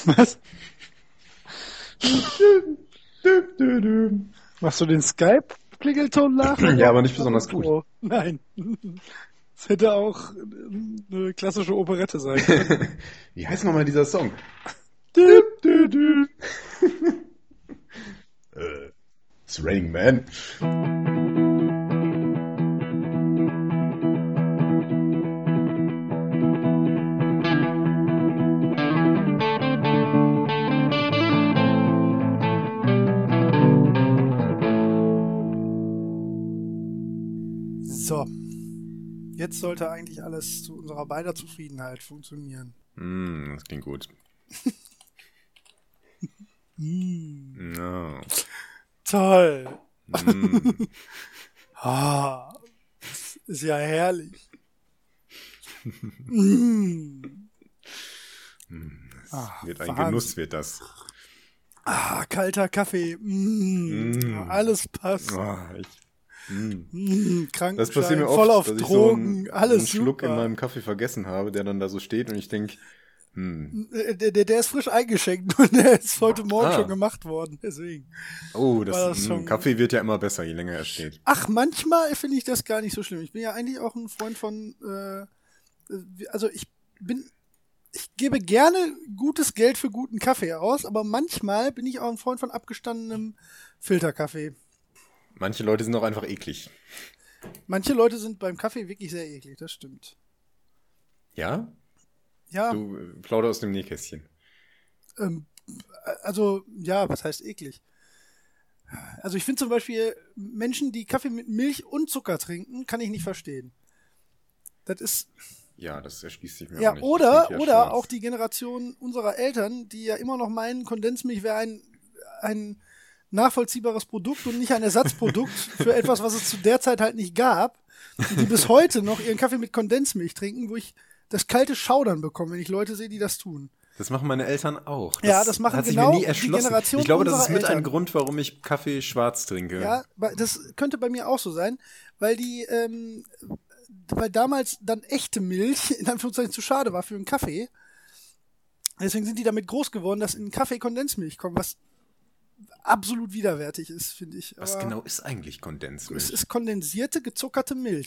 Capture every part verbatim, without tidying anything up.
Was? Machst du den Skype-Klingelton nach? Ja, aber nicht besonders gut. Oh, nein. Das hätte auch eine klassische Operette sein können. Wie heißt nochmal dieser Song? Du, du, du. äh, It's Raining Man. So. Jetzt sollte eigentlich alles zu unserer beider Zufriedenheit funktionieren. Mm, das klingt gut. mm. No. Toll. Mm. Ah, das ist ja herrlich. mm. Das ah, wird ein Wahnsinn. Genuss, wird das. Ah, kalter Kaffee. Mm. Mm. Alles passt. Oh, ich Mm, Das Krankenschein, passiert mir oft, voll auf dass ich Drogen, so einen, alles so einen Schluck super. in meinem Kaffee vergessen habe, der dann da so steht und ich denke, hm. Der, der, der ist frisch eingeschenkt und der ist heute Morgen Ah. schon gemacht worden, deswegen. Oh, das, das mh, schon- Kaffee wird ja immer besser, je länger er steht. Ach, manchmal finde ich das gar nicht so schlimm. Ich bin ja eigentlich auch ein Freund von, äh, also ich bin, ich gebe gerne gutes Geld für guten Kaffee aus, aber manchmal bin ich auch ein Freund von abgestandenem Filterkaffee. Manche Leute sind auch einfach eklig. Manche Leute sind beim Kaffee wirklich sehr eklig, das stimmt. Ja? Ja, Du äh, plauder aus dem Nähkästchen. ähm, also, ja, was heißt eklig? Also ich finde zum Beispiel Menschen, die Kaffee mit Milch und Zucker trinken, kann ich nicht verstehen. Das ist, Ja, das erschließt sich mir ja, auch nicht. oder, Das klingt ja oder schwarz. auch die Generation unserer Eltern, die ja immer noch meinen, Kondensmilch wäre ein, ein nachvollziehbares Produkt und nicht ein Ersatzprodukt für etwas, was es zu der Zeit halt nicht gab. Und die bis heute noch ihren Kaffee mit Kondensmilch trinken, wo ich das kalte Schaudern bekomme, wenn ich Leute sehe, die das tun. Das machen meine Eltern auch. Das Ja, das machen hat sich genau mir nie die erschlossen. Generation Ich glaube, das unserer ist mit Eltern. ein Grund, warum ich Kaffee schwarz trinke. Ja, weil das könnte bei mir auch so sein, weil die, ähm, weil damals dann echte Milch in Anführungszeichen zu schade war für einen Kaffee. Deswegen sind die damit groß geworden, dass in Kaffee Kondensmilch kommt, was absolut widerwärtig ist, finde ich. Was Aber genau ist eigentlich Kondensmilch? es ist kondensierte, gezuckerte Milch.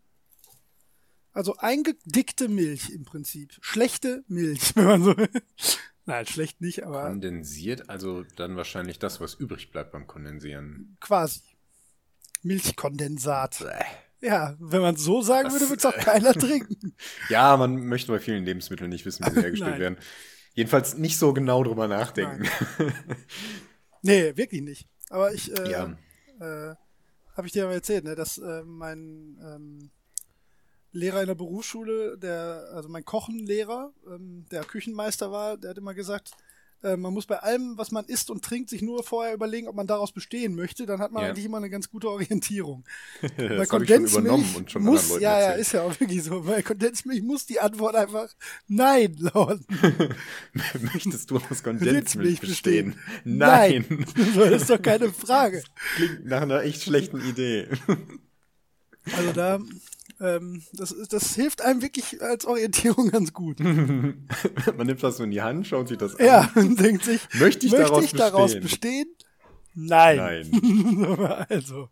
Also eingedickte Milch im Prinzip. Schlechte Milch, wenn man so will. Nein, schlecht nicht, aber Kondensiert, also dann wahrscheinlich das, was übrig bleibt beim Kondensieren. quasi. Milchkondensat. Bäh. Ja, wenn man es so sagen Das- würde, würde es auch keiner trinken. Ja, man möchte bei vielen Lebensmitteln nicht wissen, wie sie hergestellt Nein. werden. Jedenfalls nicht so genau drüber nachdenken. Nee, wirklich nicht. Aber ich, äh, Ja. äh, habe ich dir mal erzählt, ne, dass äh, mein ähm, Lehrer in der Berufsschule, der, also mein Kochenlehrer, ähm, der Küchenmeister war, der hat immer gesagt, äh, man muss bei allem, was man isst und trinkt, sich nur vorher überlegen, ob man daraus bestehen möchte. Dann hat man Ja. eigentlich immer eine ganz gute Orientierung. Bei Das habe ich schon übernommen Kondensmilch und schon muss, anderen Leuten ja, ja, erzählt. ist ja auch wirklich so. Bei Kondensmilch muss die Antwort einfach Nein lauten. Möchtest du aus Kondensmilch Kondensmilch bestehen? Nein. Nein. Das ist doch keine Frage. Klingt nach einer echt schlechten Idee. Also da, ähm, das, ist, das hilft einem wirklich als Orientierung ganz gut. Man nimmt das so in die Hand, schaut sich das an. Ja, und denkt sich, Möchte ich möchte daraus ich daraus bestehen? bestehen? Nein. Nein. Also,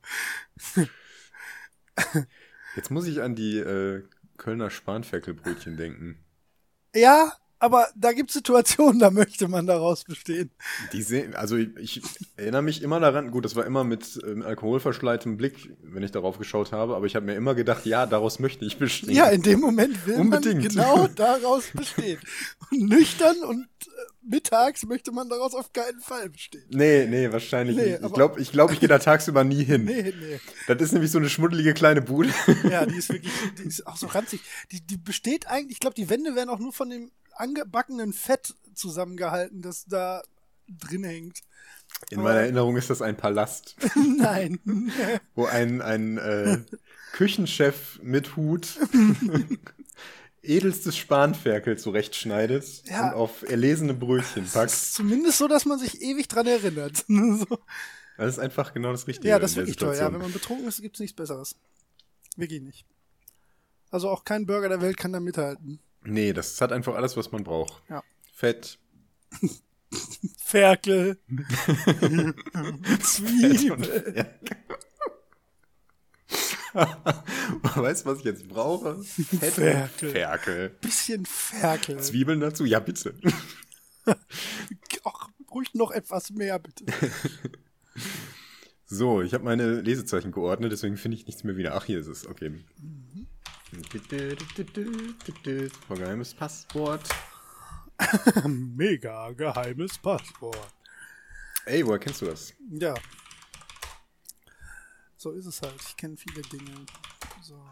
Jetzt muss ich an die äh, Kölner Spanferkelbrötchen denken. ja, aber da gibt es Situationen, da möchte man daraus bestehen. Die sehen, also ich, ich erinnere mich immer daran, gut, das war immer mit ähm, alkoholverschleitem Blick, wenn ich darauf geschaut habe, aber ich habe mir immer gedacht, ja, daraus möchte ich bestehen. Ja, in dem Moment will Unbedingt. man genau daraus bestehen. Und nüchtern und äh, mittags möchte man daraus auf keinen Fall bestehen. Nee, nee, wahrscheinlich Nee, nicht. Ich aber- glaube, ich, glaub, ich gehe da tagsüber nie hin. Nee, nee. Das ist nämlich so eine schmuddelige kleine Bude. Ja, die ist wirklich, die ist auch so ranzig. Die, die besteht eigentlich, ich glaube, die Wände werden auch nur von dem angebackenen Fett zusammengehalten, das da drin hängt. In meiner Erinnerung ist das ein Palast, Nein. wo ein, ein äh, Küchenchef mit Hut edelstes Spanferkel zurechtschneidet Ja. und auf erlesene Brötchen Das packt. ist zumindest so, dass man sich ewig dran erinnert. So. Das ist einfach genau das Richtige. Ja, das ist in der wirklich toll. Ja, Situation. wenn man betrunken ist, gibt es nichts Besseres. Wirklich nicht. Also auch kein Burger der Welt kann da mithalten. Nee, das hat einfach alles, was man braucht. Ja. Fett, Ferkel. Zwiebel. Weißt du, was ich jetzt brauche? Fett Ferkel. Ferkel. Bisschen Ferkel. Zwiebeln dazu? Ja, bitte. Ach, ruhig noch etwas mehr, bitte. So, ich habe meine Lesezeichen geordnet, deswegen finde ich nichts mehr wieder. Ach, hier ist es. Okay. Mhm. Geheimes Passwort. Mega geheimes Passwort. Ey, woher kennst du das? Ja. So ist es halt. Ich kenne viele Dinge. So.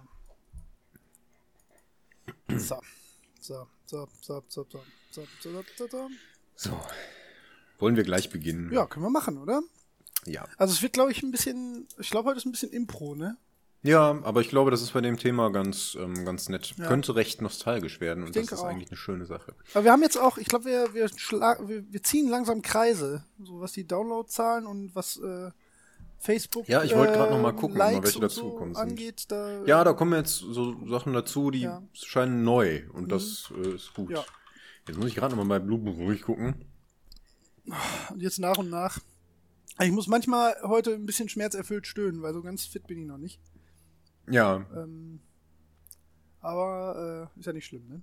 So. So, so, so, so, so, so, so, so, so. So. Wollen wir gleich beginnen? Ja, können wir machen, oder? Ja. Also es wird, glaube ich, ein bisschen, ich glaube, heute ist ein bisschen Impro, ne? Ja, aber ich glaube, das ist bei dem Thema ganz, ähm, ganz nett. Ja. Könnte recht nostalgisch werden und Ich das denke ist auch. eigentlich eine schöne Sache. Aber wir haben jetzt auch, ich glaube, wir, wir, schla- wir, wir ziehen langsam Kreise, so was die Downloadzahlen und was äh, Facebook Ja, ich wollte gerade äh, noch mal gucken, ob noch Likes welche und dazukommen so sind. angeht. Da, Ja, da kommen jetzt so Sachen dazu, die Ja. scheinen neu und das äh, ist gut. Ja. Jetzt muss ich gerade noch mal bei Blue ruhig gucken. Und jetzt nach und nach. Ich muss manchmal heute ein bisschen schmerzerfüllt stöhnen, weil so ganz fit bin ich noch nicht. Ja, Ähm, aber äh, ist ja nicht schlimm, ne?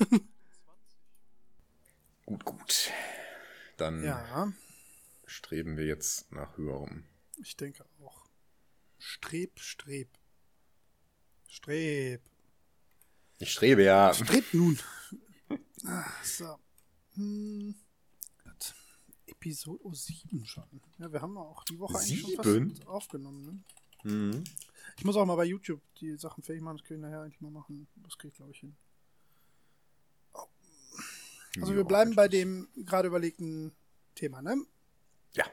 gut, gut. Dann Ja, streben wir jetzt nach höherem. ich denke auch. Streb, streb. Streb. Ich strebe ja. Streb nun. Ah, so. Hm. Episode sieben schon. Ja, wir haben auch die Woche eigentlich schon Sieben? fast aufgenommen. Ne? Mhm. Ich muss auch mal bei YouTube die Sachen fertig machen. Das können wir nachher eigentlich mal machen. Das kriege ich, glaube ich, hin. Oh. Also wir Ja, bleiben bei dem gerade überlegten Thema, ne? Ja.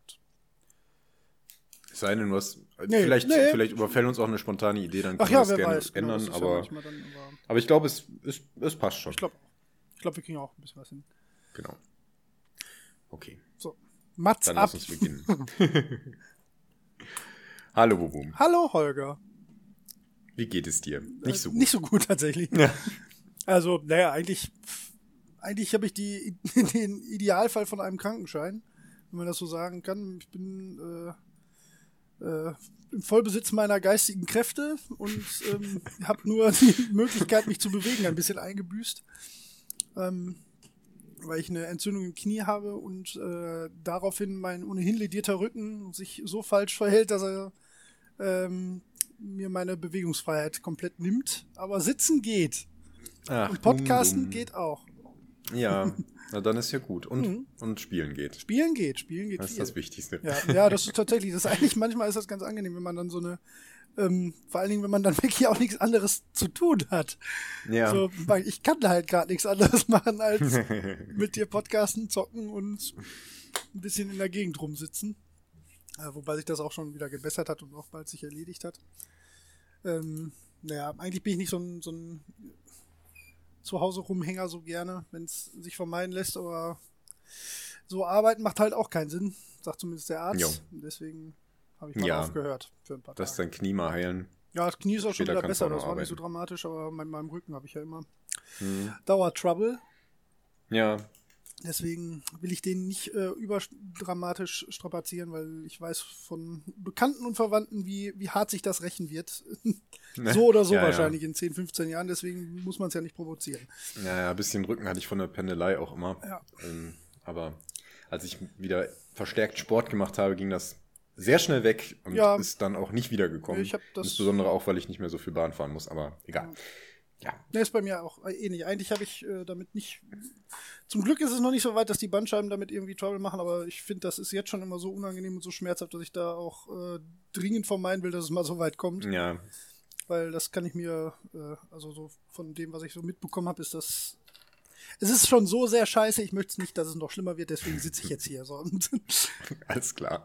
Es sei denn, du hast. Nee, vielleicht, nee. vielleicht überfällt uns auch eine spontane Idee, dann Ach können ja, wir das wer gerne weiß. Genau, ändern. das ist ja aber, manchmal dann, aber aber ich glaube, es, es, es passt schon. ich glaube ich glaub, wir kriegen auch ein bisschen was hin. Genau. Okay, So, Mats dann ab. lass uns beginnen. Hallo, Bubum. Hallo, Holger. Wie geht es dir? Nicht so Äh, gut. Nicht so gut, tatsächlich. Ja. Also, naja, eigentlich, eigentlich habe ich die, den Idealfall von einem Krankenschein, wenn man das so sagen kann. Ich bin äh, äh, im Vollbesitz meiner geistigen Kräfte und ähm, habe nur die Möglichkeit, mich zu bewegen, ein bisschen eingebüßt. Ähm, weil ich eine Entzündung im Knie habe und äh, daraufhin mein ohnehin ledierter Rücken sich so falsch verhält, dass er ähm, mir meine Bewegungsfreiheit komplett nimmt. Aber sitzen geht. Ach, Und Podcasten dumm, dumm. geht auch. Ja, na dann ist ja gut. Und, Mhm. und spielen geht. Spielen geht, spielen geht Das ist viel. das Wichtigste. Ja, ja, das ist tatsächlich, das ist eigentlich, manchmal ist das ganz angenehm, wenn man dann so eine, ähm, vor allen Dingen, wenn man dann wirklich auch nichts anderes zu tun hat. Ja. So, weil ich kann halt gerade nichts anderes machen, als mit dir podcasten, zocken und ein bisschen in der Gegend rumsitzen. Äh, wobei sich das auch schon wieder gebessert hat und auch bald sich erledigt hat. Ähm, naja, eigentlich bin ich nicht so ein, so ein Zuhause rumhänger so gerne, wenn es sich vermeiden lässt, aber so arbeiten macht halt auch keinen Sinn, sagt zumindest der Arzt. Jo. Und deswegen habe ich mal Ja. aufgehört für ein paar Dass Tage. dein Knie mal heilen. Ja, das Knie ist auch schon Später wieder kannst besser, du auch das noch war nicht so arbeiten. dramatisch, aber mit meinem Rücken habe ich ja immer Hm. Dauer-Trouble. Ja, Deswegen will ich den nicht äh, überdramatisch strapazieren, weil ich weiß von Bekannten und Verwandten, wie, wie hart sich das rächen wird. So oder so Ja, ja. wahrscheinlich in zehn, fünfzehn Jahren, deswegen muss man es ja nicht provozieren. Ja, ja, ein bisschen Rücken hatte ich von der Pendelei auch immer. Ja. Ähm, aber als ich wieder verstärkt Sport gemacht habe, ging das sehr schnell weg und Ja. ist dann auch nicht wiedergekommen. Ich hab das- Insbesondere auch, weil ich nicht mehr so viel Bahn fahren muss, aber egal. Ja. Ne, ist bei mir auch ähnlich. Eigentlich habe ich äh, damit nicht. Zum Glück ist es noch nicht so weit, dass die Bandscheiben damit irgendwie Trouble machen, aber ich finde, das ist jetzt schon immer so unangenehm und so schmerzhaft, dass ich da auch äh, dringend vermeiden will, dass es mal so weit kommt. Ja, Weil das kann ich mir, äh, also so von dem, was ich so mitbekommen habe, ist das. Es ist schon so sehr scheiße, ich möchte es nicht, dass es noch schlimmer wird, deswegen sitze ich jetzt hier. So, und alles klar.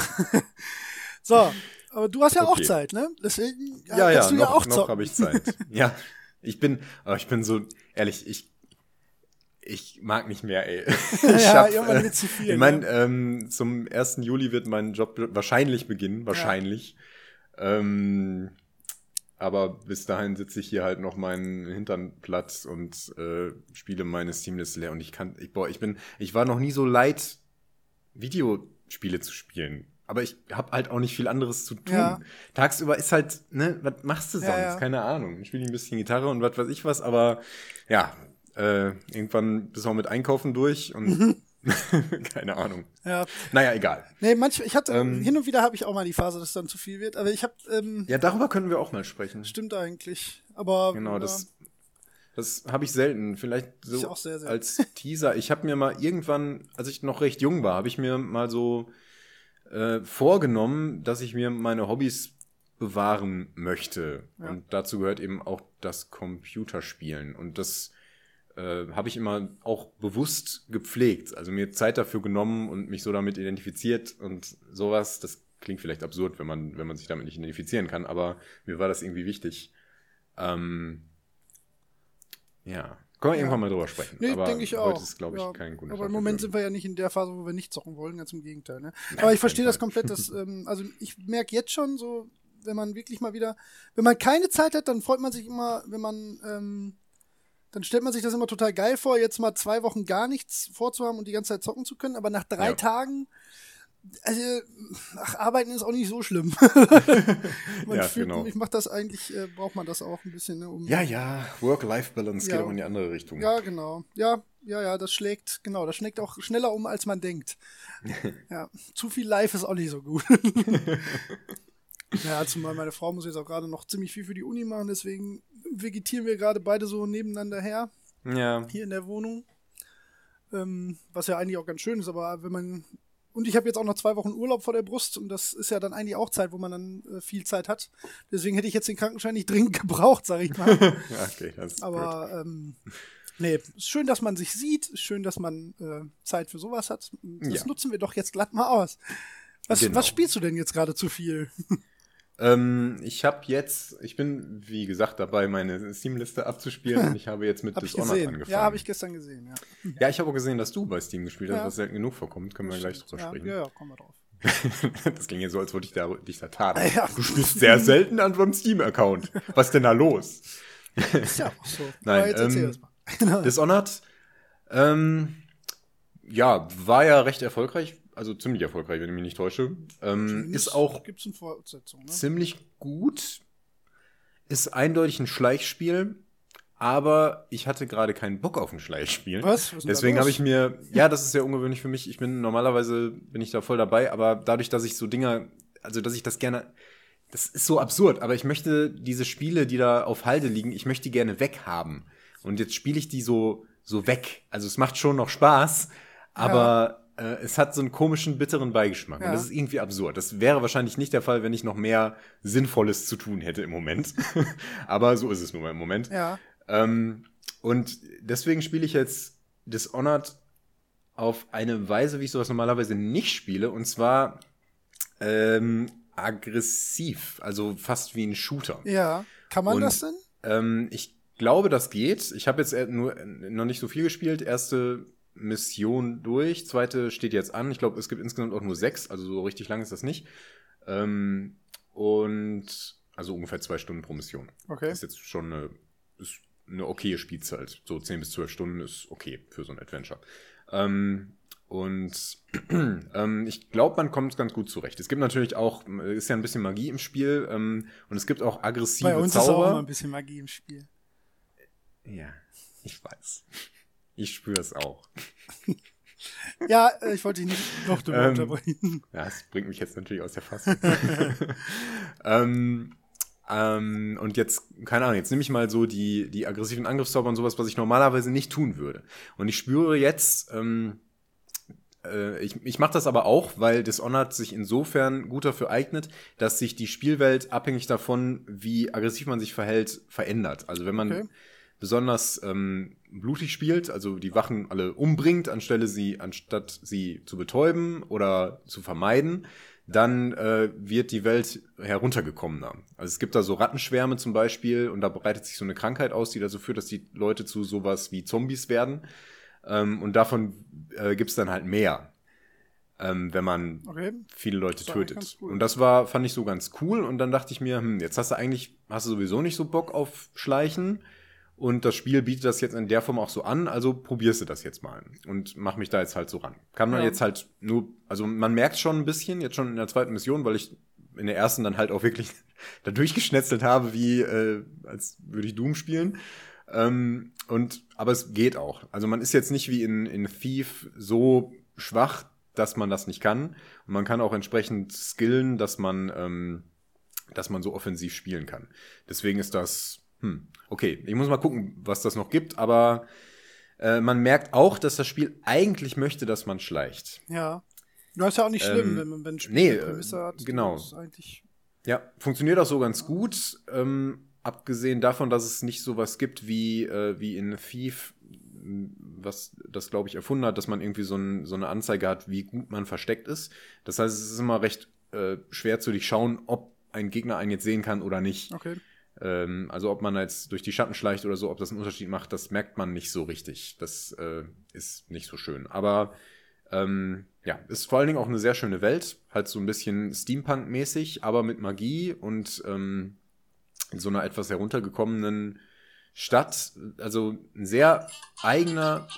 so, aber du hast ja auch Okay. Zeit, ne? Deswegen äh, Ja, ja, kannst du noch, ja auch noch zocken. habe ich Zeit. Ja, ich bin, aber ich bin so, ehrlich, ich, ich mag nicht mehr, ey. Ich Ja, hab, irgendwann äh, wird's zu viel, Ich meine, ne? ähm, zum ersten Juli wird mein Job wahrscheinlich beginnen, wahrscheinlich. Ähm, aber bis dahin sitze ich hier halt noch meinen Hintern platt und äh, spiele meine Steam-Liste leer. Und ich kann, ich, boah, ich bin, ich war noch nie so leid, Videospiele zu spielen. Aber ich habe halt auch nicht viel anderes zu tun. Ja. Tagsüber ist halt, ne, was machst du sonst? Ja, ja. Keine Ahnung. Ich spiele ein bisschen Gitarre und was weiß ich was, aber ja, äh, irgendwann bist du auch mit Einkaufen durch und keine Ahnung. Ja. Naja, egal. Nee, manchmal, ich hatte, Ähm. hin und wieder habe ich auch mal die Phase, dass es dann zu viel wird, aber ich habe, ähm, Ja, darüber können wir auch mal sprechen. stimmt eigentlich, aber. Genau, ja, das, das habe ich selten. Vielleicht Ich so auch sehr selten. als Teaser. Ich habe mir mal irgendwann, als ich noch recht jung war, habe ich mir mal so äh, vorgenommen, dass ich mir meine Hobbys bewahren möchte. Ja. Und dazu gehört eben auch das Computerspielen. Und das äh, habe ich immer auch bewusst gepflegt. Also mir Zeit dafür genommen und mich so damit identifiziert und sowas. Das klingt vielleicht absurd, wenn man, wenn man sich damit nicht identifizieren kann, aber mir war das irgendwie wichtig. Ähm, ja, können wir Ja. irgendwann mal drüber sprechen. Nee, aber denke ich auch. heute ist, glaube ich, Ja, kein guter Aber Tag im Moment dafür. sind wir ja nicht in der Phase, wo wir nicht zocken wollen, ganz im Gegenteil. Ne? Nein, Aber auf ich verstehe jeden das Fall. komplett, dass, ähm, also ich merke jetzt schon so, wenn man wirklich mal wieder, wenn man keine Zeit hat, dann freut man sich immer, wenn man, ähm, dann stellt man sich das immer total geil vor, jetzt mal zwei Wochen gar nichts vorzuhaben und die ganze Zeit zocken zu können, aber nach drei Ja. Tagen, also, ach, arbeiten ist auch nicht so schlimm. man Ja, fühlt, genau. Ich mache das eigentlich, äh, braucht man das auch ein bisschen, ne, um Ja, ja, Work-Life-Balance Ja. geht auch in die andere Richtung. Ja, genau. Ja, ja, ja, das schlägt, genau, das schlägt auch schneller um, als man denkt. Ja, zu viel Live ist auch nicht so gut. Ja, zumal meine Frau muss jetzt auch gerade noch ziemlich viel für die Uni machen, deswegen vegetieren wir gerade beide so nebeneinander her, Ja, hier in der Wohnung. Ähm, was ja eigentlich auch ganz schön ist, aber wenn man. Und ich habe jetzt auch noch zwei Wochen Urlaub vor der Brust und das ist ja dann eigentlich auch Zeit, wo man dann äh, viel Zeit hat. Deswegen hätte ich jetzt den Krankenschein nicht dringend gebraucht, sag ich mal. ja, okay, das ist blöd. Aber ähm, nee, ist schön, dass man sich sieht, ist schön, dass man äh, Zeit für sowas hat. Das Ja. nutzen wir doch jetzt glatt mal aus. Was, Genau. was spielst du denn jetzt gerade zu viel? Ähm, ich habe jetzt, ich bin, wie gesagt, dabei, meine Steam-Liste abzuspielen und ich habe jetzt mit Hab ich Dishonored gesehen. angefangen. Ja, habe ich gestern gesehen, ja. Ja, ich habe auch gesehen, dass du bei Steam gespielt hast, Ja. was selten genug vorkommt. Können wir gleich drüber ja, sprechen. ja, ja, kommen wir drauf. Das klingt ja so, als würde ich da, dich da tadeln. Ja. Du spielst sehr selten an so einem Steam-Account. Was ist denn da los? Ist ja auch so. Nein, Aber jetzt erzähl ähm, das mal. Genau. Dishonored, ähm, ja, war ja recht erfolgreich, also ziemlich erfolgreich, wenn ich mich nicht täusche. Ähm, ist auch Gibt's eine Fortsetzung, ne? ziemlich gut, ist eindeutig ein Schleichspiel, aber ich hatte gerade keinen Bock auf ein Schleichspiel. Was? Was ist denn da Deswegen los? habe ich mir, ja, das ist sehr ungewöhnlich für mich. Ich bin normalerweise bin ich da voll dabei, aber dadurch, dass ich so Dinger, also dass ich das gerne, das ist so absurd, aber ich möchte diese Spiele, die da auf Halde liegen, ich möchte die gerne weghaben. Und jetzt spiele ich die so so weg. Also es macht schon noch Spaß, aber äh, es hat so einen komischen, bitteren Beigeschmack. Ja. Und das ist irgendwie absurd. Das wäre wahrscheinlich nicht der Fall, wenn ich noch mehr Sinnvolles zu tun hätte im Moment. Aber so ist es nun mal im Moment. Ja. Ähm, und deswegen spiele ich jetzt Dishonored auf eine Weise, wie ich sowas normalerweise nicht spiele. Und zwar ähm, aggressiv. Also fast wie ein Shooter. Ja. Kann man Und, das denn? Ähm, ich glaube, das geht. Ich habe jetzt äh, nur noch nicht so viel gespielt. Erste Mission durch, zweite steht jetzt an. Ich glaube, es gibt insgesamt auch nur sechs, also so richtig lang ist das nicht. Ähm, und also ungefähr zwei Stunden pro Mission. Okay. Das ist jetzt schon eine, ist eine okaye Spielzeit. So zehn bis zwölf Stunden ist okay für so ein Adventure. Ähm, und ähm, ich glaube, man kommt ganz gut zurecht. Es gibt natürlich auch, ist ja ein bisschen Magie im Spiel, ähm, und es gibt auch aggressive Bei uns Zauber. ist auch immer ein bisschen Magie im Spiel. Ja, ich weiß. Ich spüre es auch. Ja, äh, ich wollte dich nicht noch drüber Ähm, unterbrechen. Ja, das bringt mich jetzt natürlich aus der Fassung. ähm, ähm, und jetzt, keine Ahnung, jetzt nehme ich mal so die, die aggressiven Angriffszauber und sowas, was ich normalerweise nicht tun würde. Und ich spüre jetzt, ähm, äh, ich, ich mache das aber auch, weil Dishonored sich insofern gut dafür eignet, dass sich die Spielwelt abhängig davon, wie aggressiv man sich verhält, verändert. Also wenn man Okay. besonders ähm, blutig spielt, also die Wachen alle umbringt, anstelle sie, anstatt sie zu betäuben oder zu vermeiden, dann äh, wird die Welt heruntergekommener. Also es gibt da so Rattenschwärme zum Beispiel und da breitet sich so eine Krankheit aus, die dazu führt, dass die Leute zu sowas wie Zombies werden. Ähm, und davon äh, gibt's dann halt mehr. ähm, wenn man Okay. viele Leute Das war eigentlich tötet. ganz cool. Und das war, fand ich so ganz cool. Und dann dachte ich mir, hm, jetzt hast du eigentlich, hast du sowieso nicht so Bock auf Schleichen. Und das Spiel bietet das jetzt in der Form auch so an, also probierst du das jetzt mal und mach mich da jetzt halt so ran. Kann man Ja. jetzt halt nur, also man merkt schon ein bisschen, jetzt schon in der zweiten Mission, weil ich in der ersten dann halt auch wirklich da durchgeschnetzelt habe, wie äh, als würde ich Doom spielen. Ähm, und aber es geht auch. Also man ist jetzt nicht wie in, in Thief so schwach, dass man das nicht kann. Und man kann auch entsprechend skillen, dass man, ähm, dass man so offensiv spielen kann. Deswegen ist das Hm, okay, ich muss mal gucken, was das noch gibt, aber äh, man merkt auch, dass das Spiel eigentlich möchte, dass man schleicht. Ja. Das ist ja auch nicht schlimm, Ähm, wenn man wenn ein Spiel nee, eine Prämisse hat. genau. Das ist eigentlich Ja, funktioniert auch so ganz gut, ähm, abgesehen davon, dass es nicht sowas gibt wie, äh, wie in Thief, was das, glaube ich, erfunden hat, dass man irgendwie so, ein, so eine Anzeige hat, wie gut man versteckt ist. Das heißt, es ist immer recht äh, schwer zu durchschauen, ob ein Gegner einen jetzt sehen kann oder nicht. okay. Also ob man jetzt durch die Schatten schleicht oder so, ob das einen Unterschied macht, das merkt man nicht so richtig. Das äh, ist nicht so schön. Aber ähm, ja, ist vor allen Dingen auch eine sehr schöne Welt. Halt so ein bisschen Steampunk-mäßig, aber mit Magie und ähm, in so einer etwas heruntergekommenen Stadt. Also ein sehr eigener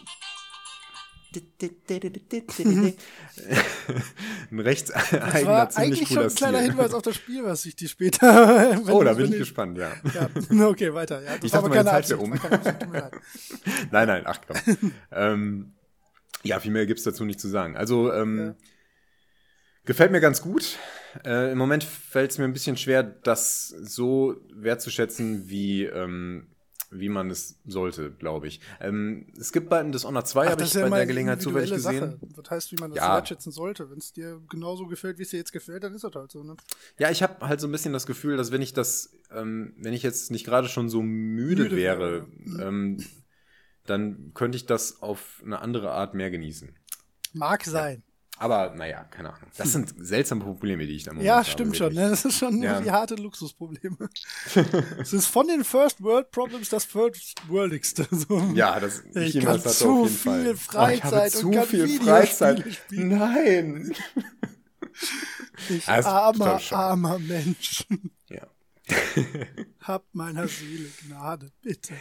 ein recht Das eigener, war ziemlich eigentlich schon cooler ein kleiner Stil. Hinweis auf das Spiel, was ich dir später. Oh, da wenn bin ich du- gespannt, ja. Ja, okay, weiter. Ja, das Ich war dachte, aber meine keine Zeit wäre Absicht, um. war keine Absicht, tut mir leid. Nein, nein, ach komm. ähm, ja, viel mehr gibt's dazu nicht zu sagen. Also, ähm, Ja. gefällt mir ganz gut. Äh, Im Moment fällt es mir ein bisschen schwer, das so wertzuschätzen, wie, ähm, wie man es sollte, glaube ich. Ähm, es gibt bald ein Dishonored zwei, Ach, habe das ich ist ja bei immer der eine Gelegenheit zufällig individuelle gesehen. Sache. Das heißt, wie man das Ja. wertschätzen sollte. Wenn es dir genauso gefällt, wie es dir jetzt gefällt, dann ist das halt so. Ne? Ja, ich habe halt so ein bisschen das Gefühl, dass wenn ich das, ähm, wenn ich jetzt nicht gerade schon so müde, Müde wäre, wäre, ähm, dann könnte ich das auf eine andere Art mehr genießen. Mag sein. Aber naja, keine Ahnung. Das sind seltsame Probleme, die ich da im Ja, Moment habe, stimmt schon. wirklich. Ne? Das ist schon Ja. die harte Luxusprobleme. Es ist von den First World Problems das First Worldigste. So. Ja, das Ich jemals kann hatte zu auf jeden viel Fall. Oh, ich Freizeit habe und zu kann viel Videospiele Freizeit. spielen. Nein. Ich Ah, ist armer, total schade. armer Mensch. Ja. Hab meiner Seele Gnade, bitte.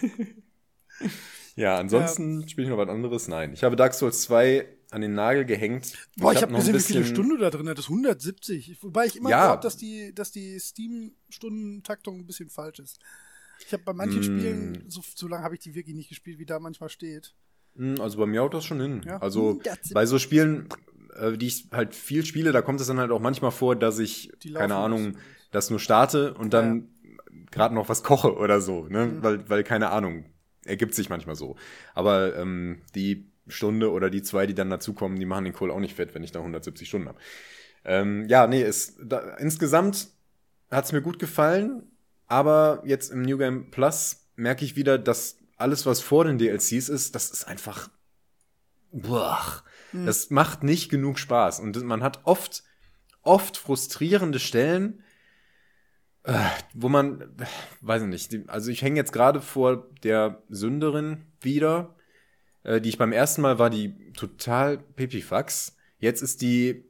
Ja, ansonsten spiele ich noch was anderes. Nein, ich habe Dark Souls zwei an den Nagel gehängt. Boah, ich hab habe gesehen, wie viele Stunden du da drin hattest. hundertsiebzig. Wobei ich immer Ja. glaube, dass die, dass die Steam-Stundentaktung ein bisschen falsch ist. Ich habe bei manchen Mm. Spielen, so, so lange habe ich die wirklich nicht gespielt, wie da manchmal steht. Hm, Also bei mir haut das schon hin. Ja. Also hundertsiebzig. bei so Spielen, äh, die ich halt viel spiele, da kommt es dann halt auch manchmal vor, dass ich, Die laufen keine Ahnung, nicht so. das nur starte und dann gerade noch was koche oder so, ne? Mhm. Weil, weil, keine Ahnung, ergibt sich manchmal so. Aber ähm, die Stunde oder die zwei, die dann dazukommen, die machen den Kohl auch nicht fett, wenn ich da hundertsiebzig Stunden habe. Ähm, ja, nee, es, da, insgesamt hat es mir gut gefallen, aber jetzt im New Game Plus merke ich wieder, dass alles, was vor den D L Cs ist, das ist einfach boah, Mhm. das macht nicht genug Spaß. Und man hat oft, oft frustrierende Stellen, äh, wo man, äh, weiß ich nicht, die, also ich hänge jetzt gerade vor der Sünderin wieder, äh, die ich beim ersten Mal war, die total pipifax. Jetzt ist die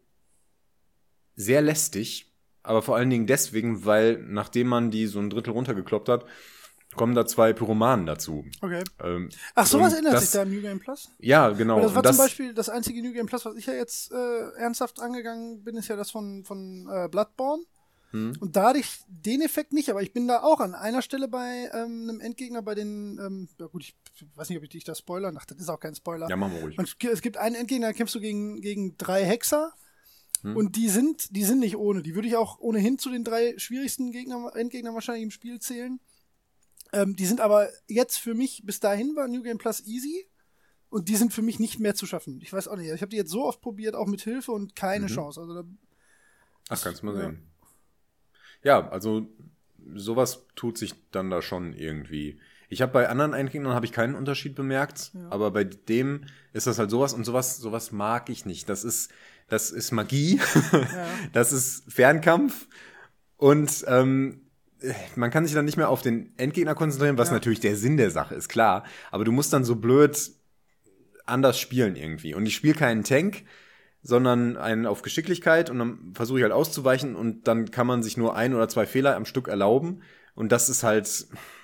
sehr lästig, aber vor allen Dingen deswegen, weil nachdem man die so ein Drittel runtergekloppt hat, kommen da zwei Pyromanen dazu. Okay. Ähm, Ach, sowas und ändert das- sich da im New Game Plus? Ja, genau. Weil das war Und das, zum Beispiel das einzige New Game Plus, was ich ja jetzt äh, ernsthaft angegangen bin, ist ja das von, von äh, Bloodborne. Hm. Und da hatte ich den Effekt nicht, aber ich bin da auch an einer Stelle bei ähm, einem Endgegner, bei den, ähm, ja gut, ich weiß nicht, ob ich dich da spoilern, ach, das ist auch kein Spoiler. Ja, machen wir ruhig. Man, es gibt einen Endgegner, da kämpfst du gegen, gegen drei Hexer. Hm. Und die sind, die sind nicht ohne. Die würde ich auch ohnehin zu den drei schwierigsten Gegner, Endgegnern wahrscheinlich im Spiel zählen. Ähm, die sind aber jetzt für mich, bis dahin war New Game Plus easy. Und die sind für mich nicht mehr zu schaffen. Ich weiß auch nicht. Ich habe die jetzt so oft probiert, auch mit Hilfe und keine Mhm. Chance. Also da, Ach, kannst du mal Ja. sehen. Ja, also sowas tut sich dann da schon irgendwie. Ich habe bei anderen Endgegnern habe ich keinen Unterschied bemerkt, Ja. aber bei dem ist das halt sowas und sowas, sowas mag ich nicht. Das ist, das ist Magie, ja. das ist Fernkampf und ähm, man kann sich dann nicht mehr auf den Endgegner konzentrieren, was Ja. natürlich der Sinn der Sache ist, klar. Aber du musst dann so blöd anders spielen irgendwie. Und ich spiele keinen Tank, sondern einen auf Geschicklichkeit und dann versuche ich halt auszuweichen und dann kann man sich nur ein oder zwei Fehler am Stück erlauben und das ist halt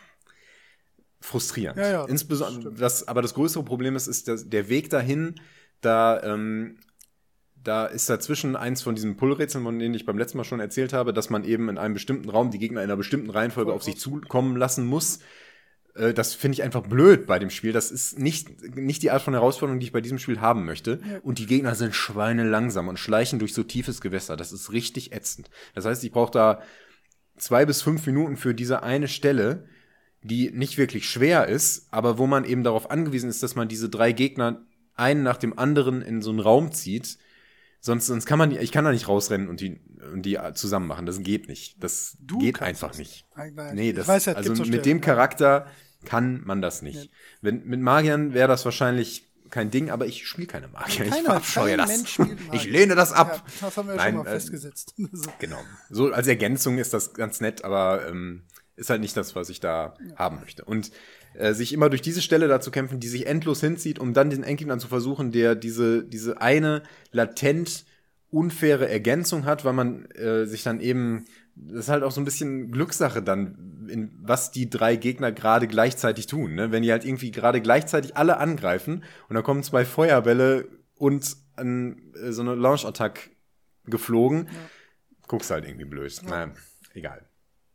frustrierend. Ja, ja, Insbesondere, das, aber das größere Problem ist, ist der, der Weg dahin, da, ähm, da ist dazwischen eins von diesen Pull-Rätseln, von denen ich beim letzten Mal schon erzählt habe, dass man eben in einem bestimmten Raum die Gegner in einer bestimmten Reihenfolge auf sich zukommen lassen muss. Das finde ich einfach blöd bei dem Spiel. Das ist nicht, nicht die Art von Herausforderung, die ich bei diesem Spiel haben möchte. Ja. Und die Gegner sind schweinelangsam und schleichen durch so tiefes Gewässer. Das ist richtig ätzend. Das heißt, ich brauche da zwei bis fünf Minuten für diese eine Stelle, die nicht wirklich schwer ist, aber wo man eben darauf angewiesen ist, dass man diese drei Gegner einen nach dem anderen in so einen Raum zieht. Sonst, sonst kann man die, ich kann da nicht rausrennen und die, und die zusammen machen. Das geht nicht. Das du geht einfach nicht. Nein, nee, das, weiß, ja, also mit dem Charakter kann man das nicht. Ja. Wenn, mit Magiern wäre das wahrscheinlich kein Ding, aber ich spiele keine Magier. Keiner, ich verabscheue das. Mensch ich lehne das ab. Ja, das haben wir ja Nein, schon mal äh, festgesetzt. Genau. So als Ergänzung ist das ganz nett, aber ähm, ist halt nicht das, was ich da ja. haben möchte. Und äh, sich immer durch diese Stelle da zu kämpfen, die sich endlos hinzieht, um dann den Endgegner zu versuchen, der diese, diese eine latent unfaire Ergänzung hat, weil man äh, sich dann eben, das ist halt auch so ein bisschen Glückssache dann, in was die drei Gegner gerade gleichzeitig tun, ne? Wenn die halt irgendwie gerade gleichzeitig alle angreifen und dann kommen zwei Feuerbälle und an, äh, so eine Launch-Attack geflogen, ja. guckst halt irgendwie blöd. Ja. Naja, egal.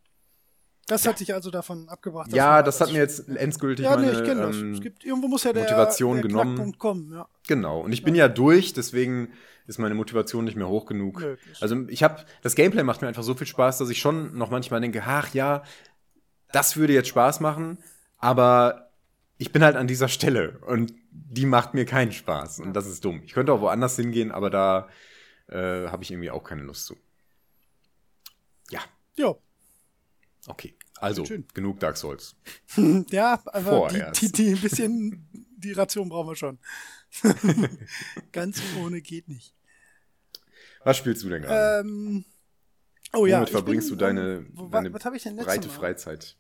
Das ja. hat dich also davon abgebracht. Ja, das hat mir jetzt endgültig ja, meine nee, ich kenn das. ähm, Es gibt, irgendwo muss ja der, Motivation der genommen. Knackpunkt kommen. Ja. Genau. Und ich bin ja. ja durch, deswegen ist meine Motivation nicht mehr hoch genug. Nö, also ich habe, das Gameplay macht mir einfach so viel Spaß, dass ich schon noch manchmal denke, ach ja, das würde jetzt Spaß machen, aber ich bin halt an dieser Stelle und die macht mir keinen Spaß und das ist dumm. Ich könnte auch woanders hingehen, aber da äh, habe ich irgendwie auch keine Lust zu. Ja. Ja. Okay, also genug Dark Souls. Ja, aber die, die, die ein bisschen, die Ration brauchen wir schon. Ganz ohne geht nicht. Was spielst du denn gerade? Ähm, oh ja. Womit verbringst bin, du deine, ähm, wo, deine was ich denn breite Mal? Freizeit?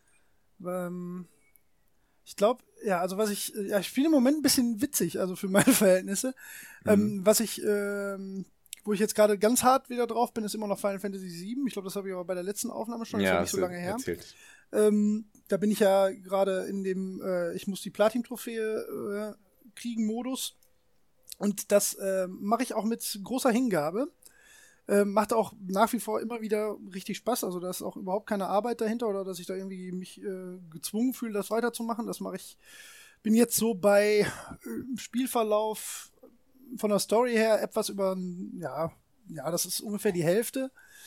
Ähm, ich glaube, ja, also was ich, ja, ich spiele im Moment ein bisschen witzig, also für meine Verhältnisse. Mhm. Ähm, was ich, ähm, wo ich jetzt gerade ganz hart wieder drauf bin, ist immer noch Final Fantasy sieben. Ich glaube, das habe ich aber bei der letzten Aufnahme schon, das ja, ist nicht so lange her. Erzählt. Ähm, da bin ich ja gerade in dem, äh, ich muss die Platin-Trophäe äh, kriegen Modus. Und das äh, mache ich auch mit großer Hingabe. Äh, macht auch nach wie vor immer wieder richtig Spaß. Also da ist auch überhaupt keine Arbeit dahinter oder dass ich da irgendwie mich äh, gezwungen fühle, das weiterzumachen. Das mache ich, bin jetzt so bei äh, Spielverlauf von der Story her etwas über, ja, ja, das ist ungefähr die Hälfte.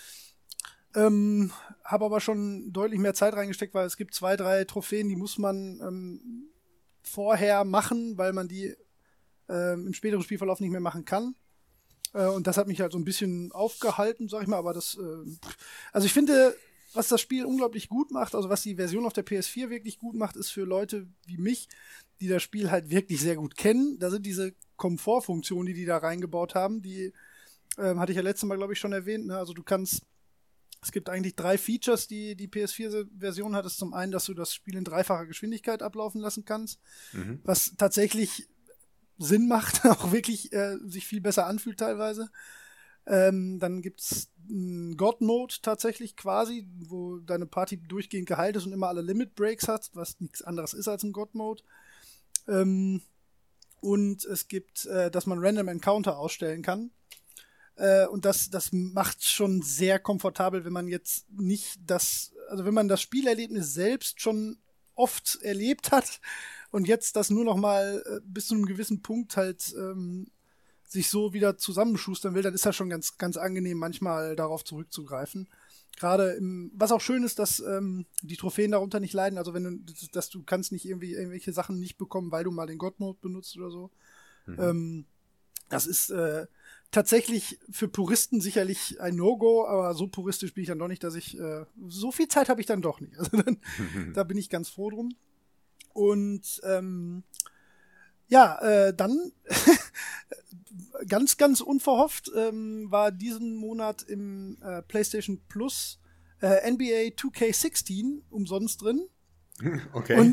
Ähm, habe aber schon deutlich mehr Zeit reingesteckt, weil es gibt zwei, drei Trophäen, die muss man ähm, vorher machen, weil man die ähm, im späteren Spielverlauf nicht mehr machen kann. Äh, und das hat mich halt so ein bisschen aufgehalten, sag ich mal, aber das, äh, also ich finde, was das Spiel unglaublich gut macht, also was die Version auf der P S vier wirklich gut macht, ist für Leute wie mich, die das Spiel halt wirklich sehr gut kennen. Da sind diese Komfortfunktionen, die die da reingebaut haben, die ähm, hatte ich ja letztes Mal, glaube ich, schon erwähnt, ne? Also du kannst, es gibt eigentlich drei Features, die die P S vier-Version hat. Das ist zum einen, dass du das Spiel in dreifacher Geschwindigkeit ablaufen lassen kannst, mhm. was tatsächlich Sinn macht, auch wirklich äh, sich viel besser anfühlt teilweise. Ähm, dann gibt's einen God-Mode tatsächlich quasi, wo deine Party durchgehend geheilt ist und immer alle Limit-Breaks hat, was nichts anderes ist als ein God-Mode. Ähm, und es gibt, äh, dass man Random Encounter ausstellen kann. Äh, und das, das macht schon sehr komfortabel, wenn man jetzt nicht das, also wenn man das Spielerlebnis selbst schon oft erlebt hat und jetzt das nur noch mal äh, bis zu einem gewissen Punkt halt ähm, sich so wieder zusammenschustern will, dann ist das schon ganz, ganz angenehm, manchmal darauf zurückzugreifen. Gerade im, was auch schön ist, dass ähm, die Trophäen darunter nicht leiden, also wenn du, dass du kannst nicht irgendwie irgendwelche Sachen nicht bekommen, weil du mal den God-Mode benutzt oder so. Mhm. Ähm, das ist äh, tatsächlich für Puristen sicherlich ein No-Go, aber so puristisch bin ich dann doch nicht, dass ich, äh, so viel Zeit habe ich dann doch nicht. Also dann, da bin ich ganz froh drum. Und ähm, ja, äh, dann ganz, ganz unverhofft ähm, war diesen Monat im äh, PlayStation Plus äh, N B A zwei K sechzehn umsonst drin. Okay. Und ich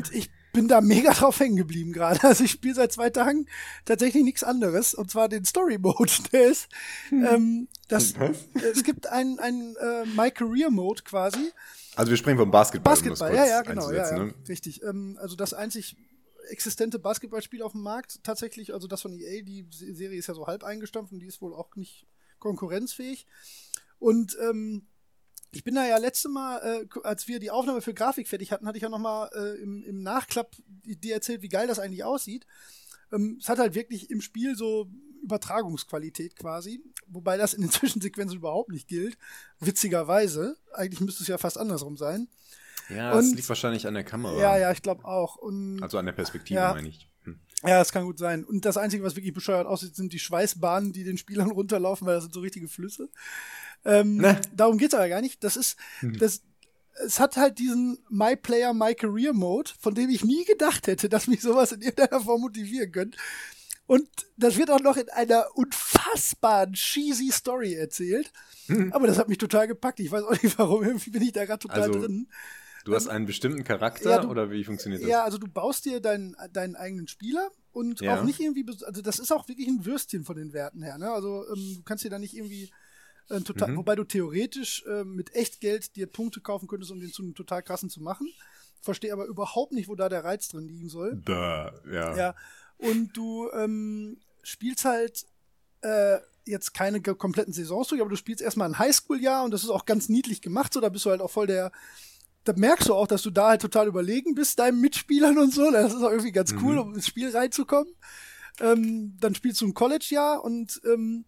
bin da mega drauf hängen geblieben gerade. Also ich spiele seit zwei Tagen tatsächlich nichts anderes, und zwar den Story Mode. Der ist, hm. ähm, das, es gibt einen, einen äh, My Career Mode quasi. Also wir sprechen vom Basketball. Basketball, um ja, ja, genau, ja, ja, ne? Richtig. Ähm, also das einzig existente Basketballspiel auf dem Markt tatsächlich, also das von E A, die Serie ist ja so halb eingestampft und die ist wohl auch nicht konkurrenzfähig. Und ähm, ich bin da ja letzte Mal, äh, als wir die Aufnahme für Grafik fertig hatten, hatte ich ja noch mal äh, im, im Nachklapp dir erzählt, wie geil das eigentlich aussieht. Ähm, es hat halt wirklich im Spiel so Übertragungsqualität quasi, wobei das in den Zwischensequenzen überhaupt nicht gilt, witzigerweise. Eigentlich müsste es ja fast andersrum sein. Ja, das liegt wahrscheinlich an der Kamera. Ja, ja, ich glaube auch. Und, also an der Perspektive, ja, meine ich. Hm. Ja, das kann gut sein. Und das Einzige, was wirklich bescheuert aussieht, sind die Schweißbahnen, die den Spielern runterlaufen, weil das sind so richtige Flüsse. Ähm, ne. Darum geht's aber gar nicht. Das ist, hm. das, es hat halt diesen My Player, My Career Mode, von dem ich nie gedacht hätte, dass mich sowas in irgendeiner Form motivieren könnte. Und das wird auch noch in einer unfassbaren, cheesy Story erzählt. Hm. Aber das hat mich total gepackt. Ich weiß auch nicht warum. Irgendwie bin ich da gerade total also, drin. Du hast einen bestimmten Charakter, ja, du, oder wie funktioniert das? Ja, also du baust dir deinen, deinen eigenen Spieler und ja. auch nicht irgendwie, also das ist auch wirklich ein Würstchen von den Werten her, ne? Also ähm, du kannst dir da nicht irgendwie äh, total, mhm. wobei du theoretisch äh, mit Echtgeld dir Punkte kaufen könntest, um den zu einem total krassen zu machen. Verstehe aber überhaupt nicht, wo da der Reiz drin liegen soll. Da, ja. Ja. Und du ähm, spielst halt äh, jetzt keine ge- kompletten Saisons durch, aber du spielst erstmal ein Highschool-Jahr und das ist auch ganz niedlich gemacht, so da bist du halt auch voll der. Da merkst du auch, dass du da halt total überlegen bist, deinen Mitspielern und so. Das ist auch irgendwie ganz cool, mhm. um ins Spiel reinzukommen. Ähm, dann spielst du ein College-Jahr und ähm,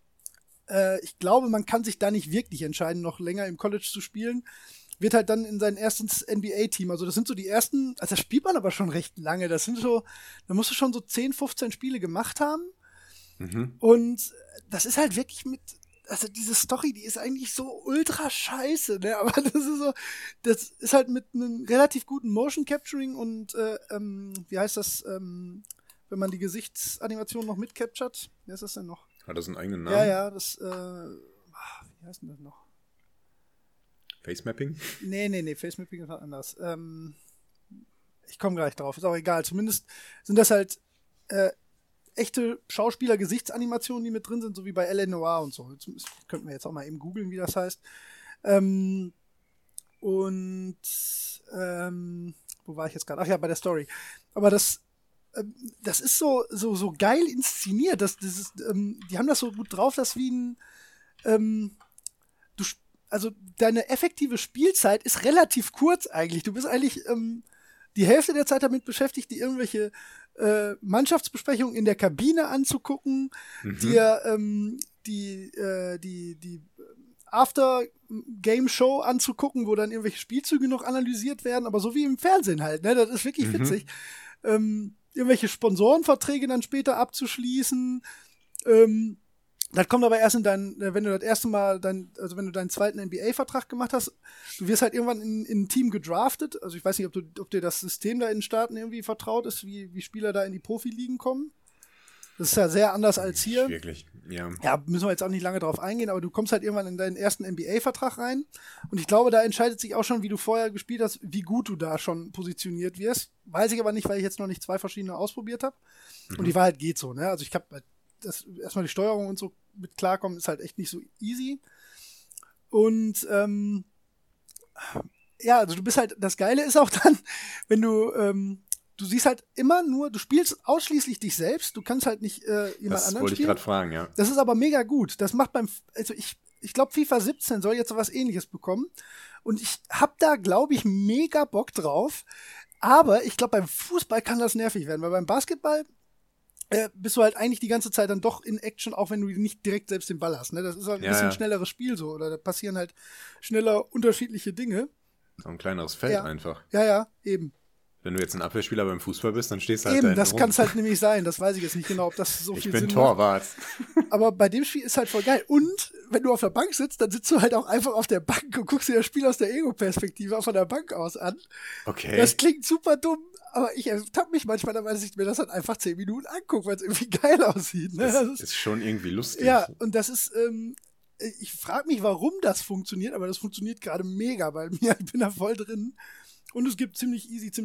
äh, ich glaube, man kann sich da nicht wirklich entscheiden, noch länger im College zu spielen. Wird halt dann in sein erstes N B A-Team. Also das sind so die ersten, also das spielt man aber schon recht lange. Das sind so, da musst du schon so zehn, fünfzehn Spiele gemacht haben. Mhm. Und das ist halt wirklich mit, also diese Story, die ist eigentlich so ultra scheiße, ne? Aber das ist so, das ist halt mit einem relativ guten Motion Capturing und äh, ähm, wie heißt das, ähm, wenn man die Gesichtsanimation noch mitcaptured? Wie heißt das denn noch? Hat das einen eigenen Namen? Ja, ja, das, äh, wie heißt denn das noch? Facemapping? Nee, nee, nee, Facemapping ist halt anders. Ähm, ich komme gleich drauf, ist auch egal. Zumindest sind das halt äh, echte Schauspieler-Gesichtsanimationen, die mit drin sind, so wie bei L A Noire und so. Jetzt könnten wir jetzt auch mal eben googeln, wie das heißt. Ähm, und ähm, wo war ich jetzt gerade? Ach ja, bei der Story. Aber das ähm, das ist so so so geil inszeniert. Das, das ist, ähm, die haben das so gut drauf, dass wie ein ähm, du also deine effektive Spielzeit ist relativ kurz eigentlich. Du bist eigentlich ähm, die Hälfte der Zeit damit beschäftigt, die irgendwelche äh, Mannschaftsbesprechungen in der Kabine anzugucken, mhm. dir ähm, die, äh, die, die After-Game-Show anzugucken, wo dann irgendwelche Spielzüge noch analysiert werden, aber so wie im Fernsehen halt, ne? Das ist wirklich mhm. witzig. Ähm, irgendwelche Sponsorenverträge dann später abzuschließen, ähm, das kommt aber erst in dein, wenn du das erste Mal, dein, also wenn du deinen zweiten N B A-Vertrag gemacht hast, du wirst halt irgendwann in, in ein Team gedraftet. Also ich weiß nicht, ob, du, ob dir das System da in den Staaten irgendwie vertraut ist, wie, wie Spieler da in die Profiligen kommen. Das ist ja sehr anders als hier. Nicht wirklich, ja. Ja, müssen wir jetzt auch nicht lange drauf eingehen, aber du kommst halt irgendwann in deinen ersten N B A-Vertrag rein. Und ich glaube, da entscheidet sich auch schon, wie du vorher gespielt hast, wie gut du da schon positioniert wirst. Weiß ich aber nicht, weil ich jetzt noch nicht zwei verschiedene ausprobiert habe. Mhm. Und die Wahrheit geht so, ne? Also ich habe halt das erstmal die Steuerung und so mit klarkommen, ist halt echt nicht so easy. Und ähm, ja, also du bist halt, das Geile ist auch dann, wenn du, ähm, du siehst halt immer nur, du spielst ausschließlich dich selbst, du kannst halt nicht äh, jemand das anderen wollte spielen. Ich gerade fragen, ja. Das ist aber mega gut. Das macht beim, also ich, ich glaube FIFA siebzehn soll jetzt sowas Ähnliches bekommen. Und ich hab da, glaube ich, mega Bock drauf. Aber ich glaube, beim Fußball kann das nervig werden, weil beim Basketball Äh, bist du halt eigentlich die ganze Zeit dann doch in Action, auch wenn du nicht direkt selbst den Ball hast. Ne? Das ist halt ein ja, bisschen ja. schnelleres Spiel so. Oder da passieren halt schneller unterschiedliche Dinge. So ein kleineres Feld ja. einfach. Ja, ja, eben. Wenn du jetzt ein Abwehrspieler beim Fußball bist, dann stehst du halt Eben, da das rum. kann es halt nämlich sein. Das weiß ich jetzt nicht genau, ob das so ich viel bin Sinn Torwart. macht. Aber bei dem Spiel ist halt voll geil. Und wenn du auf der Bank sitzt, dann sitzt du halt auch einfach auf der Bank und guckst dir das Spiel aus der Ego-Perspektive von der Bank aus an. Okay. Das klingt super dumm. Aber ich ertappe mich manchmal dabei, dass ich mir das halt einfach zehn Minuten angucke, weil es irgendwie geil aussieht. Ne? Das, das ist, ist schon irgendwie lustig. Ja, und das ist, ähm, ich frage mich, warum das funktioniert, aber das funktioniert gerade mega bei mir. Ich bin da voll drin. Und es gibt ziemlich easy, ziemlich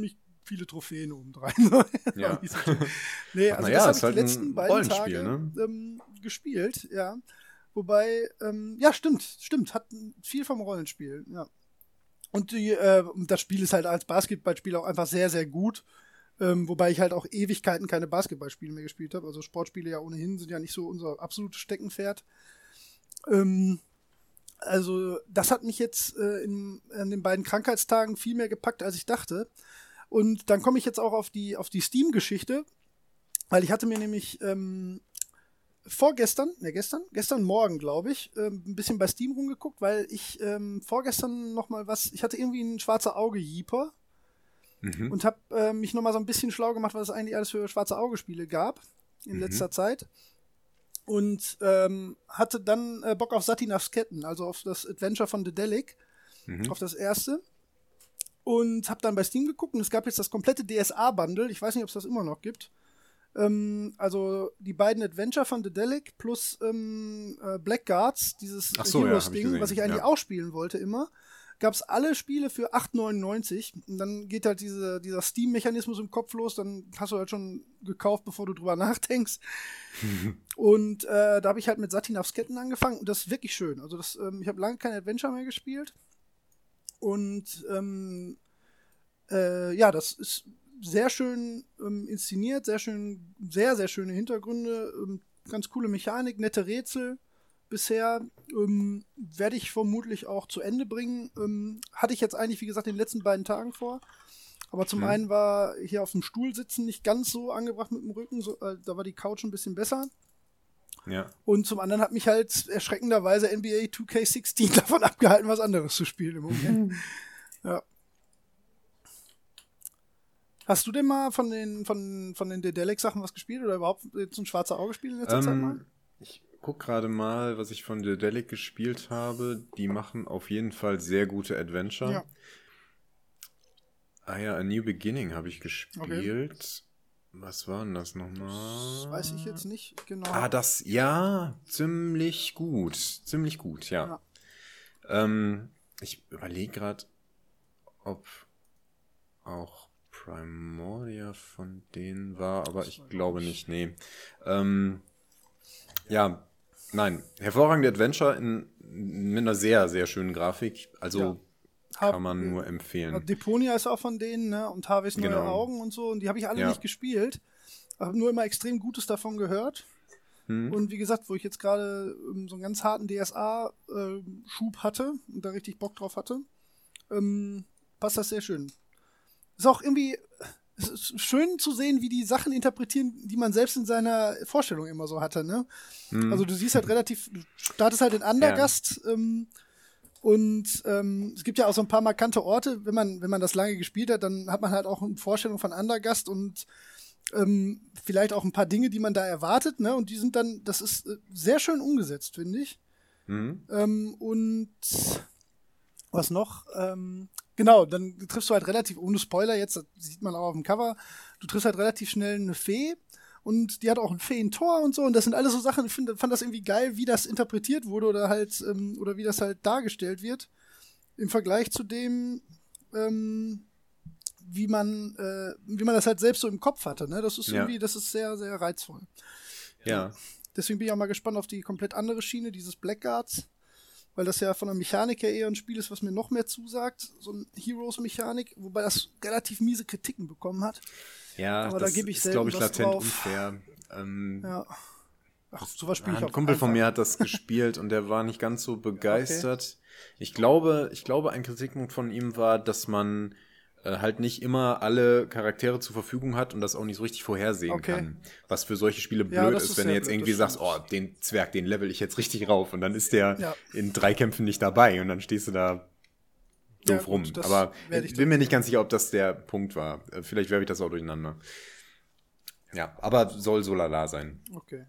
viele Trophäen obendrein. Ja. Nee, also naja, das ist habe ich halt die letzten ein beiden Rollenspiel, Tage ne? ähm, gespielt, ja. Wobei, ähm, ja, stimmt, stimmt, hat viel vom Rollenspiel, ja. Und die, äh, das Spiel ist halt als Basketballspiel auch einfach sehr, sehr gut. Ähm, wobei ich halt auch Ewigkeiten keine Basketballspiele mehr gespielt habe. Also Sportspiele ja ohnehin sind ja nicht so unser absolutes Steckenpferd. Ähm, also das hat mich jetzt äh, in, an den beiden Krankheitstagen viel mehr gepackt, als ich dachte. Und dann komme ich jetzt auch auf die, auf die Steam-Geschichte, weil ich hatte mir nämlich ähm, vorgestern, ne gestern, gestern Morgen, glaube ich, ähm, ein bisschen bei Steam rumgeguckt, weil ich ähm, vorgestern noch mal was, ich hatte irgendwie ein schwarze Auge-Jeeper Mhm. und habe äh, mich noch mal so ein bisschen schlau gemacht, was es eigentlich alles für schwarze Auge-Spiele gab in Mhm. letzter Zeit. Und ähm, hatte dann äh, Bock auf Satinavs Ketten, also auf das Adventure von Dedelic, Mhm. auf das erste. Und habe dann bei Steam geguckt und es gab jetzt das komplette D S A-Bundle. Ich weiß nicht, ob es das immer noch gibt. Ähm, also die beiden Adventure von Dedelic plus ähm, äh, Blackguards, dieses Ach so, ja, hab ich Heroes-Ding, gesehen, was ich eigentlich ja. auch spielen wollte immer, gab es alle Spiele für acht neunundneunzig. Und dann geht halt diese, dieser Steam-Mechanismus im Kopf los, dann hast du halt schon gekauft, bevor du drüber nachdenkst. Und äh, da habe ich halt mit Satinavs Ketten angefangen und das ist wirklich schön. Also das, ähm, ich habe lange kein Adventure mehr gespielt. Und ähm, äh, ja, das ist sehr schön ähm, inszeniert, sehr schön, sehr, sehr schöne Hintergründe, ähm, ganz coole Mechanik, nette Rätsel. Bisher ähm, werde ich vermutlich auch zu Ende bringen. Ähm, hatte ich jetzt eigentlich, wie gesagt, in den letzten beiden Tagen vor. Aber zum Mhm. einen war hier auf dem Stuhl sitzen nicht ganz so angebracht mit dem Rücken, so, äh, da war die Couch ein bisschen besser. Ja. Und zum anderen hat mich halt erschreckenderweise N B A two K sixteen davon abgehalten, was anderes zu spielen im Moment. Ja. Hast du denn mal von den, von, von den Dedelic-Sachen was gespielt oder überhaupt jetzt ein schwarzer Auge-Spiel in letzter Zeit mal? Ähm, ich guck gerade mal, was ich von Dedelic gespielt habe. Die machen auf jeden Fall sehr gute Adventure. Ja. Ah ja, A New Beginning habe ich gespielt. Was war denn das nochmal? Das weiß ich jetzt nicht genau. Ah, das, ja, ziemlich gut. Ziemlich gut, ja. Ja. Ähm, ich überlege gerade, ob auch Primordia von denen war, aber ich glaube nicht, nee. Ähm, ja, nein, hervorragende Adventure in, mit einer sehr, sehr schönen Grafik. Also Ja. kann Hab- man nur Ja, empfehlen. Deponia ist auch von denen, ne? Und Harveys neue Genau. Augen und so. Und die habe ich alle Ja. nicht gespielt. Habe nur immer extrem Gutes davon gehört. Hm? Und wie gesagt, wo ich jetzt gerade ähm, so einen ganz harten D S A-Schub hatte und da richtig Bock drauf hatte, ähm, passt das sehr schön. Ist auch irgendwie es ist schön zu sehen, wie die Sachen interpretieren, die man selbst in seiner Vorstellung immer so hatte, ne? Hm. Also du siehst halt relativ, du startest halt in Andergast, ähm, und ähm, es gibt ja auch so ein paar markante Orte, wenn man, wenn man das lange gespielt hat, dann hat man halt auch eine Vorstellung von Andergast und ähm, vielleicht auch ein paar Dinge, die man da erwartet, ne? Und die sind dann, das ist äh, sehr schön umgesetzt, finde ich. Hm? Ähm, und was noch? Ähm, genau, dann triffst du halt relativ, ohne Spoiler jetzt, das sieht man auch auf dem Cover, du triffst halt relativ schnell eine Fee und die hat auch ein Feentor und so und das sind alles so Sachen, ich find, fand das irgendwie geil, wie das interpretiert wurde oder halt, ähm, oder wie das halt dargestellt wird im Vergleich zu dem, ähm, wie man, äh, wie man das halt selbst so im Kopf hatte, ne? Das ist Ja. irgendwie, das ist sehr, sehr reizvoll. Ja. Deswegen bin ich auch mal gespannt auf die komplett andere Schiene, dieses Blackguards, weil das ja von der Mechanik her eher ein Spiel ist, was mir noch mehr zusagt, so ein Heroes-Mechanik, wobei das relativ miese Kritiken bekommen hat. Ja, Aber da das gebe ich ist, selten glaube ich, was latent drauf. unfair. Ähm, Ja. Ach, sowas spiele ich ein auch Kumpel von einfach. mir hat das gespielt und der war nicht ganz so begeistert. Ich glaube, ich glaube, ein Kritikpunkt von ihm war, dass man äh, halt nicht immer alle Charaktere zur Verfügung hat und das auch nicht so richtig vorhersehen Okay. kann. Was für solche Spiele Ja, blöd das ist, ist wenn du sehr jetzt blöd, irgendwie das sagst, stimmt. oh, den Zwerg, den level ich jetzt richtig rauf und dann ist der Ja. in drei Kämpfen nicht dabei und dann stehst du da Ja, doof gut, rum. das Aber werde ich ich bin mir dann nicht sehen. ganz sicher, ob das der Punkt war. Äh, Vielleicht werfe ich das auch durcheinander. Ja, aber soll so lala sein. Okay.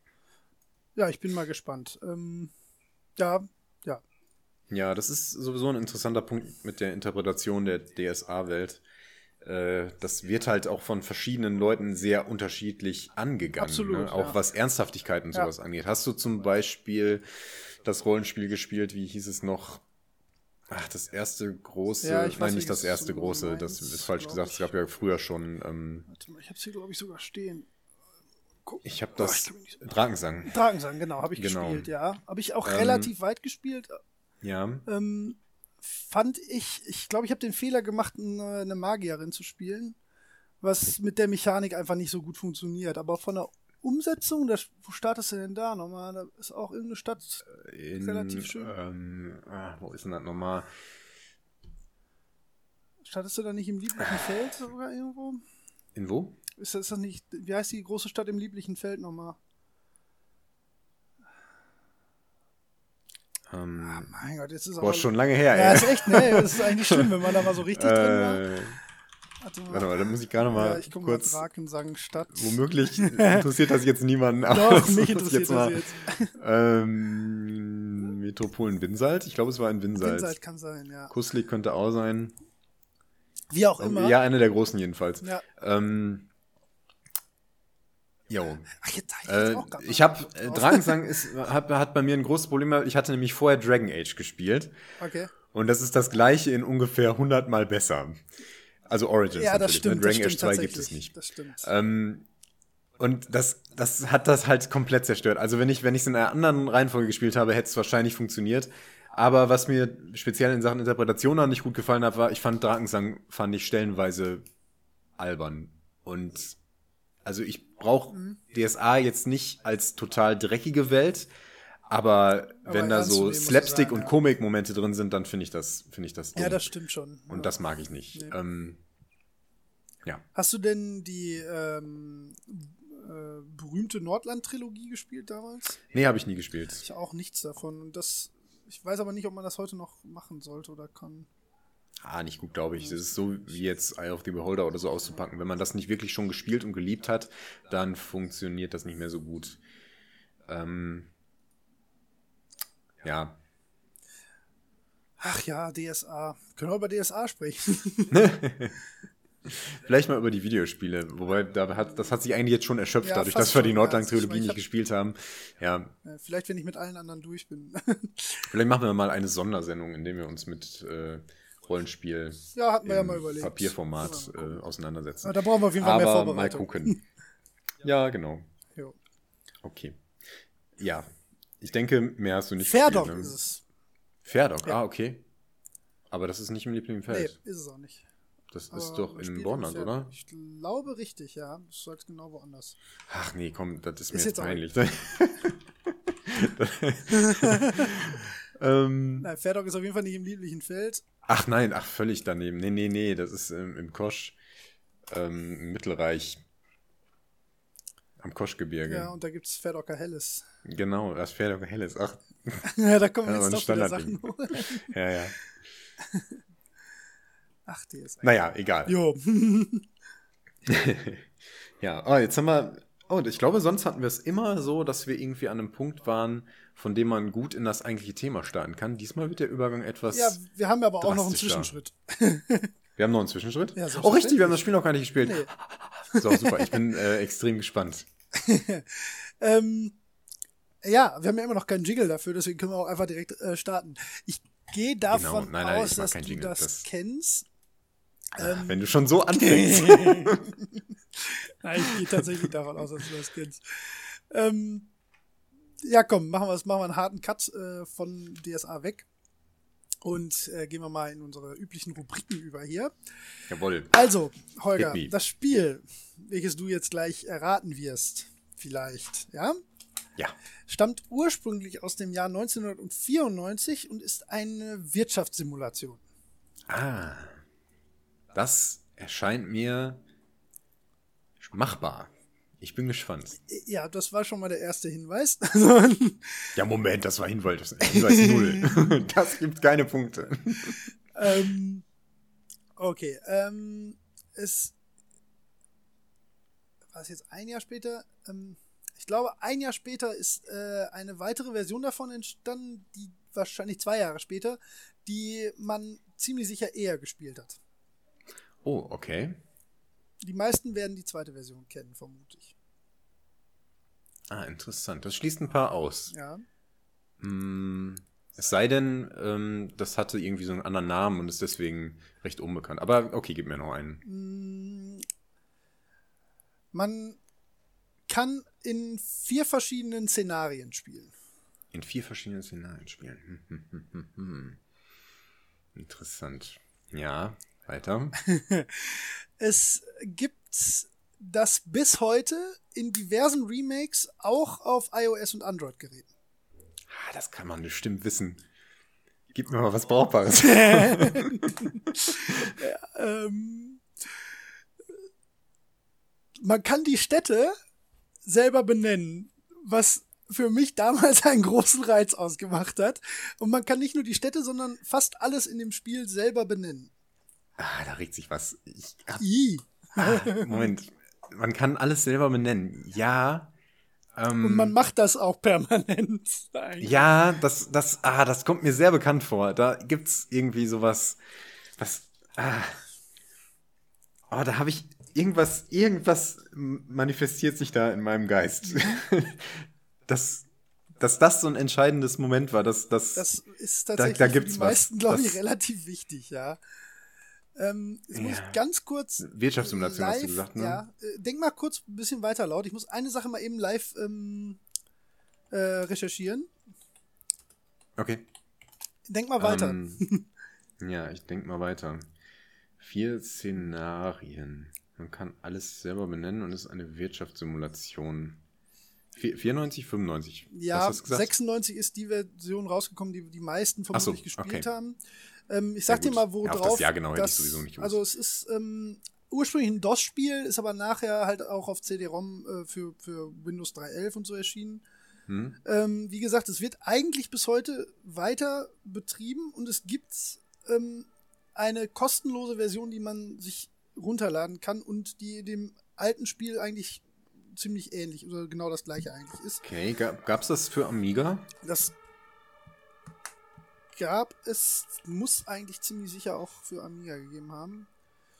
Ja, ich bin mal gespannt. Ähm, ja, ja. Ja, das ist sowieso ein interessanter Punkt mit der Interpretation der D S A-Welt. Äh, das wird halt auch von verschiedenen Leuten sehr unterschiedlich angegangen. Absolut, Ne? Auch ja. was Ernsthaftigkeit und Ja. sowas angeht. Hast du zum Beispiel das Rollenspiel gespielt, wie hieß es noch? Ach, das erste große, Ja, ich weiß, nein, nicht das welches erste du große, meinst, das ist falsch glaub gesagt, es ich. gab ja früher schon, ähm, Warte mal, ich hab's hier, glaube ich, sogar stehen. Guck. ich habe Oh, ich das kann mich nicht so- Drakensang, Drakensang, genau, habe ich genau. gespielt, ja. Habe ich auch Ähm, relativ weit gespielt. Ja, Ähm, fand ich, ich glaube, ich habe den Fehler gemacht, eine, eine Magierin zu spielen, was mit der Mechanik einfach nicht so gut funktioniert. Aber von der Umsetzung, das, wo startest du denn da nochmal? Da ist auch irgendeine Stadt in, relativ schön. ähm, ah, wo ist denn das nochmal? Startest du da nicht im lieblichen Feld sogar irgendwo? In wo? Ist das, ist das nicht, wie heißt die große Stadt im lieblichen Feld nochmal? Ähm, Mein Gott, jetzt ist boah, aber... schon lange her, Ja, ey. ist echt, ne? Das ist eigentlich schlimm, wenn man da mal so richtig drin war. Äh, Warte warte mal, da muss ich gerade mal Ja, ich guck mal, kurz, Drakensang Stadt. womöglich interessiert das jetzt niemanden. Doch, aber mich ich muss interessiert das mal, jetzt. Ähm, Metropolen Winselt, ich glaube, es war in Winselt. Winselt kann sein, ja. Kuslik könnte auch sein. Wie auch immer. Ja, eine der großen jedenfalls. Ja. Ähm, jo. Ach, jetzt hab ich Äh, jetzt auch grad ich mal habe drauf. Drakensang ist hat, hat bei mir ein großes Problem. Ich hatte nämlich vorher Dragon Age gespielt Okay. und das ist das gleiche in ungefähr hundert Mal besser. Also Origins Ja, das natürlich. stimmt. ne? Dragon das Age stimmt zwei gibt es tatsächlich. nicht. Das stimmt. Ähm, und das, das hat das halt komplett zerstört. Also wenn ich wenn ich es in einer anderen Reihenfolge gespielt habe, hätte es wahrscheinlich funktioniert. Aber was mir speziell in Sachen Interpretation auch nicht gut gefallen hat, war, ich fand Drakensang fand ich stellenweise albern. Und also ich brauche Mhm. D S A jetzt nicht als total dreckige Welt, aber, Aber wenn da ernst zu so nehmen, muss ich Slapstick sagen, und ja. Komik-Momente drin sind, dann finde ich das finde ich das dumm. Ja, das stimmt schon. Und ja. das mag ich nicht. Nee. Ähm, ja. Hast du denn die ähm, äh, berühmte Nordland-Trilogie gespielt damals? Nee, habe ich nie gespielt. Ich auch nichts davon. Und das, ich weiß aber nicht, ob man das heute noch machen sollte oder kann. Ah, nicht gut, glaube ich. Das ist so wie jetzt Eye of the Beholder oder so auszupacken. Wenn man das nicht wirklich schon gespielt und geliebt hat, dann funktioniert das nicht mehr so gut. Ähm, ja. Ach ja, D S A. Können wir über D S A sprechen? Vielleicht mal über die Videospiele. Wobei, da hat, das hat sich eigentlich jetzt schon erschöpft, Ja, dadurch, fast dass wir die schon, ja. Nordland-Trilogie Ich mein, ich nicht hab- gespielt haben. Ja, Äh, Vielleicht, wenn ich mit allen anderen durch bin. vielleicht machen wir mal eine Sondersendung, in der wir uns mit äh, Rollenspiel Ja, hatten wir ja im mal überlegt. Papierformat Ja, äh, auseinandersetzen. Aber da brauchen wir auf jeden Fall Aber mehr mal Vorbereitung. gucken. Ja, genau. Jo. Okay. Ja. Ich denke, mehr hast du nicht Ferdok gespielt. ist Ne? es. Ferdok, Ja. ah, okay. Aber das ist nicht im lieblichen Nee, Feld. ist es auch nicht. Das ist Aber doch man in spielt Bornland, im oder? Ferdok. Ich glaube richtig, ja. Das sollte genau woanders. Ach nee, komm, das ist mir Ist jetzt jetzt auch- peinlich. ähm, Nein, Ferdok ist auf jeden Fall nicht im lieblichen Feld. ach nein, ach, völlig daneben. Nee, nee, nee, das ist ähm, im Kosch, ähm, im Mittelreich. Am Koschgebirge. Ja, und da gibt es Ferdocker Helles. Genau, das Ferdocker Helles. Ach, Ja, da kommen Ja, jetzt aber ein doch wieder Standardding. Sachen hoch. ja, ja. Ach, die ist Naja, egal. Jo. Ja, oh, jetzt haben wir. Oh, ich glaube, sonst hatten wir es immer so, dass wir irgendwie an einem Punkt waren, von dem man gut in das eigentliche Thema starten kann. Diesmal wird der Übergang etwas. Ja, wir haben aber auch noch einen drastischer. Zwischenschritt. Wir haben noch einen Zwischenschritt. Ja, oh, richtig, wir haben das Spiel noch gar nicht gespielt. Nee. So, super. Ich bin äh, extrem gespannt. Ähm, ja, wir haben ja immer noch keinen Jingle dafür, deswegen können wir auch einfach direkt äh, starten. Ich gehe davon Genau. Nein, nein, aus, ich mag dass keinen du Jingle. das, Das- kennst. Ähm, Wenn du schon so anfängst. Nein, ich gehe tatsächlich davon aus, dass du das kennst. Ähm, ja, komm, machen wir es, machen wir einen harten Cut äh, von D S A weg und äh, gehen wir mal in unsere üblichen Rubriken über hier. Jawohl. Also, Holger, Hit me. das Spiel, welches du jetzt gleich erraten wirst, vielleicht, ja, Ja. stammt ursprünglich aus dem Jahr neunzehnhundertvierundneunzig und ist eine Wirtschaftssimulation. Ah. Das erscheint mir machbar. Ich bin gespannt. Ja, das war schon mal der erste Hinweis. Ja, Moment, das war Hinweis, Hinweis null. Das gibt keine Punkte. ähm, okay, ähm, es war es jetzt ein Jahr später? Ähm, ich glaube, ein Jahr später ist äh, eine weitere Version davon entstanden, die wahrscheinlich zwei Jahre später, die man ziemlich sicher eher gespielt hat. Oh, okay. Die meisten werden die zweite Version kennen, vermute ich. Ah, interessant. Das schließt ein paar aus. Ja. Hm, Es sei denn, ähm, das hatte irgendwie so einen anderen Namen und ist deswegen recht unbekannt. Aber okay, gib mir noch einen. Man kann in vier verschiedenen Szenarien spielen. In vier verschiedenen Szenarien spielen. Hm, hm, hm, hm, hm. Interessant. Ja, weiter. Es gibt das bis heute in diversen Remakes auch auf iOS und Android-Geräten. Ah, das kann man bestimmt wissen. Gib mir mal was Brauchbares. ja, ähm, man kann die Städte selber benennen, was für mich damals einen großen Reiz ausgemacht hat. Und man kann nicht nur die Städte, sondern fast alles in dem Spiel selber benennen. Ah, da regt sich was. Ich hab, I. ah, Moment. Man kann alles selber benennen. Ja. Ähm, Und man macht das auch permanent. Eigentlich. Ja, das, das, ah, das kommt mir sehr bekannt vor. Da gibt's irgendwie sowas, was, ah, oh, da habe ich irgendwas, irgendwas manifestiert sich da in meinem Geist. dass, dass das so ein entscheidendes Moment war, dass, dass Das ist da, tatsächlich da für gibt's die was. meisten, glaube ich, Das- relativ wichtig, ja. Ähm, jetzt muss Ja. ich ganz kurz Wirtschaftssimulation hast du live, gesagt, ne? ja, äh, denk mal kurz ein bisschen weiter laut. Ich muss eine Sache mal eben live ähm, äh, recherchieren. Okay. Denk mal weiter. Ähm, ja, ich denk mal weiter. Vier Szenarien. Man kann alles selber benennen und es ist eine Wirtschaftssimulation. Vi- vierundneunzig, fünfundneunzig. Ja, Hast du das gesagt? sechsundneunzig ist die Version rausgekommen, die die meisten Ach so, vermutlich gespielt okay. haben. Ähm, ich sag Ja, dir gut. mal, wo Ja, auf drauf. das Jahr genau hätte ich das- sowieso nicht gewusst. Also es ist ähm, ursprünglich ein DOS-Spiel, ist aber nachher halt auch auf C D-ROM äh, für, für Windows drei Punkt elf und so erschienen. Hm? Ähm, wie gesagt, es wird eigentlich bis heute weiter betrieben und es gibt ähm, eine kostenlose Version, die man sich runterladen kann und die dem alten Spiel eigentlich ziemlich ähnlich oder genau das gleiche eigentlich ist. Okay, gab, gab's das für Amiga? Das gab es, muss eigentlich ziemlich sicher auch für Amiga gegeben haben.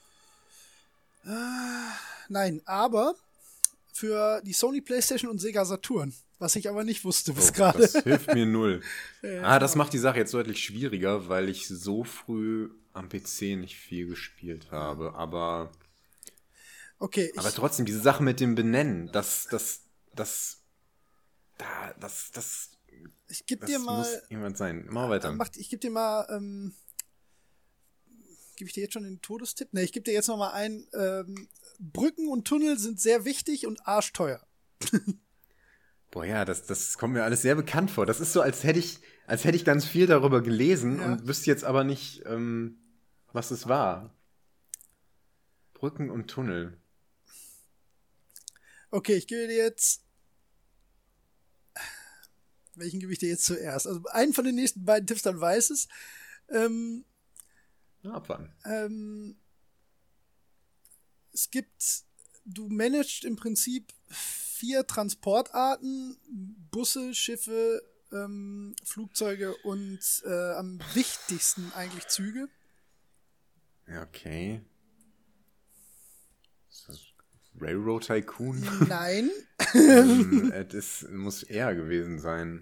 Äh, nein, aber für die Sony PlayStation und Sega Saturn, was ich aber nicht wusste bis Oh, gerade. das hilft mir null. Ja, ah, das genau. macht die Sache jetzt deutlich schwieriger, weil ich so früh am P C nicht viel gespielt habe. Aber, Okay, ich, aber trotzdem, diese Sache mit dem Benennen, das, das, das, da, das, das, ich gebe das dir muss mal, jemand sein. Mach weiter. macht, ich gebe dir mal, ähm, gebe ich dir jetzt schon den Todestipp? Ne, ich gebe dir jetzt noch mal ein, ähm, Brücken und Tunnel sind sehr wichtig und arschteuer. Boah, ja, das, das kommt mir alles sehr bekannt vor. Das ist so, als hätte ich, als hätte ich ganz viel darüber gelesen Ja. und wüsste jetzt aber nicht, ähm, was es war. Brücken und Tunnel. Okay, ich gebe dir jetzt. Welchen gebe ich dir jetzt zuerst? Also einen von den nächsten beiden Tipps, dann weiß es. Ähm, Na, abwarten. ähm, es gibt, du managst im Prinzip vier Transportarten, Busse, Schiffe, ähm, Flugzeuge und äh, am wichtigsten eigentlich Züge. Ja, okay. Ist das Railroad Tycoon? Nein. ähm, äh, das muss eher gewesen sein.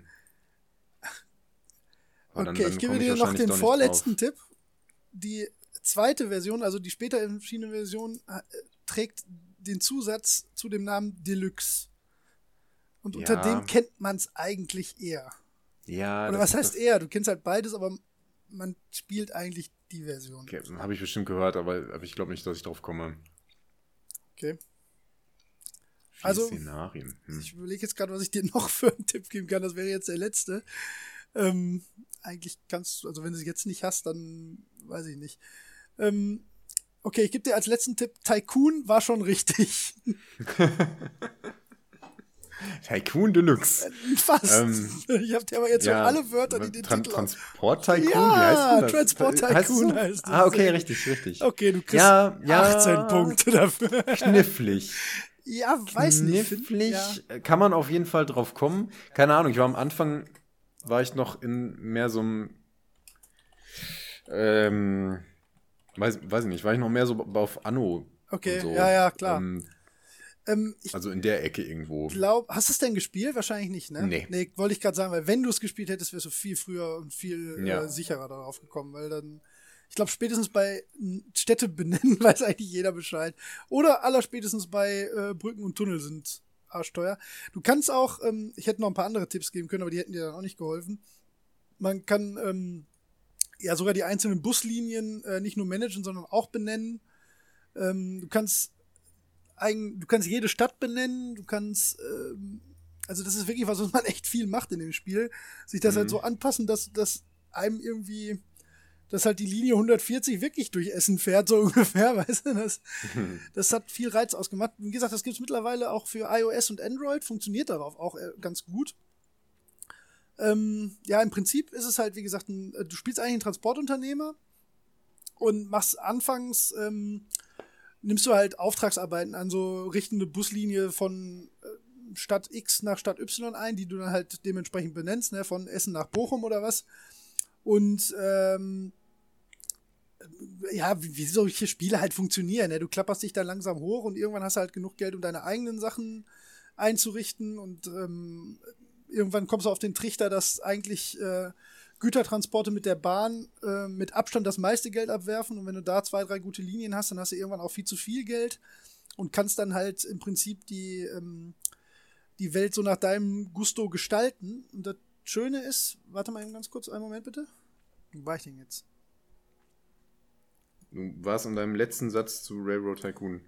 Aber dann- Okay, dann ich gebe komm dir noch wahrscheinlich den doch nicht vorletzten drauf. Tipp. Die zweite Version, also die später erschienene Version, äh, trägt den Zusatz zu dem Namen Deluxe. Und Ja. unter dem kennt man es eigentlich eher. Ja, Oder das- was heißt das- eher? Du kennst halt beides, aber man spielt eigentlich die Version. Okay, habe ich bestimmt gehört, aber, aber ich glaube nicht, dass ich drauf komme. Okay. Vier Also, Szenarien. Hm. Ich überlege jetzt gerade, was ich dir noch für einen Tipp geben kann. Das wäre jetzt der letzte. Ähm, eigentlich kannst du, also wenn du es jetzt nicht hast, dann weiß ich nicht. Ähm, okay, ich gebe dir als letzten Tipp, Tycoon war schon richtig. Tycoon Deluxe. Fast. Ähm, ich habe dir aber jetzt ja, schon alle Wörter, die den Tran Titel haben. Transport Tycoon? Ja, Wie heißt denn das? Transport Heißt es Tycoon so? heißt es. Ah, okay, Sehr gut. richtig, richtig. Okay, du kriegst Ja, ja. achtzehn Punkte dafür. Knifflig. Ja, weiß nicht. Knifflig. Ja. Kann man auf jeden Fall drauf kommen. Keine Ahnung, ich war am Anfang, war ich noch in mehr so einem, ähm, weiß, weiß ich nicht, war ich noch mehr so auf Anno. Okay, und so. ja, ja, klar. Ähm, Ähm, ich Also in der Ecke irgendwo. glaub, hast du es denn gespielt? Wahrscheinlich nicht, ne? Nee. Nee, wollte ich gerade sagen, weil wenn du es gespielt hättest, wärst du viel früher und viel Ja. äh, sicherer darauf gekommen, weil dann, ich glaube, spätestens bei n- Städte benennen weiß eigentlich jeder Bescheid. Oder allerspätestens bei äh, Brücken und Tunnel sind arschteuer. Du kannst auch, ähm, ich hätte noch ein paar andere Tipps geben können, aber die hätten dir dann auch nicht geholfen. Man kann ähm, ja sogar die einzelnen Buslinien äh, nicht nur managen, sondern auch benennen. Ähm, du kannst eigen, du kannst jede Stadt benennen, du kannst ähm, also das ist wirklich was, was man echt viel macht in dem Spiel. Sich das Mhm. halt so anpassen, dass, dass einem irgendwie, dass halt die Linie hundertvierzig wirklich durch Essen fährt, so ungefähr, weißt du? Das, das hat viel Reiz ausgemacht. Wie gesagt, das gibt's mittlerweile auch für iOS und Android, funktioniert darauf auch äh, ganz gut. Ähm, ja, im Prinzip ist es halt, wie gesagt, ein, äh, du spielst eigentlich einen Transportunternehmer und machst anfangs, ähm, nimmst du halt Auftragsarbeiten an, so richtende Buslinie von äh, Stadt X nach Stadt Y ein, die du dann halt dementsprechend benennst, ne, von Essen nach Bochum oder was. Und ähm, ja, wie, wie solche Spiele halt funktionieren, ne? Du klapperst dich dann langsam hoch und irgendwann hast du halt genug Geld, um deine eigenen Sachen einzurichten und ähm, irgendwann kommst du auf den Trichter, dass eigentlich äh, Gütertransporte mit der Bahn äh, mit Abstand das meiste Geld abwerfen und wenn du da zwei, drei gute Linien hast, dann hast du irgendwann auch viel zu viel Geld und kannst dann halt im Prinzip die, ähm, die Welt so nach deinem Gusto gestalten. Und das Schöne ist, warte mal eben ganz kurz, einen Moment bitte. Wo war ich denn jetzt? Du warst in deinem letzten Satz zu Railroad Tycoon.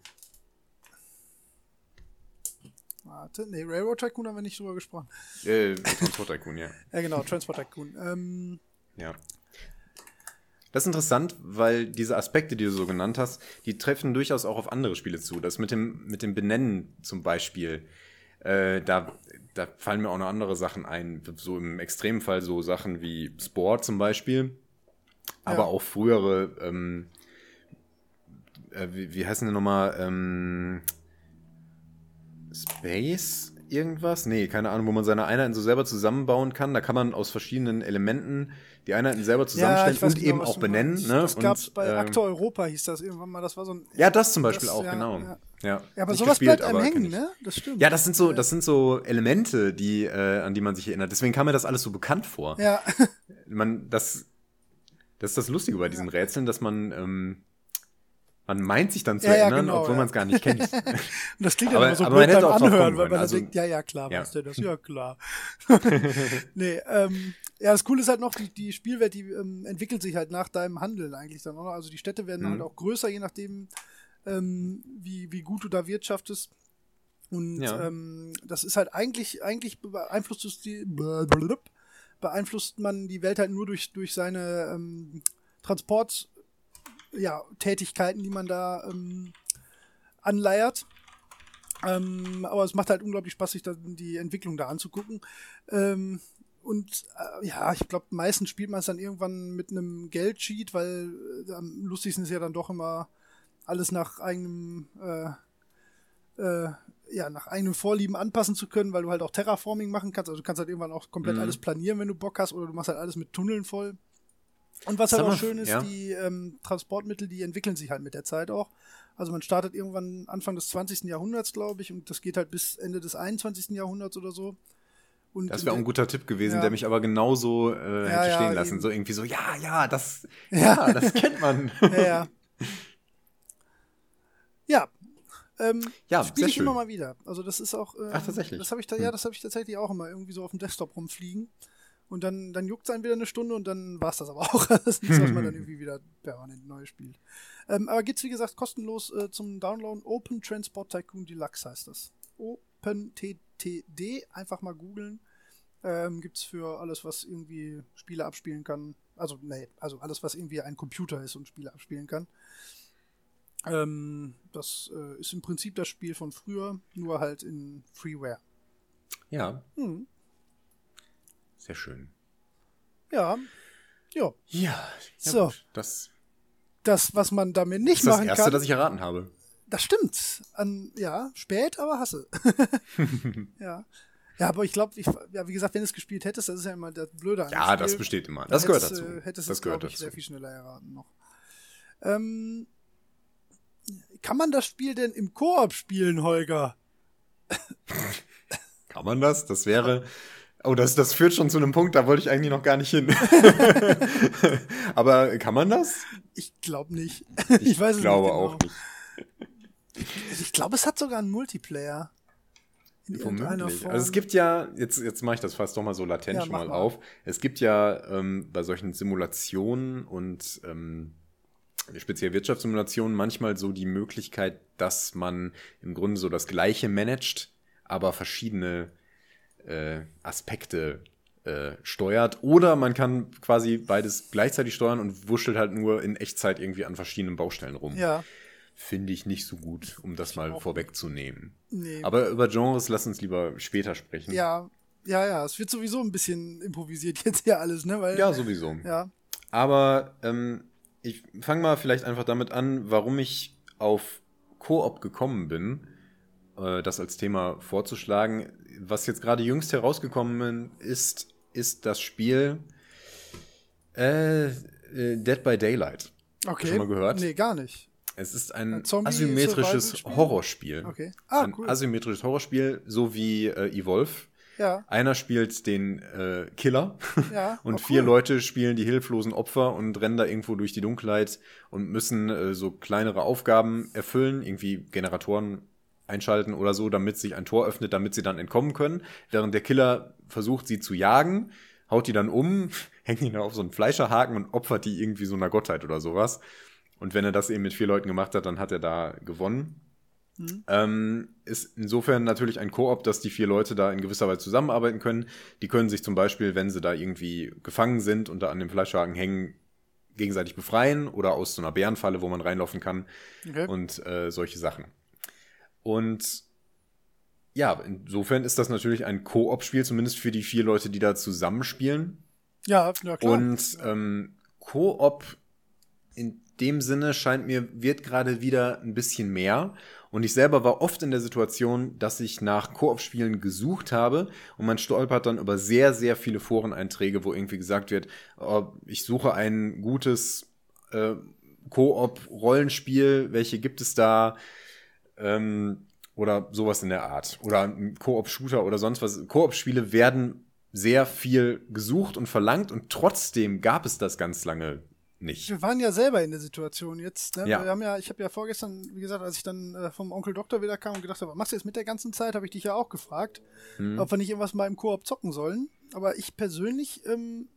Warte, nee, Railroad Tycoon haben wir nicht drüber gesprochen. Äh, Transport Tycoon, ja. Ja, genau, Transport Tycoon. Ähm, Ja. Das ist interessant, weil diese Aspekte, die du so genannt hast, die treffen durchaus auch auf andere Spiele zu. Das mit dem, mit dem Benennen zum Beispiel, äh, da, da fallen mir auch noch andere Sachen ein. So im Extremfall so Sachen wie Sport zum Beispiel, aber Ja. auch frühere, ähm, äh, wie, wie heißen die nochmal, ähm, Space irgendwas? Nee, keine Ahnung, wo man seine Einheiten so selber zusammenbauen kann. Da kann man aus verschiedenen Elementen die Einheiten selber zusammenstellen ich weiß und genau, eben was auch du benennen. meinst. Ne? Das gab's und, bei ähm, Akte Europa, hieß das irgendwann mal. Das war so ein. Ja, das zum Beispiel das, auch, ja, genau. Ja, Ja, ja aber Nicht sowas gespielt, bleibt einem aber hängen, kenn ich. ne? Das stimmt. Ja, das sind so, das sind so Elemente, die, äh, an die man sich erinnert. Deswegen kam mir das alles so bekannt vor. Ja, Man, das, das ist das Lustige bei diesen Rätseln, dass man, ähm, man meint sich dann zu Ja, ja, erinnern, genau, obwohl ja. man es gar nicht kennt. und das klingt ja Aber- immer so aber blöd man hätte beim auch drauf Anhören, kommen weil man können. dann Also- denkt, ja, ja, klar, Ja. weißt du das? Ja, klar. nee, ähm, ja, das Coole ist halt noch, die, die Spielwelt, die ähm, entwickelt sich halt nach deinem Handeln eigentlich dann auch noch. Also die Städte werden Mhm. halt auch größer, je nachdem, ähm, wie, wie gut du da wirtschaftest. Und Ja. ähm, das ist halt eigentlich, eigentlich beeinflusst es die, beeinflusst man die Welt halt nur durch, durch seine ähm, Transport, ja, Tätigkeiten, die man da ähm, anleiert. Ähm, aber es macht halt unglaublich Spaß, sich da die Entwicklung da anzugucken. Ähm, und äh, ja, ich glaube, meistens spielt man es dann irgendwann mit einem Geldsheet, weil äh, am lustigsten ist ja dann doch immer alles nach eigenem äh, äh, ja, nach eigenem Vorlieben anpassen zu können, weil du halt auch Terraforming machen kannst. Also du kannst halt irgendwann auch komplett Mhm. alles planieren, wenn du Bock hast, oder du machst halt alles mit Tunneln voll. Und was Sag halt auch mal, schön ist, ja. die ähm, Transportmittel, die entwickeln sich halt mit der Zeit auch. Also man startet irgendwann Anfang des zwanzigsten Jahrhunderts, glaube ich, und das geht halt bis Ende des einundzwanzigsten Jahrhunderts oder so. Und Das in wäre auch der- ein guter Tipp gewesen, Ja. der mich aber genauso äh, Ja, hätte ja, stehen lassen. eben. So irgendwie so, ja, ja, das, Ja. ja, das kennt man. Ja, ja. ja. Ähm, Ja, spiele sehr ich immer schön. mal wieder. Also das ist auch. Ähm, Ach, tatsächlich? Das habe ich da, ja, das habe ich tatsächlich auch immer irgendwie so auf dem Desktop rumfliegen. Und dann, dann juckt es einen wieder eine Stunde und dann war es das aber auch. Das ist nichts, was man dann irgendwie wieder permanent neu spielt. Ähm, aber gibt's wie gesagt kostenlos äh, zum Downloaden. Open Transport Tycoon Deluxe heißt das. Open T T D, einfach mal googeln. Ähm, gibt's für alles, was irgendwie Spiele abspielen kann. Also, nee, also alles, was irgendwie ein Computer ist und Spiele abspielen kann. Ähm, das äh, ist im Prinzip das Spiel von früher, nur halt in Freeware. Ja, Hm. sehr schön. Ja. Ja. Ja, So. gut. Das Das, was man damit nicht ist das machen Erste, kann. das ich erraten habe. Das stimmt. An, ja, spät, aber hasse. ja. Ja, aber ich glaube, ich, ja, wie gesagt, wenn du es gespielt hättest, das ist ja immer das Blöde an dem Ja, Spiel. das besteht immer. Dann Das gehört hättest, dazu. Äh, hättest Das es, glaube gehört ich, sehr dazu. viel schneller erraten noch. Ähm, kann man das Spiel denn im Koop spielen, Holger? Kann man das? Das wäre... Oh, das, das führt schon zu einem Punkt, da wollte ich eigentlich noch gar nicht hin. Aber kann man das? Ich glaube nicht. Ich, ich weiß es glaube nicht genau. auch nicht. Ich glaube, es hat sogar einen Multiplayer. In irgendeiner Womöglich. Form. Also es gibt ja, jetzt, jetzt mache ich das fast doch mal so latent Ja, schon mach mal mal. auf. Es gibt ja ähm, bei solchen Simulationen und ähm, speziell Wirtschaftssimulationen manchmal so die Möglichkeit, dass man im Grunde so das Gleiche managt, aber verschiedene äh, Aspekte äh, steuert. Oder man kann quasi beides gleichzeitig steuern und wurschtelt halt nur in Echtzeit irgendwie an verschiedenen Baustellen rum. Ja. Finde ich nicht so gut, um das mal vorwegzunehmen. Nee. Aber über Genres lass uns lieber später sprechen. Ja, ja, ja. Es wird sowieso ein bisschen improvisiert jetzt hier alles, ne? Weil, Ja, sowieso. Ja. Aber ähm, ich fange mal vielleicht einfach damit an, warum ich auf Koop gekommen bin, äh, das als Thema vorzuschlagen. Was jetzt gerade jüngst herausgekommen ist, ist das Spiel äh, äh, Dead by Daylight. Okay. Schon mal gehört? Nee, gar nicht. Es ist ein Zombie- asymmetrisches Survival-Spiel? Horrorspiel. Okay. Ah, ein cool. asymmetrisches Horrorspiel, so wie äh, Evolve. Ja. Einer spielt den äh, Killer Ja. und Oh, vier cool. Leute spielen die hilflosen Opfer und rennen da irgendwo durch die Dunkelheit und müssen äh, so kleinere Aufgaben erfüllen, irgendwie Generatoren einschalten oder so, damit sich ein Tor öffnet, damit sie dann entkommen können. Während der Killer versucht, sie zu jagen, haut die dann um, hängt die dann auf so einen Fleischerhaken und opfert die irgendwie so einer Gottheit oder sowas. Und wenn er das eben mit vier Leuten gemacht hat, dann hat er da gewonnen. Mhm. Ähm, ist insofern natürlich ein Koop, dass die vier Leute da in gewisser Weise zusammenarbeiten können. Die können sich zum Beispiel, wenn sie da irgendwie gefangen sind und da an dem Fleischwagen hängen, gegenseitig befreien oder aus so einer Bärenfalle, wo man reinlaufen kann Okay. und äh, solche Sachen. Und ja, insofern ist das natürlich ein Koop-Spiel, zumindest für die vier Leute, die da zusammenspielen. Ja, ja, klar. Und ähm, Koop in dem Sinne scheint mir, wird gerade wieder ein bisschen mehr. Und ich selber war oft in der Situation, dass ich nach Koop-Spielen gesucht habe und man stolpert dann über sehr, sehr viele Foreneinträge, wo irgendwie gesagt wird, oh, ich suche ein gutes äh, Koop-Rollenspiel, welche gibt es da? Ähm, oder sowas in der Art. Oder ein Koop-Shooter oder sonst was. Koop-Spiele werden sehr viel gesucht und verlangt und trotzdem gab es das ganz lange nicht. Wir waren ja selber in der Situation jetzt. Ne? Ja. Wir haben ja, ich habe ja vorgestern, wie gesagt, als ich dann äh, vom Onkel Doktor wieder kam und gedacht habe, was machst du jetzt mit der ganzen Zeit, habe ich dich ja auch gefragt, Hm. ob wir nicht irgendwas mal im Koop zocken sollen. Aber ich persönlich, ähm,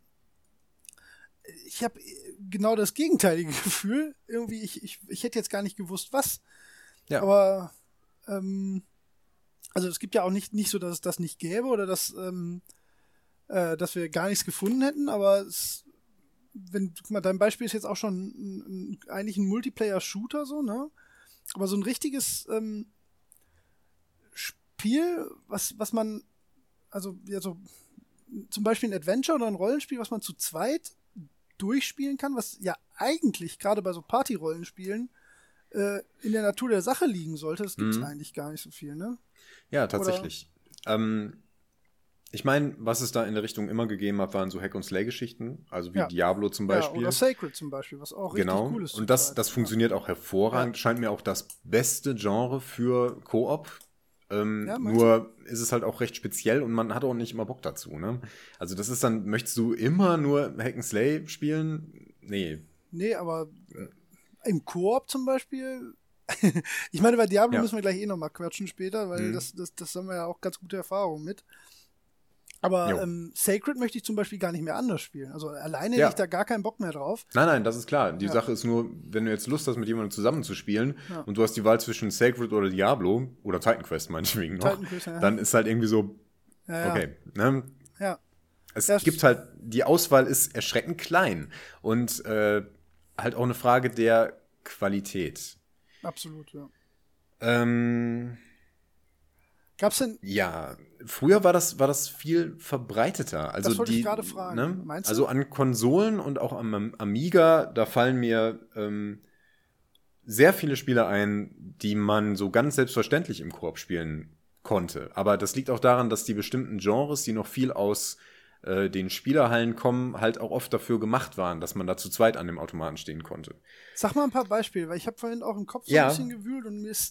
ich habe genau das gegenteilige Gefühl. Irgendwie, ich, ich, ich hätte jetzt gar nicht gewusst, was. Ja. Aber, ähm, also es gibt ja auch nicht, nicht so, dass es das nicht gäbe oder dass, ähm, äh, dass wir gar nichts gefunden hätten, aber es, wenn, guck mal, dein Beispiel ist jetzt auch schon ein, ein, eigentlich ein Multiplayer-Shooter, so, ne? Aber so ein richtiges ähm, Spiel, was, was man, also, ja, so, zum Beispiel ein Adventure oder ein Rollenspiel, was man zu zweit durchspielen kann, was ja eigentlich gerade bei so Party-Rollenspielen äh, in der Natur der Sache liegen sollte, das gibt's Mhm. eigentlich gar nicht so viel, ne? Ja, tatsächlich. Ähm, ich meine, was es da in der Richtung immer gegeben hat, waren so Hack-and-Slay-Geschichten, also wie Ja. Diablo zum Ja, Beispiel. oder Sacred zum Beispiel, was auch richtig Genau. cool ist. Und das, zurzeit. das funktioniert auch hervorragend. Scheint mir auch das beste Genre für Koop. Ähm, Ja, meinst nur ist es halt auch recht speziell und man hat auch nicht immer Bock dazu. Ne? Also das ist dann, möchtest du immer nur Hack-and-Slay spielen? Nee. Nee, aber im Koop zum Beispiel. Ich meine, bei Diablo Ja. müssen wir gleich eh nochmal quatschen später, weil Mhm. das, das, das haben wir ja auch ganz gute Erfahrungen mit. Aber Jo. ähm, Sacred möchte ich zum Beispiel gar nicht mehr anders spielen. Also alleine Ja. hätte ich da gar keinen Bock mehr drauf. Nein, nein, das ist klar. Die Ja. Sache ist nur, wenn du jetzt Lust hast, mit jemandem zusammenzuspielen Ja. und du hast die Wahl zwischen Sacred oder Diablo oder Titan Quest meinetwegen noch, Titan Quest, ja. dann ist halt irgendwie so, Ja, ja. okay. Ne? Ja, Es Ja, gibt halt, die Auswahl ist erschreckend klein und äh, halt auch eine Frage der Qualität. absolut, ja. Ähm, Gab's denn, ja, früher war das, war das viel verbreiteter. Also Das wollte ich die, gerade fragen. Ne? Meinst du? Also an Konsolen und auch am Am- Amiga, da fallen mir ähm, sehr viele Spiele ein, die man so ganz selbstverständlich im Koop spielen konnte. Aber das liegt auch daran, dass die bestimmten Genres, die noch viel aus äh, den Spielerhallen kommen, halt auch oft dafür gemacht waren, dass man da zu zweit an dem Automaten stehen konnte. sag mal ein paar Beispiele, weil ich habe vorhin auch im Kopf so Ja. ein bisschen gewühlt und mir ist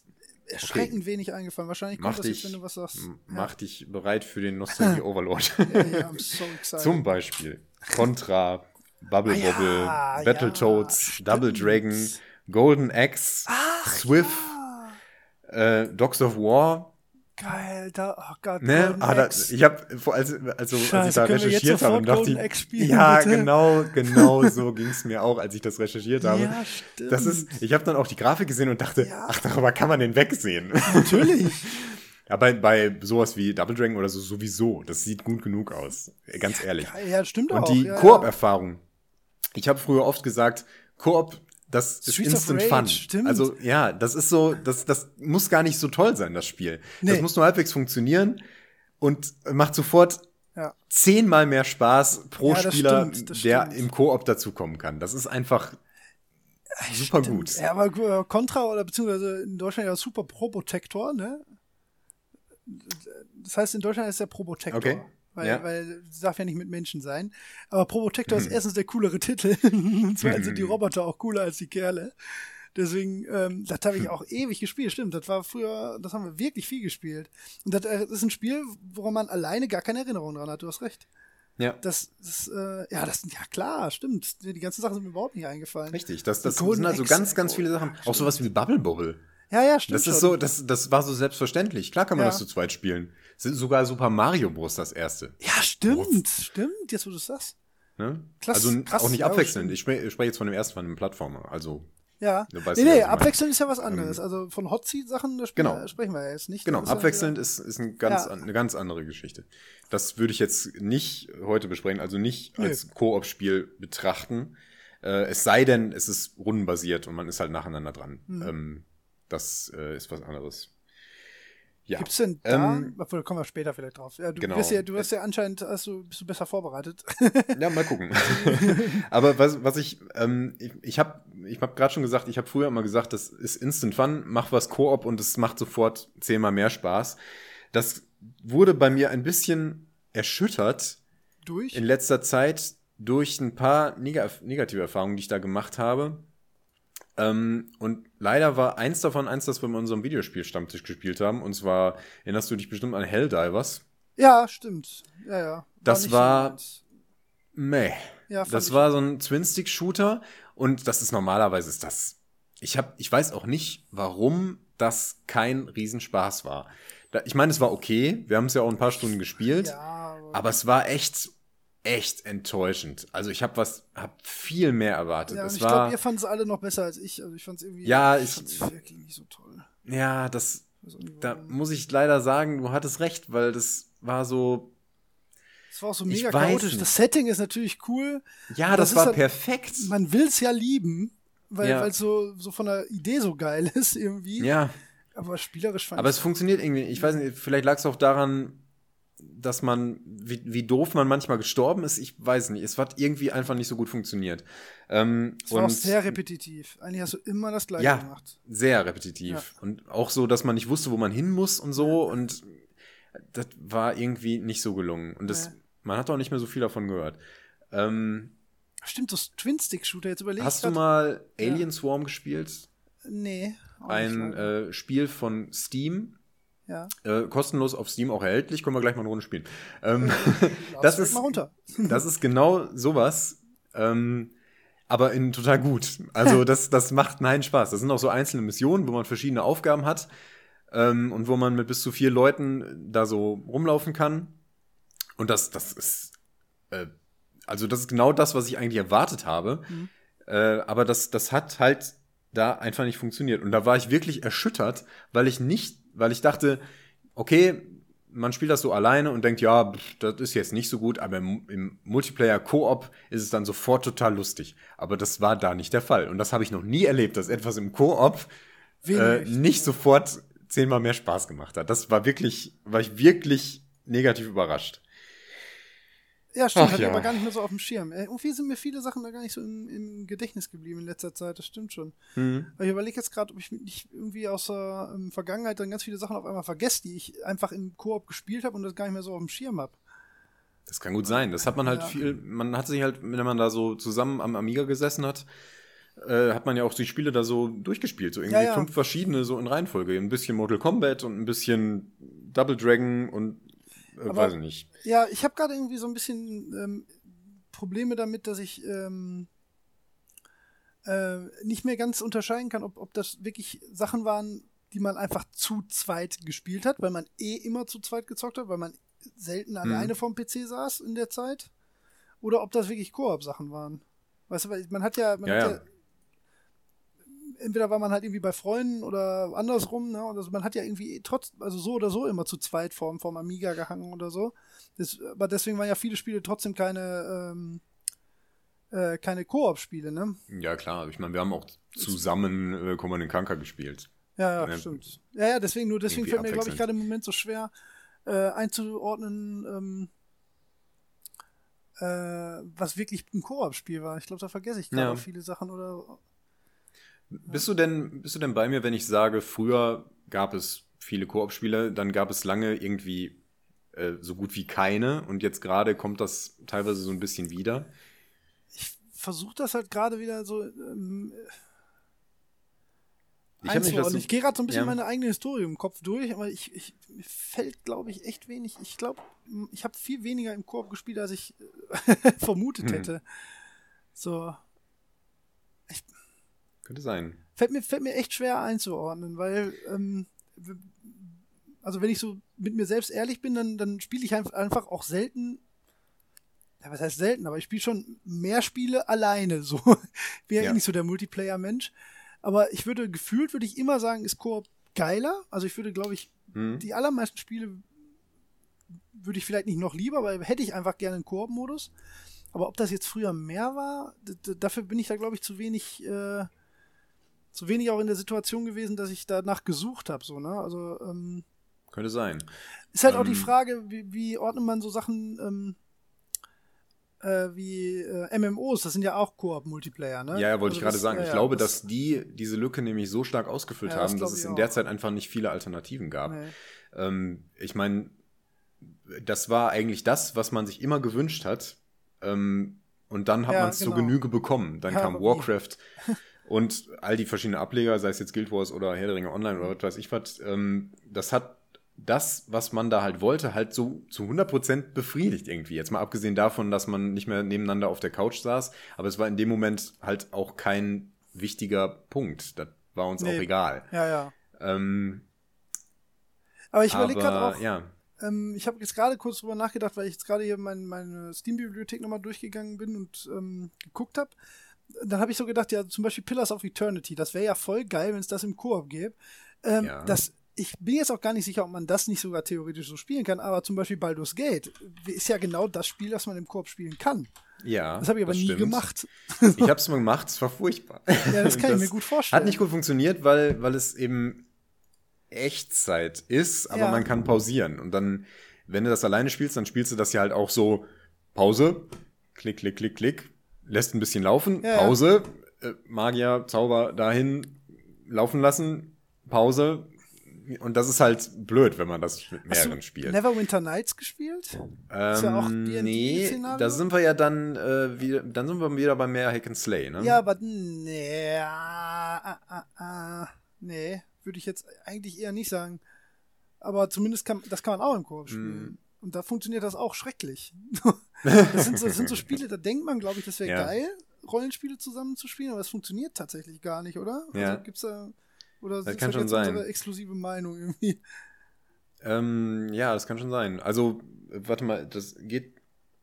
erschreckend okay. wenig eingefallen. Wahrscheinlich kommt mach das dich, jetzt, wenn du was sagst. Mach ja. dich bereit für den Nostalgie-Overload. ja, ja, I'm so excited. Zum Beispiel Contra, Bubble ah, Bobble, ja, Battletoads, ja, Double Dragon, Golden Axe, Ach, Swift, ja. äh, Dogs of War. Geil, da, oh Gott, ne? ah, da, ich habe als, also, Scheiße, als ich da recherchiert habe, dachte ich, spielen, ja, bitte? genau, genau so ging es mir auch, als ich das recherchiert habe. Ja, stimmt. Das ist, ich habe dann auch die Grafik gesehen und dachte, ja. ach, darüber kann man den wegsehen. Natürlich. Ja, bei, bei sowas wie Double Dragon oder so sowieso, das sieht gut genug aus, ganz ja, ehrlich. Geil, ja, stimmt und auch. Und die ja, Koop-Erfahrung, ich habe früher oft gesagt, Koop, das ist Streets Instant Rage, Fun. Stimmt. Also ja, das ist so, das, das muss gar nicht so toll sein, das Spiel. Nee. Das muss nur halbwegs funktionieren und macht sofort ja. zehnmal mehr Spaß pro ja, das Spieler, stimmt, das der stimmt. im Koop dazukommen kann. Das ist einfach super stimmt. gut. Ja, aber Contra oder beziehungsweise in Deutschland ja Super Probotector, ne? Das heißt, in Deutschland ist der Probotector. Okay. Weil, ja. weil es darf ja nicht mit Menschen sein. Aber Probotector mhm. ist erstens der coolere Titel. Und zweitens sind die Roboter auch cooler als die Kerle. Deswegen, ähm, das habe ich auch ewig gespielt. Stimmt, das war früher, das haben wir wirklich viel gespielt. Und das ist ein Spiel, woran man alleine gar keine Erinnerung dran hat. Du hast recht. Ja. Das, das äh, ja, das, ja klar, stimmt. Die ganzen Sachen sind mir überhaupt nicht eingefallen. Richtig, das, das sind also ganz, ganz viele Sachen. Auch sowas wie Bubble Bobble. Ja, ja, stimmt. Das ist schon. so, das, das war so selbstverständlich. Klar kann man ja. das zu zweit spielen. Sogar Super Mario Bros. Das erste. Ja, stimmt, Bros. stimmt, jetzt wo du es sagst. Ne? Klasse, also krass, auch nicht ja, abwechselnd. Ich spreche sprech jetzt von dem ersten, von einem Plattformer. Also ja. Du weißt nee, nee, ja, abwechselnd ist ja was anderes. Ähm, also von Hot Seat Sachen, da sprechen, genau. wir, sprechen wir ja jetzt nicht. Genau, ist abwechselnd ja, ist, ist ein ganz, ja. eine ganz andere Geschichte. Das würde ich jetzt nicht heute besprechen, also nicht nee. als Koop-Spiel betrachten. Äh, es sei denn, es ist rundenbasiert und man ist halt nacheinander dran. Mhm. Ähm, das äh, ist was anderes. Ja. Gibt's denn da, ähm, obwohl, kommen wir später vielleicht drauf. Ja, du genau. bist ja, du hast ja anscheinend, hast du, bist du besser vorbereitet. Ja, mal gucken. Aber was, was ich, ähm, ich, ich habe ich hab gerade schon gesagt, ich habe früher immer gesagt, das ist Instant Fun, mach was Koop und es macht sofort zehnmal mehr Spaß. Das wurde bei mir ein bisschen erschüttert durch in letzter Zeit durch ein paar neg- negative Erfahrungen, die ich da gemacht habe. Ähm, und leider war eins davon eins, das wir in unserem Videospiel-Stammtisch gespielt haben. Und zwar erinnerst du dich bestimmt an Helldivers. Ja, stimmt. Ja, ja. War das war so meh. Ja, das war so ein Twin-Stick-Shooter. Und das ist normalerweise ist das. Ich hab, ich weiß auch nicht, warum das kein Riesenspaß war. Da, ich meine, es war okay. Wir haben es ja auch ein paar Stunden gespielt. Ja, aber, aber es war echt. echt enttäuschend. Also ich habe was, habe viel mehr erwartet. Ja, es ich war, glaube, ihr fandet es alle noch besser als ich. Also ich fand es irgendwie, ja, ich ich, fand's wirklich nicht so toll. Ja, das, da muss ich leider sagen, du hattest recht, weil das war so. Es war auch so mega chaotisch. Das Setting ist natürlich cool. Ja, das, das war halt, perfekt. Man will es ja lieben, weil ja. es so, so von der Idee so geil ist irgendwie. Ja. Aber spielerisch fand ich. Aber es funktioniert irgendwie. Ich weiß nicht, vielleicht lag es auch daran, dass man, wie, wie doof man manchmal gestorben ist, ich weiß nicht. Es hat irgendwie einfach nicht so gut funktioniert. Ähm, es war und, auch sehr repetitiv. Eigentlich hast du immer das Gleiche ja, gemacht. Sehr repetitiv. Ja. Und auch so, dass man nicht wusste, wo man hin muss und so. Ja. Und das war irgendwie nicht so gelungen. Und das, ja. man hat auch nicht mehr so viel davon gehört. Ähm, Stimmt, das Twin-Stick-Shooter, jetzt überlege ich. Hast du mal Alien ja. Swarm gespielt? Nee. Ein äh, Spiel von Steam. Ja. Äh, kostenlos auf Steam auch erhältlich, können wir gleich mal eine Runde spielen. Ähm, das, ist, mal runter. das ist genau sowas, ähm, aber in total gut. Also das, das macht nein Spaß. Das sind auch so einzelne Missionen, wo man verschiedene Aufgaben hat ähm, und wo man mit bis zu vier Leuten da so rumlaufen kann. Und das, das ist äh, also das ist genau das, was ich eigentlich erwartet habe. Mhm. Äh, aber das, das hat halt da einfach nicht funktioniert. Und da war ich wirklich erschüttert, weil ich nicht Weil ich dachte, okay, man spielt das so alleine und denkt, ja, das ist jetzt nicht so gut, aber im, im Multiplayer-Koop ist es dann sofort total lustig. Aber das war da nicht der Fall. Und das habe ich noch nie erlebt, dass etwas im Koop äh, nicht sofort zehnmal mehr Spaß gemacht hat. Das war wirklich, war ich wirklich negativ überrascht. Ja, stimmt, Ach, hatte ich ja. aber gar nicht mehr so auf dem Schirm. Irgendwie sind mir viele Sachen da gar nicht so im, im Gedächtnis geblieben in letzter Zeit, das stimmt schon. Mhm. Aber ich überlege jetzt gerade, ob ich nicht irgendwie aus der ähm, Vergangenheit dann ganz viele Sachen auf einmal vergesse, die ich einfach im Koop gespielt habe und das gar nicht mehr so auf dem Schirm habe. Das kann gut sein. Das hat man halt ja. viel, man hat sich halt, wenn man da so zusammen am Amiga gesessen hat, äh, hat man ja auch die Spiele da so durchgespielt. So irgendwie Ja, ja. fünf verschiedene so in Reihenfolge. Ein bisschen Mortal Kombat und ein bisschen Double Dragon und äh, Aber- weiß ich nicht. Ja, ich habe gerade irgendwie so ein bisschen ähm, Probleme damit, dass ich ähm, äh, nicht mehr ganz unterscheiden kann, ob, ob das wirklich Sachen waren, die man einfach zu zweit gespielt hat, weil man eh immer zu zweit gezockt hat, weil man selten alleine vorm P C saß in der Zeit. Oder ob das wirklich Koop-Sachen waren. Weißt du, weil man hat ja, man Ja, hat ja. ja entweder war man halt irgendwie bei Freunden oder andersrum, ne? Und also man hat ja irgendwie trotz, also so oder so immer zu zweit vorm, vorm Amiga gehangen oder so. Das, aber deswegen waren ja viele Spiele trotzdem keine, ähm, äh, keine Koop-Spiele, ne? Ja, klar. Ich meine, wir haben auch zusammen äh, Command and Conquer gespielt. Ja, ja, Ne? stimmt. Ja, ja, deswegen, nur deswegen Irgendwie fällt mir, glaube ich, abwechselnd. gerade im Moment so schwer äh, einzuordnen, ähm, äh, was wirklich ein Koop-Spiel war. Ich glaube, da vergesse ich gerade Ja. auch viele Sachen oder. Bist du denn, bist du denn bei mir, wenn ich sage, früher gab es viele Koop-Spiele, dann gab es lange irgendwie äh, so gut wie keine und jetzt gerade kommt das teilweise so ein bisschen wieder? Ich versuche das halt gerade wieder so ähm, Ich hab nicht was einzuordnen. so- Ich gehe gerade so ein bisschen ja. meine eigene Historie im Kopf durch, aber ich, ich mir fällt, glaube ich, echt wenig. Ich glaube, ich habe viel weniger im Koop gespielt, als ich äh, vermutet Hm. hätte. So. Könnte sein. Fällt mir, fällt mir echt schwer einzuordnen, weil, ähm, w- also wenn ich so mit mir selbst ehrlich bin, dann, dann spiele ich einf- einfach auch selten, ja, was heißt selten, aber ich spiele schon mehr Spiele alleine, so. Bin ja, Ja. eh nicht so der Multiplayer-Mensch. Aber ich würde, gefühlt würde ich immer sagen, ist Koop geiler. Also ich würde, glaube ich, Hm. die allermeisten Spiele würde ich vielleicht nicht noch lieber, weil hätte ich einfach gerne einen Koop-Modus. Aber ob das jetzt früher mehr war, d- d- dafür bin ich da, glaube ich, zu wenig, äh, zu wenig auch in der Situation gewesen, dass ich danach gesucht habe. So, ne? Also ähm, Könnte sein. ist halt auch die Ähm. Frage, wie, wie ordnet man so Sachen ähm, äh, wie äh, M M Os, das sind ja auch Koop-Multiplayer, ne? Ja, ja, wollte Also ich gerade das- sagen. ja, Ich ja, glaube, das- dass die diese Lücke nämlich so stark ausgefüllt Ja, das haben, dass glaube es ich in auch. der Zeit einfach nicht viele Alternativen gab. Nee. Ähm, ich meine, das war eigentlich das, was man sich immer gewünscht hat. Ähm, und dann hat Ja, man es zur genau. Genüge bekommen. Dann Ja, kam aber wie? Warcraft und all die verschiedenen Ableger, sei es jetzt Guild Wars oder Herr der Ringe Online oder was weiß ich was. Ähm, das hat das, was man da halt wollte, halt so zu hundert Prozent befriedigt irgendwie. Jetzt mal abgesehen davon, dass man nicht mehr nebeneinander auf der Couch saß. Aber es war in dem Moment halt auch kein wichtiger Punkt. Das war uns Nee. auch egal. Ja, ja. Ähm, Aber ich überlege gerade aber auch, ja, ähm, ich habe jetzt gerade kurz drüber nachgedacht, weil ich jetzt gerade hier mein, meine Steam-Bibliothek nochmal durchgegangen bin und ähm, geguckt habe. Dann habe ich so gedacht, ja, zum Beispiel Pillars of Eternity, das wäre ja voll geil, wenn es das im Koop gäbe. Ähm, Ja. das, ich bin jetzt auch gar nicht sicher, ob man das nicht sogar theoretisch so spielen kann, aber zum Beispiel Baldur's Gate ist ja genau das Spiel, das man im Koop spielen kann. ja. Das habe ich aber nie stimmt. gemacht. Ich habe es mal gemacht, es war furchtbar. Ja, das kann ich mir gut vorstellen. Hat nicht gut funktioniert, weil, weil es eben Echtzeit ist, aber Ja. man kann pausieren. Und dann, wenn du das alleine spielst, dann spielst du das ja halt auch so: Pause, klick, klick, klick, klick, lässt ein bisschen laufen, Ja, ja. Pause, äh, Magier, Zauber dahin laufen lassen, Pause. Und das ist halt blöd, wenn man das mit Hast mehreren du spielt. Neverwinter Nights gespielt? Ähm, ist ja auch D und nee, D-Szenario? da sind wir ja dann, äh, wieder, dann sind wir wieder bei mehr Hack and Slay, ne? Ja, aber nee, ah, ah, ah, nee, würde ich jetzt eigentlich eher nicht sagen. Aber zumindest kann, das kann man auch im Koop spielen. Und da funktioniert das auch schrecklich. das, sind so, das sind so Spiele, da denkt man, glaube ich, das wäre Ja. geil, Rollenspiele zusammen zu spielen, aber das funktioniert tatsächlich gar nicht, oder? Ja. Also gibt's da, oder Das ist kann das schon jetzt sein. unsere exklusive Meinung irgendwie? Ähm, ja, das kann schon sein. Also, äh, warte mal, das geht.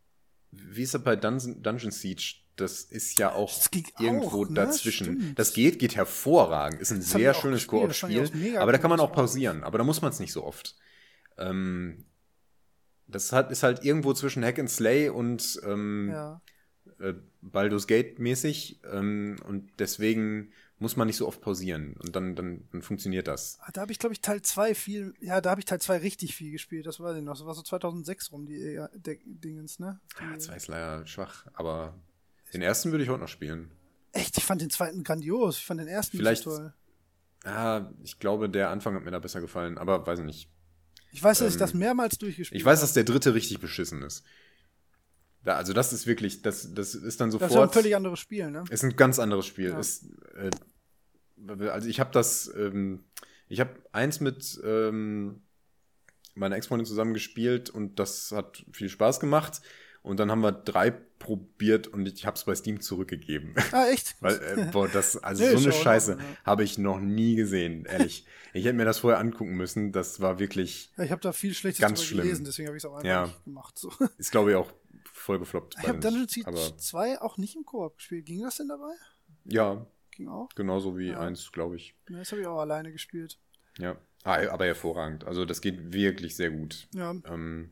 Wie ist das bei Dun Dungeon Siege? Das ist ja auch Das ging irgendwo auch, ne? dazwischen. Stimmt. Das geht, geht hervorragend. Ist ein Das hab sehr ich auch schönes gespielt. Das fand ich Koop-Spiel. auch mega Aber da cool, kann man das auch war pausieren. Aber da muss man es nicht so oft. Ähm, das hat, ist halt irgendwo zwischen Hack and Slay und ähm, Ja. äh, Baldur's Gate mäßig. Ähm, und deswegen muss man nicht so oft pausieren. Und dann, dann, dann funktioniert das. Ah, da habe ich, glaube ich, Teil zwei viel, ja, da habe ich Teil zwei richtig viel gespielt, das weiß ich noch. Das war so zweitausendsechs rum, die äh, der Dingens, ne? Die, Ja, zwei ist leider schwach, aber den ersten würde ich heute noch spielen. Echt, ich fand den zweiten grandios, ich fand den ersten Vielleicht- nicht so toll. Ja, ich glaube, der Anfang hat mir da besser gefallen, aber weiß ich nicht. Ich weiß, dass ich ähm, das mehrmals durchgespielt Ich weiß, habe. dass der dritte richtig beschissen ist. Da, also das ist wirklich, das, das ist dann sofort. Das ist ja ein völlig anderes Spiel, ne? Ist ein ganz anderes Spiel. Ja. Ist, äh, also ich habe das, ähm, ich habe eins mit ähm, meiner Ex-Freundin zusammen gespielt und das hat viel Spaß gemacht. Und dann haben wir drei probiert und ich habe es bei Steam zurückgegeben. Ah, echt? Weil, äh, boah, das, also Nee, so eine ist ja auch Scheiße in Ordnung, ja. habe ich noch nie gesehen, ehrlich. Ich hätte mir das vorher angucken müssen. Das war wirklich, Ja, ich habe da viel Schlechtes Ganz drüber schlimm. gelesen, deswegen habe ich es auch einfach Ja. nicht gemacht. So. ist glaube ich auch voll gefloppt. Ich habe weiß Dungeon nicht. Siege Aber zwei auch nicht im Koop gespielt. Ging das denn dabei? ja, Ging auch? genauso wie Ja. eins, glaube ich. Ja, das habe ich auch alleine gespielt. Ja, ah, aber hervorragend. Also das geht wirklich sehr gut. Ja. Ähm,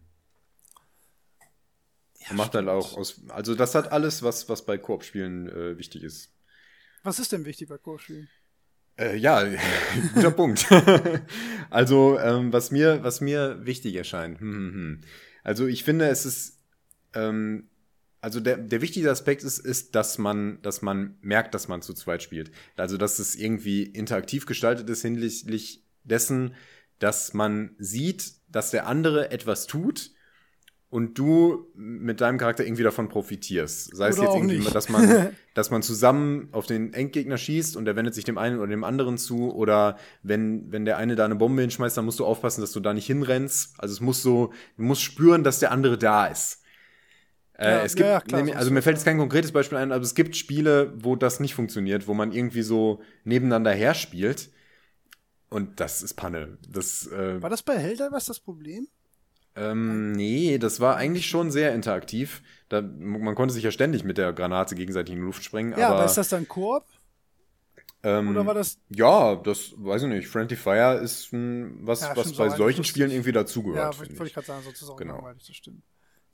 Ja, macht halt stimmt. auch aus, also das hat alles, was, was bei Koop-Spielen äh, wichtig ist. Was ist denn wichtig bei Koop-Spielen? Äh, ja, guter Punkt. Also, ähm, was mir, was mir wichtig erscheint. Hm, hm, hm. Also, ich finde, es ist, ähm, also der, der wichtige Aspekt ist, ist, dass man, dass man merkt, dass man zu zweit spielt. Also, dass es irgendwie interaktiv gestaltet ist hinsichtlich dessen, dass man sieht, dass der andere etwas tut und du mit deinem Charakter irgendwie davon profitierst. Sei es Oder jetzt auch irgendwie, nicht. dass man, dass man zusammen auf den Endgegner schießt und der wendet sich dem einen oder dem anderen zu. Oder wenn, wenn der eine da eine Bombe hinschmeißt, dann musst du aufpassen, dass du da nicht hinrennst. Also es muss so, du musst spüren, dass der andere da ist. Äh, Ja, es gibt, ja, ja, klar, nämlich, sonst also mir wird's fällt ja- jetzt kein konkretes Beispiel ein, aber es gibt Spiele, wo das nicht funktioniert, wo man irgendwie so nebeneinander her spielt. Und das ist Panne. Das, äh, War das bei Helldivers was das Problem? ähm, nee, das war eigentlich schon sehr interaktiv. Da, man konnte sich ja ständig mit der Granate gegenseitig in die Luft sprengen. Ja, aber, aber ist das dann Koop? ähm, Oder war das. Ja, das weiß ich nicht. Friendly Fire ist ein, was, Ja, was stimmt, bei so solchen eigentlich Spielen lustig. irgendwie dazugehört. Ja, finde wollte ich gerade sagen, sozusagen Genau. langweilig, das stimmt.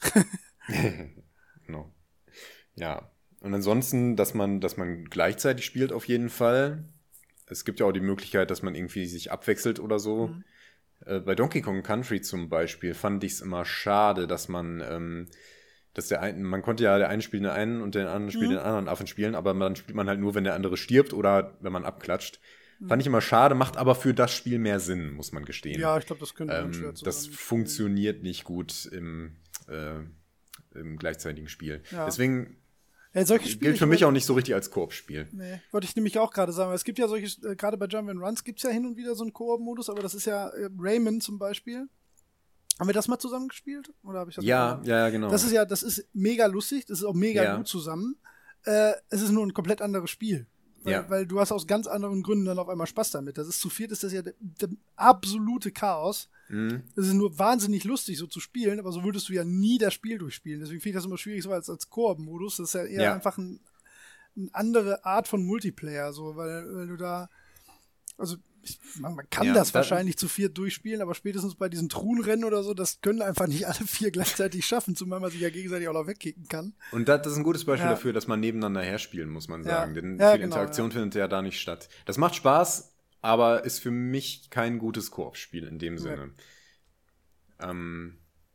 Genau. Ja. Und ansonsten, dass man, dass man gleichzeitig spielt auf jeden Fall. Es gibt ja auch die Möglichkeit, dass man irgendwie sich abwechselt oder so. Mhm. Äh, bei Donkey Kong Country zum Beispiel fand ich es immer schade, dass man, ähm, dass der einen, man konnte ja der eine spielt den einen und der andere spielt Mhm. den anderen Affen spielen, aber dann spielt man halt nur, wenn der andere stirbt oder wenn man abklatscht. Mhm. Fand ich immer schade, macht aber für das Spiel mehr Sinn, muss man gestehen. Ja, ich glaube, das könnte man Ähm, schwer das zusammenspielen. funktioniert nicht gut im, äh, im gleichzeitigen Spiel. Ja. Deswegen Ja, solche Spiele, gilt für ich mich mein- auch nicht so richtig als Koop-Spiel. Nee, wollte ich nämlich auch gerade sagen, weil es gibt ja solche, äh, gerade bei Jump and Runs gibt es ja hin und wieder so einen Koop-Modus, aber das ist ja äh, Rayman zum Beispiel. Haben wir das mal zusammen gespielt? Oder habe ich das Ja, mal- ja, ja, genau. Das ist ja, das ist mega lustig, das ist auch mega Ja. gut zusammen. Äh, es ist nur ein komplett anderes Spiel. Weil, Ja. weil du hast aus ganz anderen Gründen dann auf einmal Spaß damit. Das ist zu viert, ist das ja der, der absolute Chaos. Mhm. Es ist nur wahnsinnig lustig, so zu spielen, aber so würdest du ja nie das Spiel durchspielen. Deswegen finde ich das immer schwierig, so als, als Koop-Modus. Das ist ja eher Ja. einfach ein, eine andere Art von Multiplayer, so, weil, weil du da, also ich, man, man kann Ja, das da- wahrscheinlich zu viert durchspielen, aber spätestens bei diesen Truhenrennen oder so, das können einfach nicht alle vier gleichzeitig schaffen, zumal man sich ja gegenseitig auch noch wegkicken kann. Und das, das ist ein gutes Beispiel Ja. dafür, dass man nebeneinander herspielen, muss man Ja. sagen. Denn Ja, viel genau, Interaktion ja. findet ja da nicht statt. Das macht Spaß, aber ist für mich kein gutes Koop-Spiel in dem Nee. Sinne. Ähm,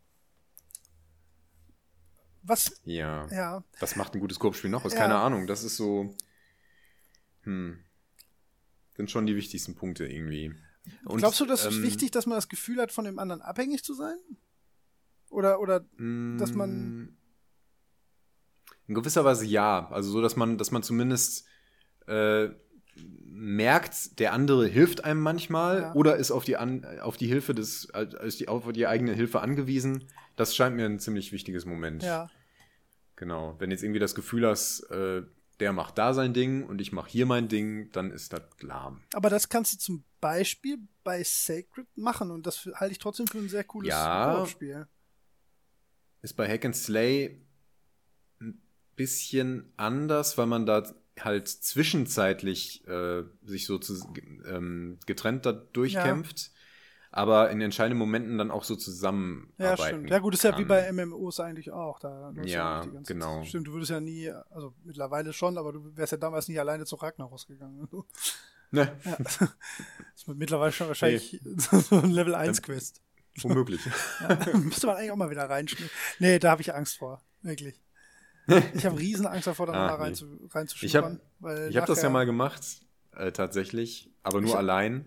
Was, ja. ja, Was macht ein gutes Koop-Spiel noch? Ist Ja. keine Ahnung. Das ist so. Hm. Sind schon die wichtigsten Punkte irgendwie. Und, glaubst du, das ist ähm, wichtig, dass man das Gefühl hat, von dem anderen abhängig zu sein? Oder, oder, dass man- mm, in gewisser Weise ja. Also so, dass man, dass man zumindest äh, merkt, der andere hilft einem manchmal Ja. oder ist auf die, an, auf die Hilfe des, ist die, auf die eigene Hilfe angewiesen. Das scheint mir ein ziemlich wichtiges Moment. ja, Genau. Wenn jetzt irgendwie das Gefühl hast, äh, der macht da sein Ding und ich mache hier mein Ding, dann ist das lahm. aber das kannst du zum Beispiel bei Sacred machen und das halte ich trotzdem für ein sehr cooles Ja. Koop-Spiel. Ist bei Hack and Slay ein bisschen anders, weil man da halt zwischenzeitlich äh, sich so zu, ähm, getrennt da durchkämpft, aber in entscheidenden Momenten dann auch so zusammenarbeiten Ja, stimmt. Ja, gut, ist ja wie kann. bei M M Os eigentlich auch. Da läufst du Ja, auch die ganze genau. Zeit. Stimmt, du würdest ja nie, also mittlerweile schon, aber du wärst ja damals nie alleine zu Ragnaros gegangen. Ne, Ja. Das ist mittlerweile schon wahrscheinlich so ein Level eins Quest. womöglich. Ja, müsste man eigentlich auch mal wieder reinschneiden. Nee, da habe ich Angst vor. Wirklich. Ich habe riesen Angst davor, da Ah, mal rein nee. zu, reinzuschnuppern. Ich habe weil ich hab das ja nachher- mal gemacht, äh, tatsächlich, aber nur Ich hab- allein.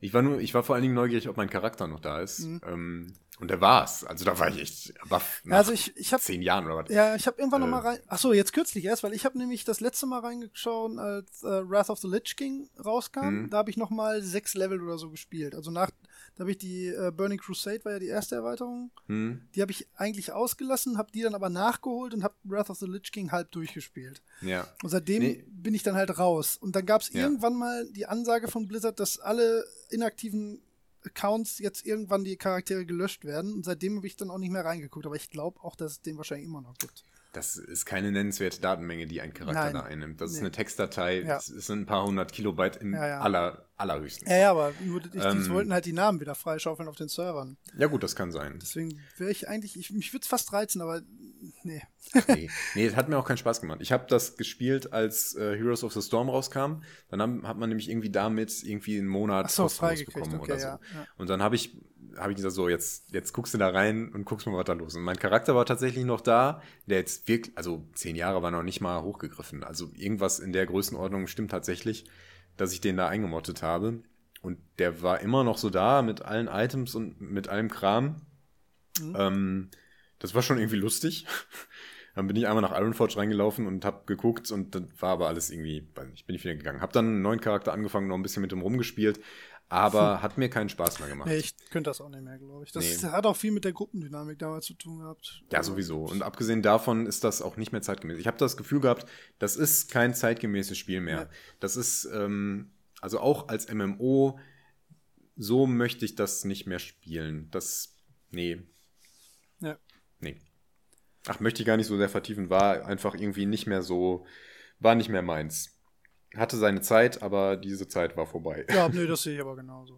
Ich war nur, ich war vor allen Dingen neugierig, ob mein Charakter noch da ist. Mhm. Ähm, und der war's. Also da war ich echt baff nach also ich, ich hab, zehn Jahren oder was. Ja, ich habe irgendwann äh, noch mal rein. Ach so, jetzt kürzlich erst, weil ich habe nämlich das letzte Mal reingeschaut, als äh, Wrath of the Lich King rauskam. Mhm. Da habe ich noch mal sechs Level oder so gespielt. Also nach, da habe ich die äh, Burning Crusade, war ja die erste Erweiterung. Mhm. Die habe ich eigentlich ausgelassen, habe die dann aber nachgeholt und habe Wrath of the Lich King halb durchgespielt. Ja. Und seitdem nee. bin ich dann halt raus. Und dann gab es ja. irgendwann mal die Ansage von Blizzard, dass alle inaktiven Accounts jetzt irgendwann die Charaktere gelöscht werden. Und seitdem habe ich dann auch nicht mehr reingeguckt. Aber ich glaube auch, dass es den wahrscheinlich immer noch gibt. Das ist keine nennenswerte Datenmenge, die ein Charakter Nein. da einnimmt. Das nee. ist eine Textdatei. Ja. Es sind ein paar hundert Kilobyte in ja, ja. aller, allerhöchstens. Ja, ja, aber nur, die, ähm, die wollten halt die Namen wieder freischaufeln auf den Servern. Ja gut, das kann sein. Deswegen wäre ich eigentlich, ich, mich würde es fast reizen, aber nee. nee. Nee, es hat mir auch keinen Spaß gemacht. Ich habe das gespielt, als äh, Heroes of the Storm rauskam. Dann haben, hat man nämlich irgendwie damit irgendwie einen Monat so, kostenlos bekommen okay, oder so. Ja, ja. Und dann habe ich habe ich gesagt, so, jetzt, jetzt guckst du da rein und guckst mal, was da los ist. Und mein Charakter war tatsächlich noch da, der jetzt wirklich, also zehn Jahre war noch nicht mal hochgegriffen. Also irgendwas in der Größenordnung stimmt tatsächlich, dass ich den da eingemottet habe. Und der war immer noch so da mit allen Items und mit allem Kram. Mhm. Ähm, das war schon irgendwie lustig. Dann bin ich einmal nach Ironforge reingelaufen und hab geguckt und dann war aber alles irgendwie, weiß nicht, bin ich wieder gegangen. Hab dann einen neuen Charakter angefangen, noch ein bisschen mit dem rumgespielt. Aber hm. hat mir keinen Spaß mehr gemacht. Nee, ich könnte das auch nicht mehr, glaube ich. Das nee. hat auch viel mit der Gruppendynamik damals zu tun gehabt. Ja, sowieso. Und abgesehen davon ist das auch nicht mehr zeitgemäß. Ich habe das Gefühl gehabt, das ist kein zeitgemäßes Spiel mehr. Ja. Das ist, ähm, also auch als M M O, so möchte ich das nicht mehr spielen. Das, nee. Ja. Nee. Ach, möchte ich gar nicht so sehr vertiefen. War einfach irgendwie nicht mehr so, war nicht mehr meins. Hatte seine Zeit, aber diese Zeit war vorbei. Ja, nee, das sehe ich aber genauso.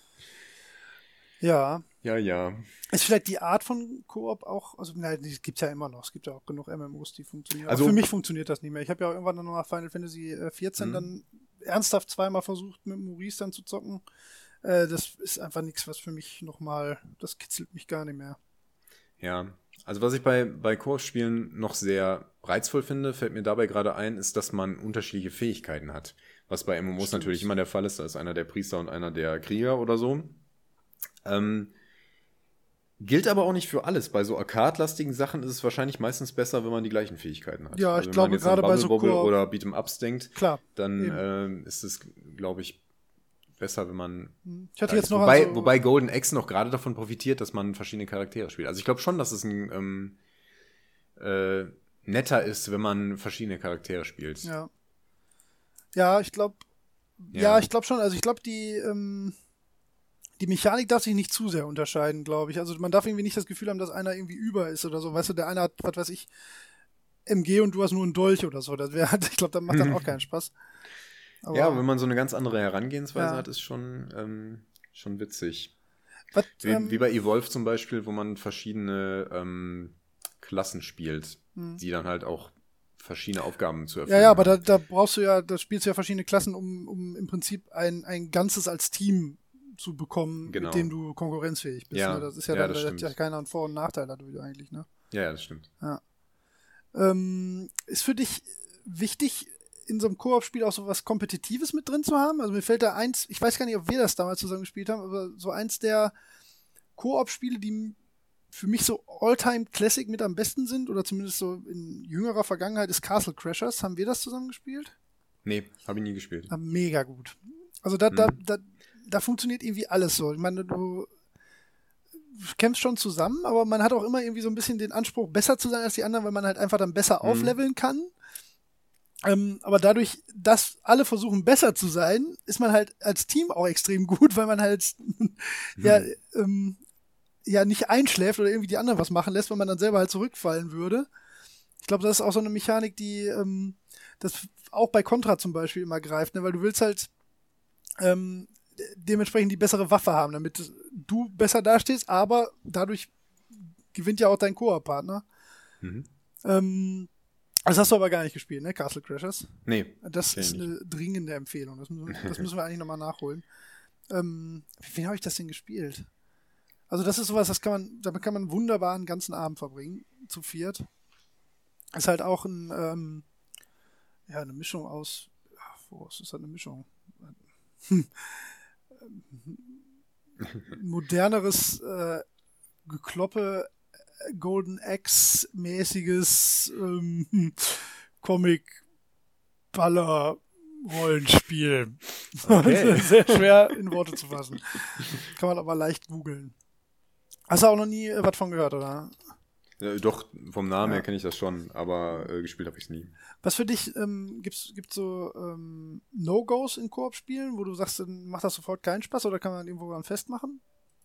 Ja. Ja, ja. Ist vielleicht die Art von Koop auch, also nein, die gibt's ja immer noch. Es gibt ja auch genug M M Os, die funktionieren. Also aber für mich funktioniert das nicht mehr. Ich habe ja auch irgendwann dann nach Final Fantasy vierzehn mhm. dann ernsthaft zweimal versucht, mit Maurice dann zu zocken. Äh, das ist einfach nichts, was für mich nochmal, das kitzelt mich gar nicht mehr. Ja, also was ich bei, bei Koop-Spielen noch sehr reizvoll finde, fällt mir dabei gerade ein, ist, dass man unterschiedliche Fähigkeiten hat. Was bei M M Os Stimmt. natürlich immer der Fall ist. Da ist einer der Priester und einer der Krieger oder so. Ähm, gilt aber auch nicht für alles. Bei so arcade-lastigen Sachen ist es wahrscheinlich meistens besser, wenn man die gleichen Fähigkeiten hat. Ja, also ich glaube gerade bei so Koop oder Beat'em-Ups denkt, Klar, dann ähm, ist es, glaube ich, besser, wenn man. Ich hatte jetzt noch wobei, so wobei Golden Axe noch gerade davon profitiert, dass man verschiedene Charaktere spielt. Also ich glaube schon, dass es ein ähm, äh, netter ist, wenn man verschiedene Charaktere spielt. Ja. Ja, ich glaube. Ja. ja, ich glaube schon. Also ich glaube, die ähm, die Mechanik darf sich nicht zu sehr unterscheiden, glaube ich. Also man darf irgendwie nicht das Gefühl haben, dass einer irgendwie über ist oder so. Weißt du, der eine hat, was weiß ich, M G und du hast nur einen Dolch oder so. Das wäre, ich glaube, das macht dann auch keinen Spaß. Aber ja, wenn man so eine ganz andere Herangehensweise ja. hat, ist schon, ähm, schon witzig. Was, wie, ähm, wie bei Evolve zum Beispiel, wo man verschiedene ähm, Klassen spielt, hm. die dann halt auch verschiedene Aufgaben zu erfüllen. Ja, ja, aber da, da brauchst du ja, da spielst du ja verschiedene Klassen, um, um im Prinzip ein, ein Ganzes als Team zu bekommen, genau. mit dem du konkurrenzfähig bist. Ja. Ne? Das ist ja, ja dann, das da hat ja keiner einen Vor- und Nachteil dadurch eigentlich, ne? Ja, ja, das stimmt. Ja. Ähm, ist für dich wichtig, in so einem Koop-Spiel auch so was Kompetitives mit drin zu haben? Also mir fällt da eins, ich weiß gar nicht, ob wir das damals zusammen gespielt haben, aber so eins der Koop-Spiele, die für mich so All-Time-Classic mit am besten sind, oder zumindest so in jüngerer Vergangenheit, ist Castle Crashers. Haben wir das zusammen gespielt? Nee, habe ich nie gespielt. Ja, mega gut. Also da, hm. da, da, da funktioniert irgendwie alles so. Ich meine, du kämpfst schon zusammen, aber man hat auch immer irgendwie so ein bisschen den Anspruch, besser zu sein als die anderen, weil man halt einfach dann besser hm. aufleveln kann. Ähm, aber dadurch, dass alle versuchen, besser zu sein, ist man halt als Team auch extrem gut, weil man halt hm. ja, ähm, ja nicht einschläft oder irgendwie die anderen was machen lässt, wenn man dann selber halt zurückfallen würde. Ich glaube, das ist auch so eine Mechanik, die ähm, das auch bei Contra zum Beispiel immer greift, ne? Weil du willst halt ähm, dementsprechend die bessere Waffe haben, damit du besser dastehst, aber dadurch gewinnt ja auch dein Koop-Partner. Mhm. Ähm, das hast du aber gar nicht gespielt, ne? Castle Crashers? Nee. Das ist eine nicht. dringende Empfehlung. Das müssen, das müssen wir eigentlich nochmal nachholen. Ähm, wie wen habe ich das denn gespielt? Also das ist sowas, das kann man, damit kann man wunderbar einen ganzen Abend verbringen, zu viert. Ist halt auch ein, ähm, ja, eine Mischung aus, ach, wo ist das halt eine Mischung? Hm. moderneres äh, Gekloppe, Golden Axe-mäßiges ähm, Comic-Baller-Rollenspiel. Okay. Sehr schwer in Worte zu fassen. Kann man aber leicht googeln. Hast du auch noch nie äh, was von gehört, oder? Ja, doch, vom Namen Ja. her kenne ich das schon, aber äh, gespielt habe ich es nie. Was für dich, ähm, gibt's gibt's so ähm, No-Gos in Koop-Spielen, wo du sagst, dann macht das sofort keinen Spaß oder kann man irgendwo dran festmachen?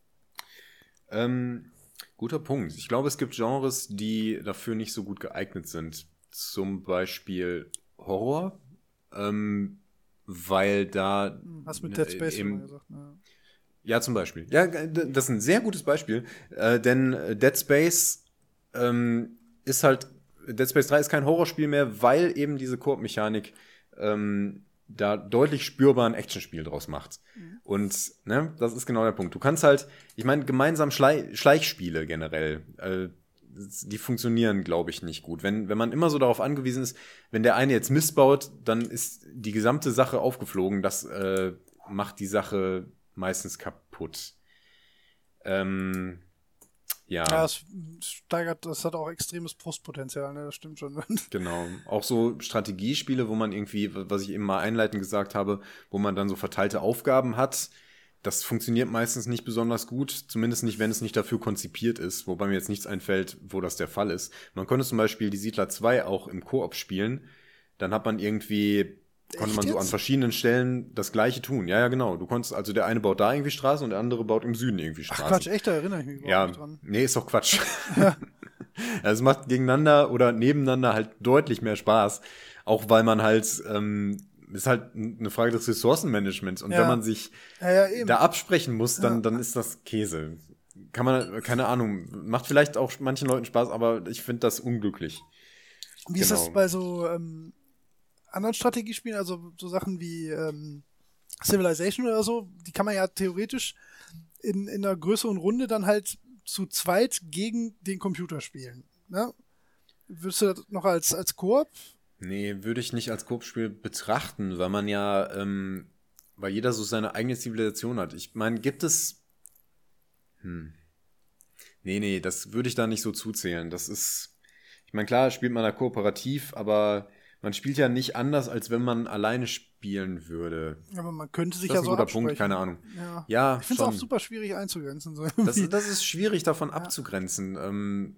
Ähm, guter Punkt. Ich glaube, es gibt Genres, die dafür nicht so gut geeignet sind. Zum Beispiel Horror, ähm, weil da Hm, Hast mit Dead Space eben, immer gesagt. Ja. ja, zum Beispiel. Ja, d- das ist ein sehr gutes Beispiel, äh, denn äh, Dead Space ähm, ist halt, Dead Space drei ist kein Horrorspiel mehr, weil eben diese Koop-Mechanik ähm, da deutlich spürbar ein Actionspiel draus macht. Mhm. Und ne, das ist genau der Punkt. Du kannst halt, ich meine, gemeinsam Schlei- Schleichspiele generell, äh, die funktionieren, glaube ich, nicht gut. Wenn, wenn man immer so darauf angewiesen ist, wenn der eine jetzt Mist baut, dann ist die gesamte Sache aufgeflogen. Das äh, macht die Sache meistens kaputt. Ähm, ja, Ja, es steigert, das hat auch extremes Frustpotenzial, ne? Das stimmt schon. genau. Auch so Strategiespiele, wo man irgendwie, was ich eben mal einleitend gesagt habe, wo man dann so verteilte Aufgaben hat. Das funktioniert meistens nicht besonders gut, zumindest nicht, wenn es nicht dafür konzipiert ist, wobei mir jetzt nichts einfällt, wo das der Fall ist. Man konnte zum Beispiel die Siedler zwei auch im Koop spielen, dann hat man irgendwie, konnte Echt man so jetzt? an verschiedenen Stellen das Gleiche tun. Ja, ja, genau. Du konntest, also der eine baut da irgendwie Straßen und der andere baut im Süden irgendwie Ach Straßen. Quatsch, echt, da erinnere ich mich überhaupt Ja, nicht dran. nee, ist doch Quatsch. Also es macht gegeneinander oder nebeneinander halt deutlich mehr Spaß, auch weil man halt, ähm, ist halt eine Frage des Ressourcenmanagements und Ja. wenn man sich Ja, ja, eben. da absprechen muss, dann, Ja. dann ist das Käse. Kann man, keine Ahnung, macht vielleicht auch manchen Leuten Spaß, aber ich finde das unglücklich. Wie ist das genau. bei so ähm, anderen Strategiespielen, also so Sachen wie ähm, Civilization oder so, die kann man ja theoretisch in, in einer größeren Runde dann halt zu zweit gegen den Computer spielen. Ne? Würdest du das noch als, als Koop? Nee, würde ich nicht als Koop-Spiel betrachten, weil man ja, ähm, weil jeder so seine eigene Zivilisation hat. Ich meine, gibt es. Hm. Nee, nee, das würde ich da nicht so zuzählen. Das ist. Ich meine, klar spielt man da kooperativ, aber man spielt ja nicht anders, als wenn man alleine spielen würde. Aber man könnte sich Das ja ist ein so guter absprechen. Punkt, keine Ahnung. Ja, Ja, ich finde es auch schon. super schwierig einzugrenzen. So Das, irgendwie. das ist schwierig davon abzugrenzen. Ähm,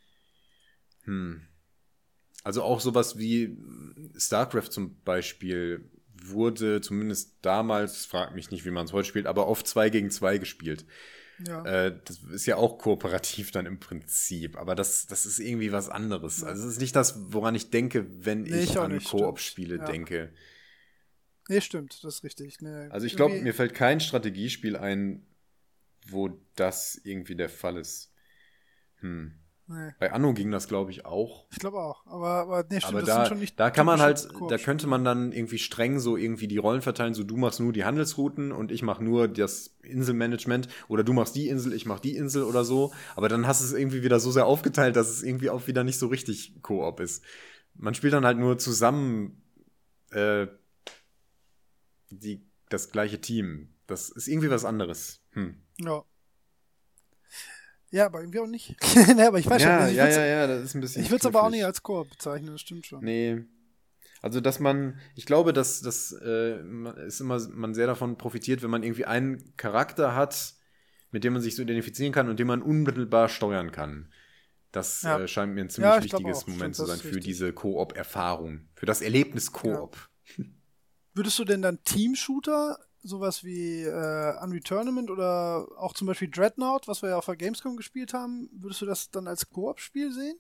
hm. Also auch sowas wie StarCraft zum Beispiel wurde zumindest damals, frag mich nicht, wie man es heute spielt, aber oft zwei gegen zwei gespielt. Ja. Äh, das ist ja auch kooperativ dann im Prinzip, aber das, das ist irgendwie was anderes. Also es ist nicht das, woran ich denke, wenn Nee, ich, ich auch an nicht, Koop-Spiele stimmt. Ja. denke. Nee, stimmt, das ist richtig. Nee, Also ich glaube, irgendwie- mir fällt kein Strategiespiel ein, wo das irgendwie der Fall ist. Hm. Nee, Bei Anno ging das, glaube ich, auch. ich glaube auch. Aber, aber nee, stimmt, Aber das da, sind schon nicht da kann man halt, typische da Koop-Spiele. könnte man dann irgendwie streng so irgendwie die Rollen verteilen, so du machst nur die Handelsrouten und ich mach nur das Inselmanagement oder du machst die Insel, ich mach die Insel oder so. Aber dann hast du es irgendwie wieder so sehr aufgeteilt, dass es irgendwie auch wieder nicht so richtig Koop ist. Man spielt dann halt nur zusammen äh, die, das gleiche Team. Das ist irgendwie was anderes. Hm. Ja. Ja, aber irgendwie auch nicht. nee, aber ich weiß Ja, schon. Ich ja, würd's- ja, ja, das ist ein bisschen Ich würde es aber auch knifflig. nicht als Koop bezeichnen, das stimmt schon. Nee. Also, dass man, ich glaube, dass das äh, ist immer, man sehr davon profitiert, wenn man irgendwie einen Charakter hat, mit dem man sich so identifizieren kann und den man unmittelbar steuern kann. Das Ja. äh, scheint mir ein Ja, ziemlich ich glaub wichtiges auch. Moment Stimmt, zu das sein ist für richtig. diese Koop-Erfahrung, für das Erlebnis Koop. Würdest du denn dann Team-Shooter, sowas wie äh, Unreal Tournament oder auch zum Beispiel Dreadnought, was wir ja auf der Gamescom gespielt haben, würdest du das dann als Koop-Spiel sehen?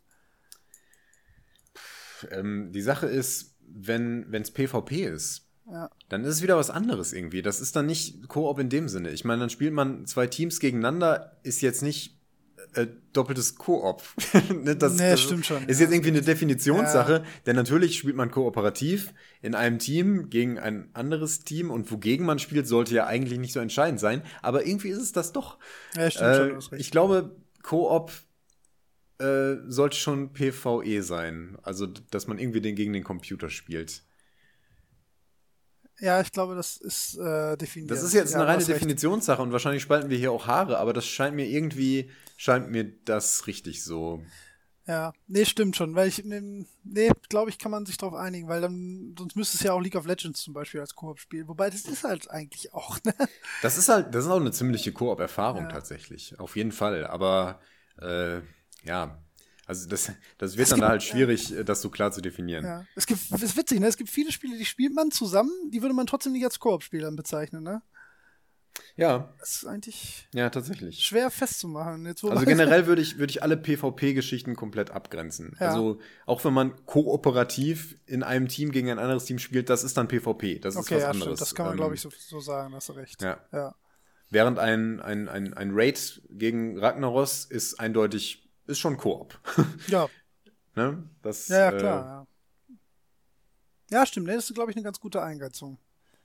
Ähm, die Sache ist, wenn es PvP ist, Ja. dann ist es wieder was anderes irgendwie. Das ist dann nicht Koop in dem Sinne. Ich meine, dann spielt man zwei Teams gegeneinander, ist jetzt nicht äh, doppeltes Koop. Ne, das, Nee, das stimmt schon, Ist ja. jetzt irgendwie eine Definitionssache, denn natürlich spielt man kooperativ in einem Team gegen ein anderes Team und wogegen man spielt, sollte ja eigentlich nicht so entscheidend sein, aber irgendwie ist es das doch. Ja, stimmt schon, Äh, du hast recht. ich glaube, Koop äh, sollte schon PvE sein. Also, dass man irgendwie den gegen den Computer spielt. Ja, ich glaube, das ist äh, definiert. Das ist jetzt ja, eine reine du hast recht. Definitionssache und wahrscheinlich spalten wir hier auch Haare, aber das scheint mir irgendwie, scheint mir das richtig so. Ja, nee, stimmt schon, weil ich, nee, nee glaube ich, kann man sich drauf einigen, weil dann, sonst müsste es ja auch League of Legends zum Beispiel als Koop spielen, wobei das ist halt eigentlich auch, ne? Das ist halt, das ist auch eine ziemliche Koop-Erfahrung Ja. tatsächlich, auf jeden Fall, aber äh, ja, also das, das wird Es dann gibt- da halt schwierig, äh, das so klar zu definieren. Ja. Es gibt, es ist witzig, ne? Es gibt viele Spiele, die spielt man zusammen, die würde man trotzdem nicht als Koop-Spiel dann bezeichnen, ne? Ja, Das ist eigentlich ja, tatsächlich. schwer festzumachen. Jetzt, wo Also man- generell würde ich, würde ich alle PvP-Geschichten komplett abgrenzen. Ja. Also auch wenn man kooperativ in einem Team gegen ein anderes Team spielt, das ist dann PvP. Das ist Okay, was ja, anderes. stimmt. Das kann man, Ähm, glaube ich, so, so sagen, hast du recht. Ja. Ja. Während ein, ein, ein, ein Raid gegen Ragnaros ist eindeutig, ist schon Koop. Ja, Ne? Das, ja, ja, äh, klar. Ja, ja stimmt. Ne? Das ist, glaube ich, eine ganz gute Eingrenzung.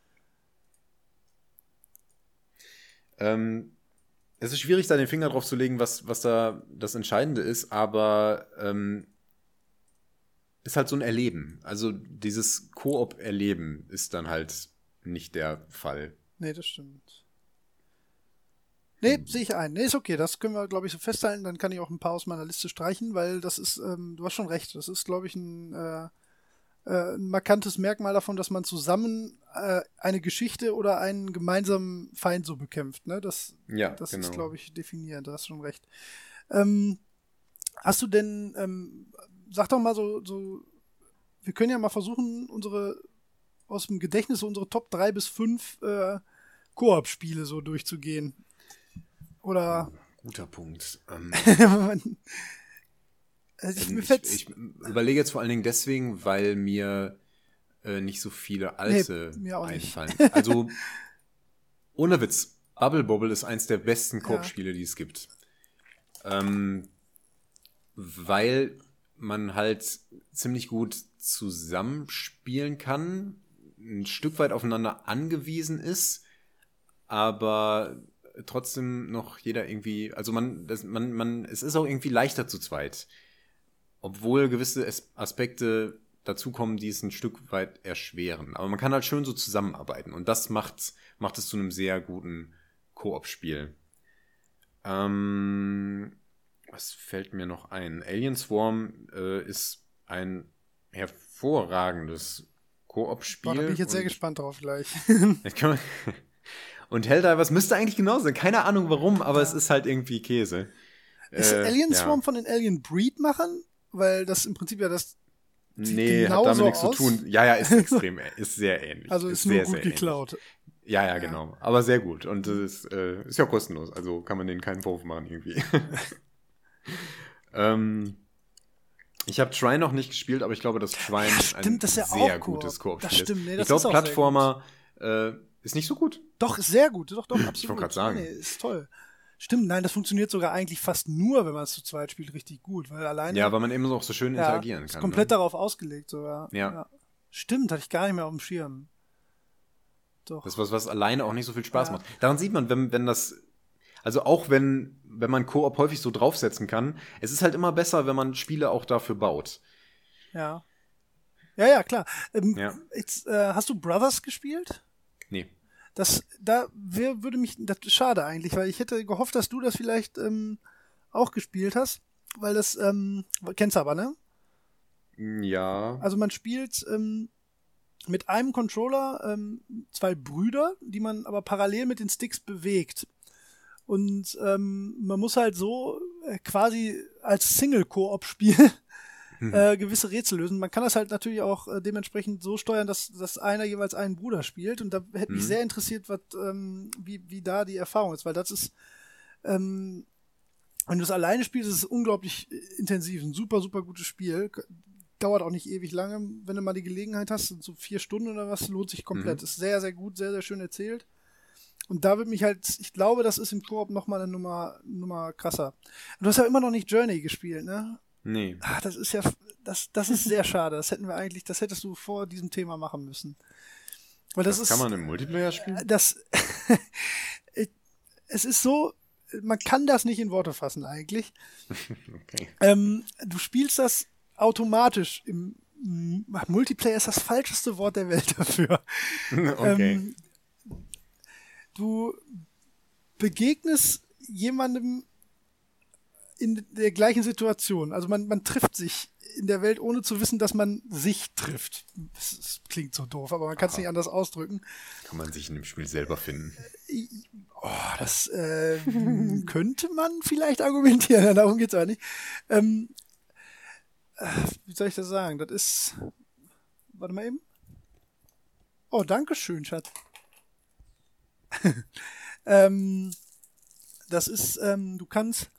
Ähm, es ist schwierig, da den Finger drauf zu legen, was, was da das Entscheidende ist, aber ähm, ist halt so ein Erleben. Also dieses Koop-Erleben ist dann halt nicht der Fall. Nee, das stimmt. Nee, sehe ich ein. Nee, ist okay. Das können wir, glaube ich, so festhalten. Dann kann ich auch ein paar aus meiner Liste streichen, weil das ist, ähm, du hast schon recht, das ist, glaube ich, ein, äh, äh, ein markantes Merkmal davon, dass man zusammen äh, eine Geschichte oder einen gemeinsamen Feind so bekämpft. Ne? Das, Ja, das genau. ist, glaube ich, definierend. Da hast du schon recht. Ähm, hast du denn, ähm, sag doch mal so, so, wir können ja mal versuchen, unsere aus dem Gedächtnis unsere Top drei bis fünf äh, Koop-Spiele so durchzugehen. Oder Guter Punkt. Ähm, also ich, ähm, mir ich, fällt's, ich überlege jetzt vor allen Dingen deswegen, weil mir äh, nicht so viele alte Nee, mir auch nicht. einfallen. Also, ohne Witz, Bubble Bobble ist eins der besten Koop-Spiele, die es gibt. Ähm, weil man halt ziemlich gut zusammenspielen kann, ein Stück weit aufeinander angewiesen ist, aber trotzdem noch jeder irgendwie, also man, das, man, man, es ist auch irgendwie leichter zu zweit. Obwohl gewisse Es- Aspekte dazukommen, die es ein Stück weit erschweren. Aber man kann halt schön so zusammenarbeiten und das macht, macht es zu einem sehr guten Koop-Spiel. Ähm, was fällt mir noch ein? Alien Swarm äh, ist ein hervorragendes Koop-Spiel. boah, da bin ich jetzt sehr und- gespannt drauf gleich. Jetzt kann man und Helldivers müsste eigentlich genauso sein. Keine Ahnung warum, aber es ist halt irgendwie Käse. Ist Äh, Alien ja. Swarm von den Alien Breed-Machern? Weil das im Prinzip ja das sieht Nee, hat genauso damit nichts aus. zu tun. Ja, ja, ist extrem, ä- ist sehr ähnlich. Also ist, sehr, nur gut sehr ähnlich. geklaut. Ja, ja, genau. Aber sehr gut. Und es ist, äh, ist ja kostenlos. Also kann man denen keinen Vorwurf machen irgendwie. ähm, ich habe Trine noch nicht gespielt, aber ich glaube, dass Trine Ja, stimmt, ein das ist ja sehr auch Koop. gutes Koop-Spiel Das stimmt, ist. nee, ich das glaube, ist auch sehr Plattformer äh, ist nicht so gut. Doch, ist sehr gut. Doch, doch, absolut. wollte grad sagen. Nee, ist toll. Stimmt, nein, das funktioniert sogar eigentlich fast nur, wenn man es zu zweit spielt, richtig gut. Weil alleine Ja, weil man eben so, so schön ja, interagieren ist kann. komplett ne? darauf ausgelegt sogar. Ja. Stimmt, hatte ich gar nicht mehr auf dem Schirm. Doch. Das ist was, was alleine auch nicht so viel Spaß Ja. macht. Daran sieht man, wenn, wenn das, also auch wenn, wenn man Koop häufig so draufsetzen kann, es ist halt immer besser, wenn man Spiele auch dafür baut. Ja. Ja, ja, klar. Ähm, Ja. Jetzt, äh, hast du Brothers gespielt? Nee. Das, da wär, würde mich, das ist schade eigentlich, weil ich hätte gehofft, dass du das vielleicht ähm, auch gespielt hast, weil das, ähm, kennst du aber, ne? Ja. Also man spielt ähm, mit einem Controller ähm, zwei Brüder, die man aber parallel mit den Sticks bewegt. Und ähm, man muss halt so äh, quasi als Single-Koop-Spiel äh, gewisse Rätsel lösen. Man kann das halt natürlich auch äh, dementsprechend so steuern, dass, dass einer jeweils einen Bruder spielt. Und da hätte mich Mhm. sehr interessiert, was, ähm, wie, wie da die Erfahrung ist, weil das ist, ähm, wenn du es alleine spielst, ist es unglaublich äh, intensiv. Ein super, super gutes Spiel. K- Dauert auch nicht ewig lange, wenn du mal die Gelegenheit hast, sind so vier Stunden oder was, lohnt sich komplett. Mhm. Ist sehr, sehr gut, sehr, sehr schön erzählt. Und da wird mich halt, ich glaube, das ist im Koop nochmal eine Nummer, Nummer krasser. Du hast ja immer noch nicht Journey gespielt, ne? Nee. Ah, das ist ja, das, das ist sehr schade. Das hätten wir eigentlich, das hättest du vor diesem Thema machen müssen. Weil das, Das ist, kann man im Multiplayer spielen? das, es ist so, man kann das nicht in Worte fassen eigentlich. Okay. Ähm, du spielst das automatisch im, Multiplayer ist das falscheste Wort der Welt dafür. Okay. Ähm, du begegnest jemandem in der gleichen Situation. Also man, man trifft sich in der Welt, ohne zu wissen, dass man sich trifft. Das, das klingt so doof, aber man kann es nicht anders ausdrücken. Kann man sich in dem Spiel selber finden. Oh, das äh, könnte man vielleicht argumentieren, darum geht's auch nicht. Ähm, äh, wie soll ich das sagen? Das ist... Warte mal eben. Oh, danke schön, Schatz. ähm, das ist, ähm, du kannst...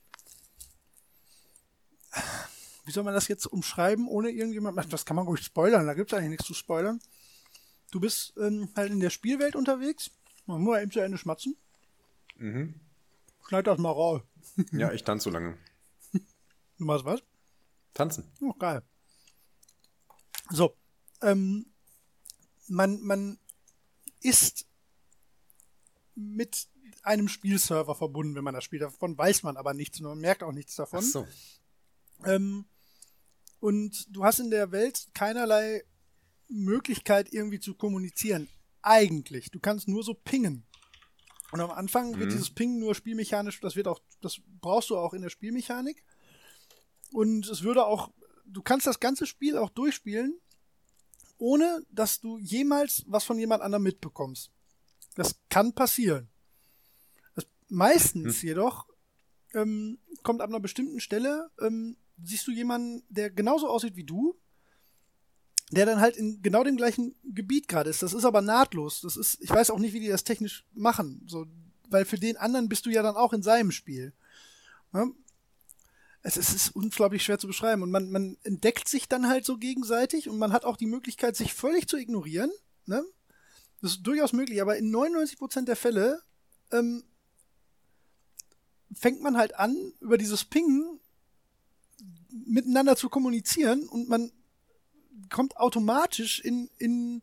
Wie soll man das jetzt umschreiben, ohne irgendjemand... Das kann man ruhig spoilern, da gibt's eigentlich nichts zu spoilern. Du bist ähm, halt in der Spielwelt unterwegs. Man muss ja eben zu Ende schmatzen. Mhm. Schneid das mal raus. Ja, ich tanze so lange. Du machst was? Tanzen. Oh, geil. So. Ähm, man, man ist mit einem Spielserver verbunden, wenn man das spielt. Davon weiß man aber nichts und man merkt auch nichts davon. Ach so. Ähm, und du hast in der Welt keinerlei Möglichkeit, irgendwie zu kommunizieren. Eigentlich. Du kannst nur so pingen. Und am Anfang mhm. wird dieses Pingen nur spielmechanisch, das wird auch, das brauchst du auch in der Spielmechanik. Und es würde auch, du kannst das ganze Spiel auch durchspielen, ohne dass du jemals was von jemand anderem mitbekommst. Das kann passieren. Das, meistens mhm. jedoch ähm, kommt ab einer bestimmten Stelle, ähm, siehst du jemanden, der genauso aussieht wie du, der dann halt in genau dem gleichen Gebiet gerade ist. Das ist aber nahtlos. Das ist, ich weiß auch nicht, wie die das technisch machen. So, weil für den anderen bist du ja dann auch in seinem Spiel. Ja? Es, es ist unglaublich schwer zu beschreiben. Und man, man entdeckt sich dann halt so gegenseitig und man hat auch die Möglichkeit, sich völlig zu ignorieren. Ne? Das ist durchaus möglich, aber in neunundneunzig Prozent der Fälle ähm, fängt man halt an, über dieses Pingen miteinander zu kommunizieren und man kommt automatisch in, in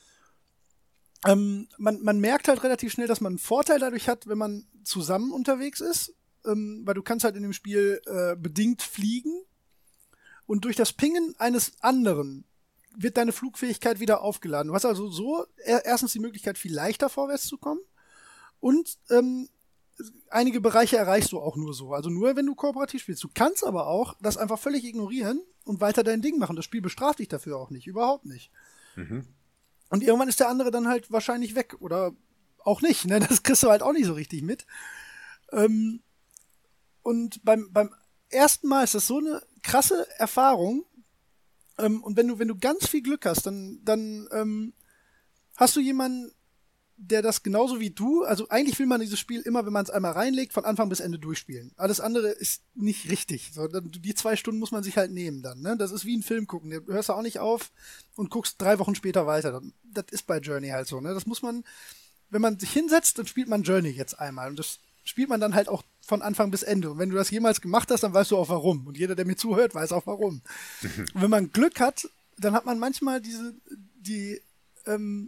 ähm, man, man merkt halt relativ schnell, dass man einen Vorteil dadurch hat, wenn man zusammen unterwegs ist, ähm, weil du kannst halt in dem Spiel äh, bedingt fliegen und durch das Pingen eines anderen wird deine Flugfähigkeit wieder aufgeladen. Du hast also so er, erstens die Möglichkeit, viel leichter vorwärts zu kommen und ähm, einige Bereiche erreichst du auch nur so. Also nur, wenn du kooperativ spielst. Du kannst aber auch das einfach völlig ignorieren und weiter dein Ding machen. Das Spiel bestraft dich dafür auch nicht. Überhaupt nicht. Mhm. Und irgendwann ist der andere dann halt wahrscheinlich weg. Oder auch nicht. Ne? Das kriegst du halt auch nicht so richtig mit. Ähm, und beim, beim ersten Mal ist das so eine krasse Erfahrung. Ähm, und wenn du, wenn du ganz viel Glück hast, dann, dann ähm, hast du jemanden, der das genauso wie du, also eigentlich will man dieses Spiel immer, wenn man es einmal reinlegt, von Anfang bis Ende durchspielen. Alles andere ist nicht richtig. So, die zwei Stunden muss man sich halt nehmen dann. Ne? Das ist wie ein Film gucken. Da hörst du auch nicht auf und guckst drei Wochen später weiter. Das ist bei Journey halt so. Ne? Das muss man, wenn man sich hinsetzt, dann spielt man Journey jetzt einmal. Und das spielt man dann halt auch von Anfang bis Ende. Und wenn du das jemals gemacht hast, dann weißt du auch warum. Und jeder, der mir zuhört, weiß auch warum. Und wenn man Glück hat, dann hat man manchmal diese, die, ähm,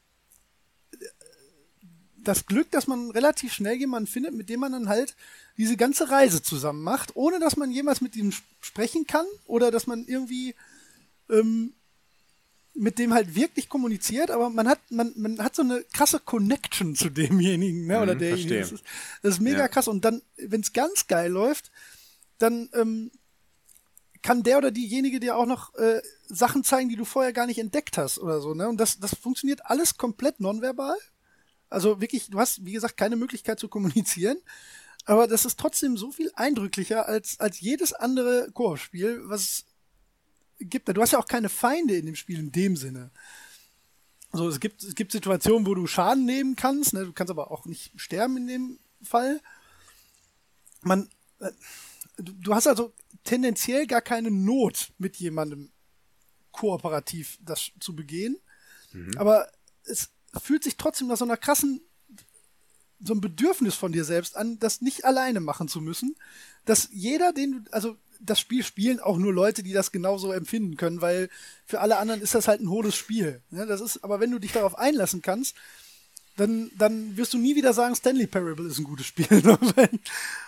das Glück, dass man relativ schnell jemanden findet, mit dem man dann halt diese ganze Reise zusammen macht, ohne dass man jemals mit ihm sprechen kann oder dass man irgendwie ähm, mit dem halt wirklich kommuniziert, aber man hat man, man hat so eine krasse Connection zu demjenigen, ne? Oder mhm, derjenigen. Das verstehe. ist, das ist mega Ja. krass. Und dann, wenn es ganz geil läuft, dann ähm, kann der oder diejenige dir auch noch äh, Sachen zeigen, die du vorher gar nicht entdeckt hast oder so, ne? Und das, das funktioniert alles komplett nonverbal. Also wirklich, du hast, wie gesagt, keine Möglichkeit zu kommunizieren, aber das ist trotzdem so viel eindrücklicher als, als jedes andere Koop-Spiel, was es gibt. Du hast ja auch keine Feinde in dem Spiel in dem Sinne. Also es gibt, es gibt Situationen, wo du Schaden nehmen kannst, ne? Du kannst aber auch nicht sterben in dem Fall. Man, äh, du, du hast also tendenziell gar keine Not, mit jemandem kooperativ das zu begehen, Mhm. aber es fühlt sich trotzdem nach so einer krassen, so ein Bedürfnis von dir selbst an, das nicht alleine machen zu müssen, dass jeder, den du, also das Spiel spielen auch nur Leute, die das genauso empfinden können, weil für alle anderen ist das halt ein hohles Spiel. Ne? Das ist, aber wenn du dich darauf einlassen kannst, dann, dann wirst du nie wieder sagen, Stanley Parable ist ein gutes Spiel.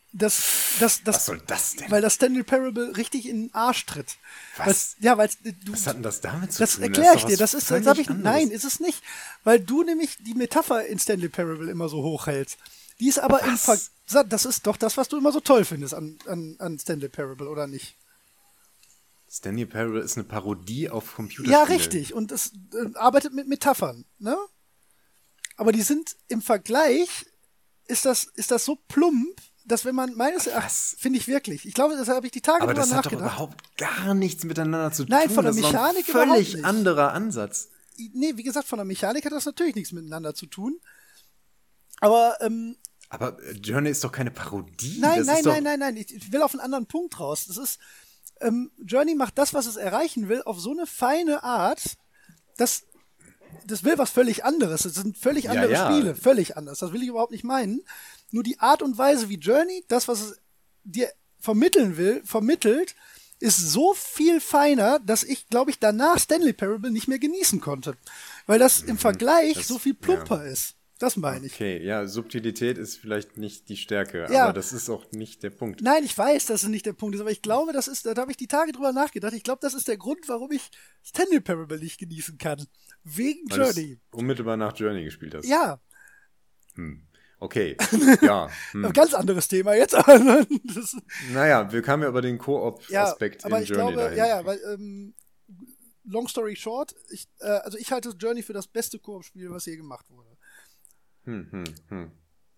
Das, das, das, Was soll das denn? Weil das Stanley Parable richtig in den Arsch tritt. Was? Weil's, ja, weil du, Was hat denn das damit zu das tun? erkläre ich doch dir. was Das ist, das völlig hab ich, anderes. nein, ist es nicht. Weil du nämlich die Metapher in Stanley Parable immer so hochhältst. Die ist aber im Ver Was? das ist doch das, was du immer so toll findest an, an, an Stanley Parable, oder nicht? Stanley Parable ist eine Parodie auf Computerspiele. Ja, richtig. Und es äh, arbeitet mit Metaphern, ne? Aber die sind im Vergleich, ist das, ist das so plump, dass wenn man meines Erachtens, finde ich wirklich, ich glaube, deshalb habe ich die Tage Aber drüber das hat doch nachgedacht. überhaupt gar nichts miteinander zu Nein, tun. von der das ist doch ein Mechanik überhaupt völlig nicht. anderer Ansatz. Nee, wie gesagt, von der Mechanik hat das natürlich nichts miteinander zu tun. Aber, ähm, Aber äh, Journey ist doch keine Parodie. nein, das nein, ist doch, nein, nein, nein, ich, ich will auf einen anderen Punkt raus. Das ist, ähm, Journey macht das, was es erreichen will, auf so eine feine Art, dass das will was völlig anderes. Das sind völlig Ja, andere ja. Spiele, völlig anders. Das will ich überhaupt nicht meinen. Nur die Art und Weise, wie Journey das, was es dir vermitteln will, vermittelt, ist so viel feiner, dass ich, glaube ich, danach Stanley Parable nicht mehr genießen konnte. Weil das im Vergleich das- so viel plumper ist. Das meine ich. Okay, ja, Subtilität ist vielleicht nicht die Stärke, Ja. aber das ist auch nicht der Punkt. Nein, ich weiß, dass es nicht der Punkt ist, aber ich glaube, das ist, da habe ich die Tage drüber nachgedacht, ich glaube, das ist der Grund, warum ich Stanley Parable nicht genießen kann. Wegen Weil du es Journey. unmittelbar nach Journey gespielt hast. Ja, Hm. Okay, ja. Hm. ein ganz anderes Thema jetzt, aber das, Naja, wir kamen ja über den ja, Koop-Aspekt aber in ich Journey glaube, dahin. ja, ja, weil, ähm, long story short, ich, äh, also ich halte Journey für das beste Koop-Spiel, was je gemacht wurde. Hm, hm, hm.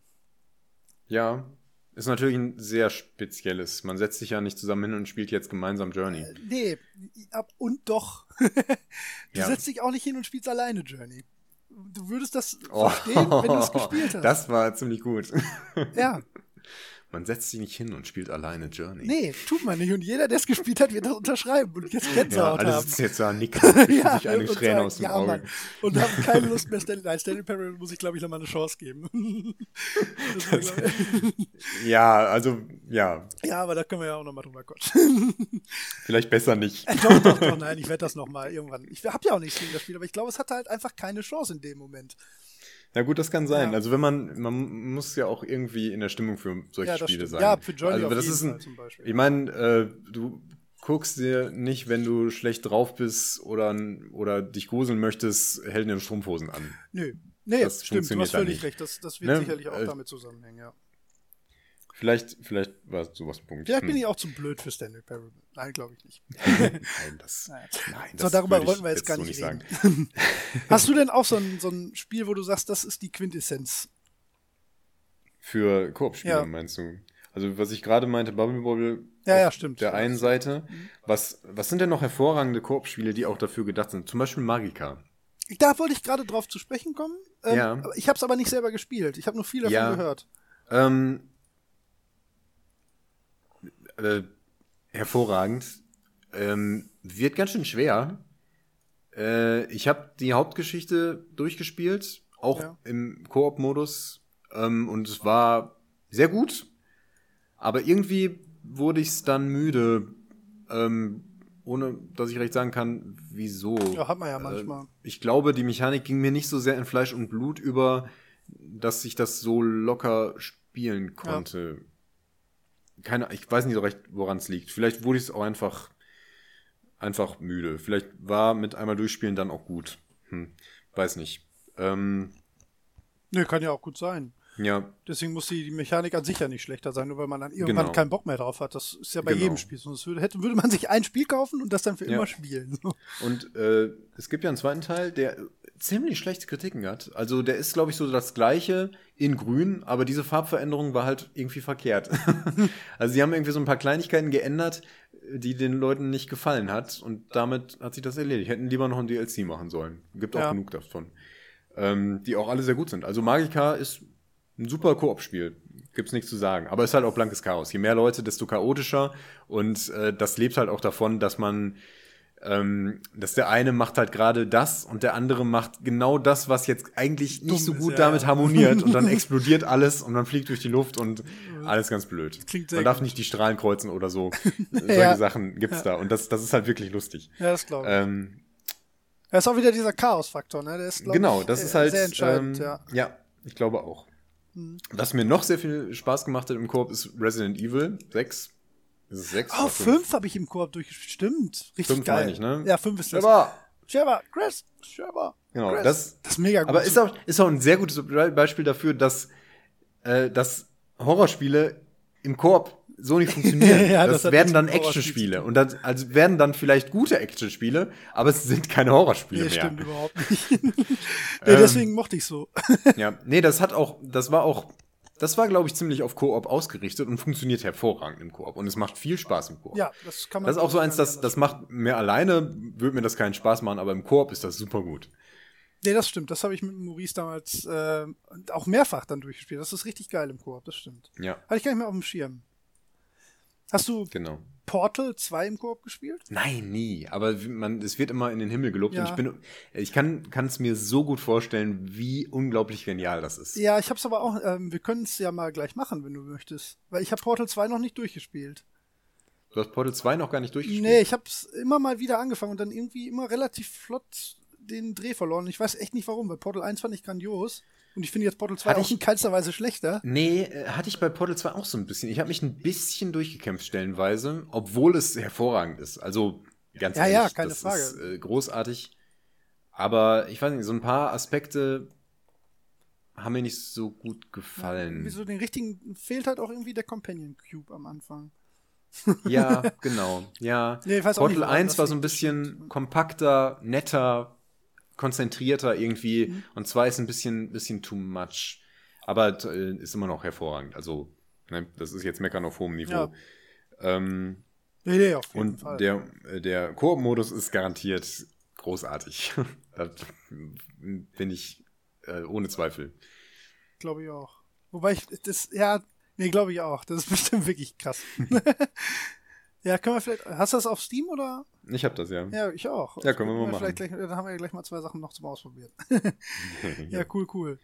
Ja, ist natürlich ein sehr spezielles. Man setzt sich ja nicht zusammen hin und spielt jetzt gemeinsam Journey. Nee, ab und doch. Du Ja. setzt dich auch nicht hin und spielst alleine Journey. Du würdest das Oh, verstehen, wenn du es gespielt hast. das war ziemlich gut. Ja, Man setzt sich nicht hin und spielt alleine Journey. nee, tut man nicht. Und jeder, der es gespielt hat, wird das unterschreiben und jetzt Ja, Gänsehaut alle haben. sitzen jetzt da, nicken, wischen Ja, sich eine und Träne sagen, aus dem ja, Auge. Mann. Und haben keine Lust mehr. Stanley, nein, Stanley Parable muss ich, glaube ich, nochmal eine Chance geben. Das war, glaub ich- Ja, also, ja, ja, aber da können wir ja auch nochmal drüber quatschen. vielleicht besser nicht. Äh, doch, doch, doch, nein, ich werde das nochmal irgendwann. Ich habe ja auch nichts gegen das Spiel, aber ich glaube, es hatte halt einfach keine Chance in dem Moment. Ja gut, das kann sein. Ja. Also wenn man, man muss ja auch irgendwie in der Stimmung für solche Ja, das Spiele stimmt. sein. Ja, für Journey also, auf das jeden ist ein, Fall zum Beispiel. Ich meine, äh, du guckst dir nicht, wenn du schlecht drauf bist oder, oder dich gruseln möchtest, Helden in Strumpfhosen an. Nö. Nee, Das stimmt, du funktioniert hast da völlig nicht. recht. Das, das wird Ne? sicherlich auch Äh, damit zusammenhängen, ja. Vielleicht, vielleicht war sowas ein Punkt. Vielleicht bin Hm. ich auch zu blöd für Stanley Parable. Nein, glaube ich nicht. Nein, das, Nein. nein, So, das darüber würde ich wollten wir jetzt gar so nicht sagen. reden. Hast du denn auch so ein, so ein Spiel, wo du sagst, das ist die Quintessenz? Für Koop-Spiele, Ja. meinst du? Also was ich gerade meinte, Bubble Bobble Ja, auf ja, stimmt. der einen Seite. Was, was sind denn noch hervorragende Koop-Spiele, die auch dafür gedacht sind? Zum Beispiel Magica. Da wollte ich gerade drauf zu sprechen kommen. Ähm, Ja. aber Ich habe es aber nicht selber gespielt. Ich habe nur viel davon Ja. gehört. Ähm, äh, hervorragend. Ähm, wird ganz schön schwer. Äh, ich habe die Hauptgeschichte durchgespielt, auch Ja. im Koop-Modus. Ähm, und es war sehr gut. Aber irgendwie wurde ich es dann müde. Ähm, ohne dass ich recht sagen kann, wieso. Ja, hat man ja manchmal. Äh, ich glaube, die Mechanik ging mir nicht so sehr in Fleisch und Blut über, dass ich das so locker spielen konnte. Keine, ich weiß nicht so recht, woran es liegt. Vielleicht wurde ich es auch einfach, einfach müde. Vielleicht war mit einmal durchspielen dann auch gut. Hm, weiß nicht. Ähm, Nö, kann ja auch gut sein. ja, Deswegen muss die, die Mechanik an sich ja nicht schlechter sein, nur weil man dann irgendwann Genau. keinen Bock mehr drauf hat. Das ist ja bei Genau. jedem Spiel. Sonst würde, hätte, würde man sich ein Spiel kaufen und das dann für Ja. immer spielen. und äh, es gibt ja einen zweiten Teil, der ziemlich schlechte Kritiken hat. Also der ist, glaube ich, so das gleiche in grün, aber diese Farbveränderung war halt irgendwie verkehrt. Also sie haben irgendwie so ein paar Kleinigkeiten geändert, die den Leuten nicht gefallen hat und damit hat sich das erledigt. Hätten lieber noch ein D L C machen sollen. Gibt auch Ja. genug davon. Ähm, die auch alle sehr gut sind. Also Magica ist ein super Koop-Spiel. Gibt's nichts zu sagen. Aber es ist halt auch blankes Chaos. Je mehr Leute, desto chaotischer. Und äh, das lebt halt auch davon, dass man ähm, dass der eine macht halt gerade das und der andere macht genau das, was jetzt eigentlich nicht Dumm so ist, gut ja, damit ja. harmoniert. Und dann explodiert alles und man fliegt durch die Luft und alles ganz blöd. Klingt sehr Man darf gut. nicht die Strahlen kreuzen oder so. Solche Ja. Sachen gibt's da. Und das, das ist halt wirklich lustig. Ja, das glaube ich. Ähm, Das ist auch wieder dieser Chaos-Faktor, ne? Der ist, glaub genau, ich, das äh, ist halt sehr entscheidend, ähm, ja. ja, ich glaube auch. Hm. Was mir noch sehr viel Spaß gemacht hat im Koop ist Resident Evil sechs. Ist es sechs? Oh, fünf habe ich im Koop durchgespielt. Stimmt. Richtig fünf geil. meine ich, ne? Ja, fünf ist das. Aber Trevor, Chris, Trevor. genau, Chris. das, das ist mega gut. aber ist auch, ist auch ein sehr gutes Beispiel dafür, dass, äh, dass Horrorspiele im Koop so nicht funktionieren. Ja, das, das werden dann nichts mit Actionspiele. Und das also werden dann vielleicht gute Actionspiele, aber es sind keine Horrorspiele nee, mehr. stimmt überhaupt nicht. nee, deswegen mochte ich so. Ja, nee, das hat auch, das war auch, das war, glaube ich, ziemlich auf Koop ausgerichtet und funktioniert hervorragend im Koop. Und es macht viel Spaß im Koop. Ja, das kann man. Das ist auch so eins, das, das das macht mir alleine, würde mir das keinen Spaß machen, aber im Koop ist das super gut. Nee, das stimmt. Das habe ich mit Maurice damals äh, auch mehrfach dann durchgespielt. Das ist richtig geil im Koop, das stimmt. Ja. Hatte ich gar nicht mehr auf dem Schirm. Hast du Genau. Portal zwei im Koop gespielt? Nein, nie. Aber man, es wird immer in den Himmel gelobt. Ja. Und ich bin, ich kann es mir so gut vorstellen, wie unglaublich genial das ist. Ja, ich hab's aber auch, ähm, wir können es ja mal gleich machen, wenn du möchtest. Weil ich habe Portal zwei noch nicht durchgespielt. Du hast Portal zwei noch gar nicht durchgespielt? Nee, ich hab's immer mal wieder angefangen und dann irgendwie immer relativ flott den Dreh verloren. Ich weiß echt nicht warum, weil Portal eins fand ich grandios. Und ich finde jetzt Portal zwei Hatte auch ich- in keinster Weise schlechter. Nee, äh, hatte ich bei Portal zwei auch so ein bisschen. Ich habe mich ein bisschen durchgekämpft stellenweise, obwohl es hervorragend ist. Also ganz Ja, ehrlich, ja, keine das Frage. ist äh, großartig. Aber ich weiß nicht, so ein paar Aspekte haben mir nicht so gut gefallen. Wieso den richtigen, fehlt halt auch irgendwie der Companion Cube am Anfang. Ja, genau. Ja. Nee, ich weiß auch Portal nicht, woran eins das war so ein liegt, das bisschen stimmt. kompakter, netter, konzentrierter irgendwie. Mhm. Und zwei ist ein bisschen, bisschen too much. Aber äh, ist immer noch hervorragend. Also, ne, das ist jetzt Meckern auf hohem Niveau. Ja. Ähm, Nee, nee, auf jeden und Fall. der, äh, der Koop-Modus ist garantiert großartig. Da bin ich äh, ohne Zweifel. Glaube ich auch. Wobei ich, das, ja, nee, glaube ich auch. Das ist bestimmt wirklich krass. Ja, können wir vielleicht, hast du das auf Steam oder? Ich hab das, ja. Ja, ich auch. Ja, können wir mal Das machen. vielleicht gleich, dann haben wir ja gleich mal zwei Sachen noch zum Ausprobieren. Ja, cool, cool.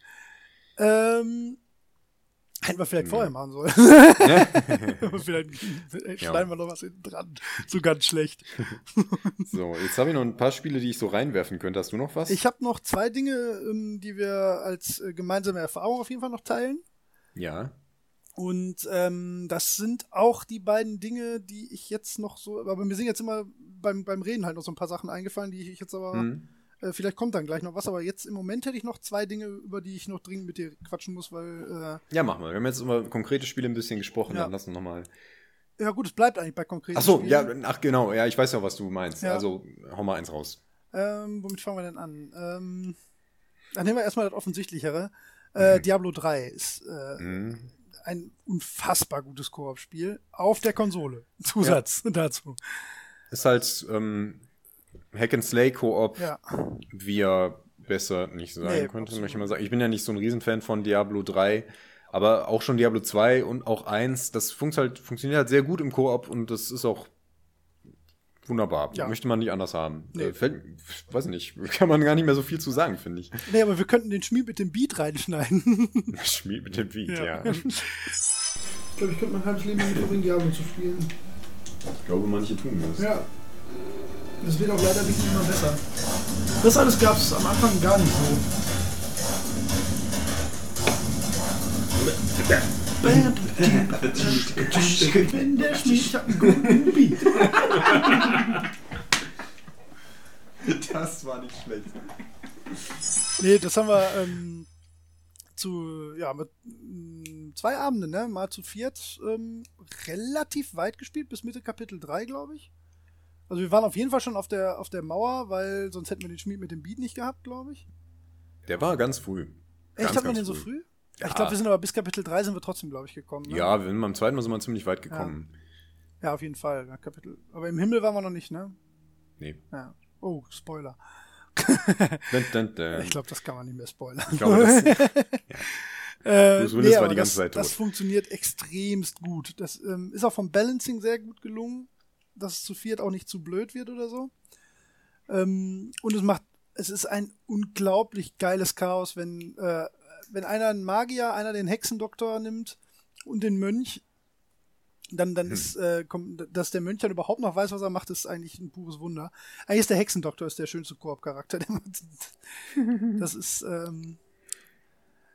Ähm, hätten wir vielleicht vorher machen sollen. vielleicht vielleicht Ja. schneiden wir noch was hinten dran. So ganz schlecht. So, jetzt habe ich noch ein paar Spiele, die ich so reinwerfen könnte. Hast du noch was? Ich habe noch zwei Dinge, ähm, die wir als äh, gemeinsame Erfahrung auf jeden Fall noch teilen. Ja. Und ähm, das sind auch die beiden Dinge, die ich jetzt noch so, aber mir sind jetzt immer beim, beim Reden halt noch so ein paar Sachen eingefallen, die ich jetzt aber, Hm. äh, vielleicht kommt dann gleich noch was, aber jetzt im Moment hätte ich noch zwei Dinge, über die ich noch dringend mit dir quatschen muss, weil, Ja, machen wir. Wir haben jetzt über konkrete Spiele ein bisschen gesprochen. Ja. Dann lass uns nochmal. äh, ja gut, es bleibt eigentlich bei konkreten Ach so, Spielen. ja, ach genau. Ja, ich weiß ja, was du meinst. Ja. Also, hau mal eins raus. Ähm, womit fangen wir denn an? Ähm, dann nehmen wir erstmal das Offensichtlichere. Äh, Diablo drei ist äh, Mhm. ein unfassbar gutes Koop-Spiel auf der Konsole. Zusatz dazu. Ist halt ähm, Hack and Slay Koop, Ja. wie er besser nicht sagen Nee, könnte, absolut. möchte ich mal sagen. Ich bin ja nicht so ein Riesenfan von Diablo drei, aber auch schon Diablo zwei und auch eins, das funkt halt, funktioniert halt sehr gut im Koop und das ist auch wunderbar. Ja. Möchte man nicht anders haben. Nee. Äh, fällt, weiß nicht, kann man gar nicht mehr so viel zu sagen, finde ich. Nee, aber wir könnten den Schmied mit dem Beat reinschneiden. Schmied mit dem Beat, Ja. ja. Ich glaube, ich könnte mein halbes Leben damit verbringen, Diablo zu spielen. Ich glaube, manche tun das. Ja. Das wird auch leider nicht immer besser. Das alles gab es am Anfang gar nicht so. Wenn der Schmied, ich hab einen guten Beat. Das war nicht schlecht. Nee, das haben wir ähm, zu, ja, mit mm, zwei Abenden, ne, mal zu viert, ähm, relativ weit gespielt, bis Mitte Kapitel drei, glaube ich. Also wir waren auf jeden Fall schon auf der, auf der Mauer, weil sonst hätten wir den Schmied mit dem Beat nicht gehabt, glaube ich. Der war ganz früh. Echt, Ganz, hat man ganz den so früh? Ja. Ich glaube, wir sind aber bis Kapitel drei sind wir trotzdem, glaube ich, gekommen. Ne? Ja, wir sind beim zweiten Mal sind wir ziemlich weit gekommen. Ja, auf jeden Fall. Ja, Kapitel. Aber im Himmel waren wir noch nicht, ne? Nee. Ja. Oh, Spoiler. Dun, dun, dun. Ich glaube, das kann man nicht mehr spoilern. Ich glaube, das, Äh, Bruce Willis war aber die ganze das, Zeit tot. Das funktioniert extremst gut. Das ähm, ist auch vom Balancing sehr gut gelungen, dass es zu viert auch nicht zu blöd wird oder so. Ähm, und es macht, es ist ein unglaublich geiles Chaos, wenn, äh, wenn einer einen Magier, einer den Hexendoktor nimmt und den Mönch, dann, dann Hm. ist, äh, kommt, dass der Mönch dann überhaupt noch weiß, was er macht, ist eigentlich ein pures Wunder. Eigentlich ist der Hexendoktor ist der schönste Koop-Charakter. Der macht- Das ist, ähm,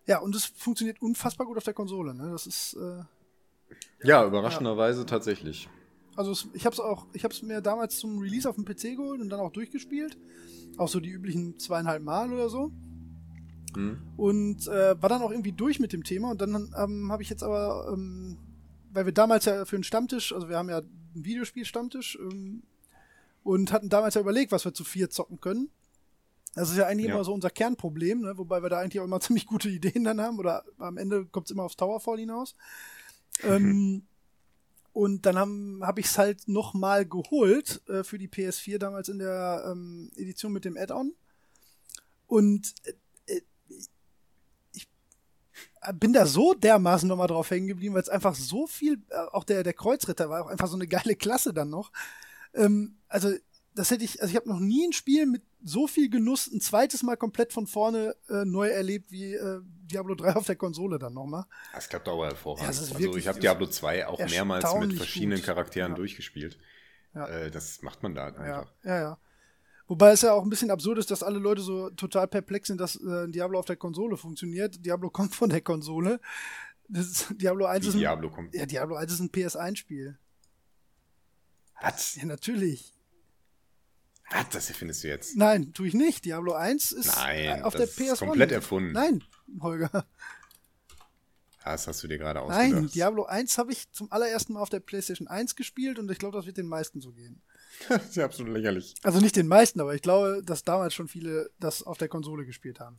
Ja, und es funktioniert unfassbar gut auf der Konsole, ne? Das ist, äh, Ja, überraschenderweise ja. tatsächlich. Also es, ich habe es auch, ich habe es mir damals zum Release auf dem P C geholt und dann auch durchgespielt. Auch so die üblichen zweieinhalb Mal oder so. Hm. Und äh, war dann auch irgendwie durch mit dem Thema. Und dann ähm, habe ich jetzt aber, ähm, weil wir damals ja für einen Stammtisch, also wir haben ja einen Videospiel-Stammtisch ähm, und hatten damals ja überlegt, was wir zu vier zocken können. Das ist ja eigentlich ja. immer so unser Kernproblem, ne? Wobei wir da eigentlich auch immer ziemlich gute Ideen dann haben. Oder am Ende kommt es immer aufs Towerfall hinaus. ähm, Und dann habe hab ich es halt nochmal geholt äh, für die P S vier damals in der ähm, Edition mit dem Add-on. Und äh, ich bin da so dermaßen nochmal drauf hängen geblieben, weil es einfach so viel, äh, auch der, der Kreuzritter war auch einfach so eine geile Klasse dann noch. Ähm, also das hätte ich, also ich habe noch nie ein Spiel mit so viel Genuss ein zweites Mal komplett von vorne äh, neu erlebt wie äh, Diablo drei auf der Konsole dann nochmal. Das klappt aber hervorragend. Ja, also ich habe Diablo zwei auch mehrmals mit verschiedenen gut. Charakteren ja. durchgespielt. Ja. Äh, das macht man da halt einfach. Ja, ja, ja. Wobei es ja auch ein bisschen absurd ist, dass alle Leute so total perplex sind, dass äh, Diablo auf der Konsole funktioniert. Diablo kommt von der Konsole. Das ist, Diablo eins ist ein, Diablo kommt. Ja, Diablo eins ist ein P S eins Spiel. Was? Ja, natürlich. Was? Das findest du jetzt? Nein, tue ich nicht. Diablo eins ist Nein, auf das der P S eins. Ist komplett erfunden. Nein, Holger. Das hast du dir gerade ausgedacht. Nein, Diablo eins habe ich zum allerersten Mal auf der PlayStation eins gespielt und ich glaube, das wird den meisten so gehen. Das ist ja absolut lächerlich. Also nicht den meisten, aber ich glaube, dass damals schon viele das auf der Konsole gespielt haben.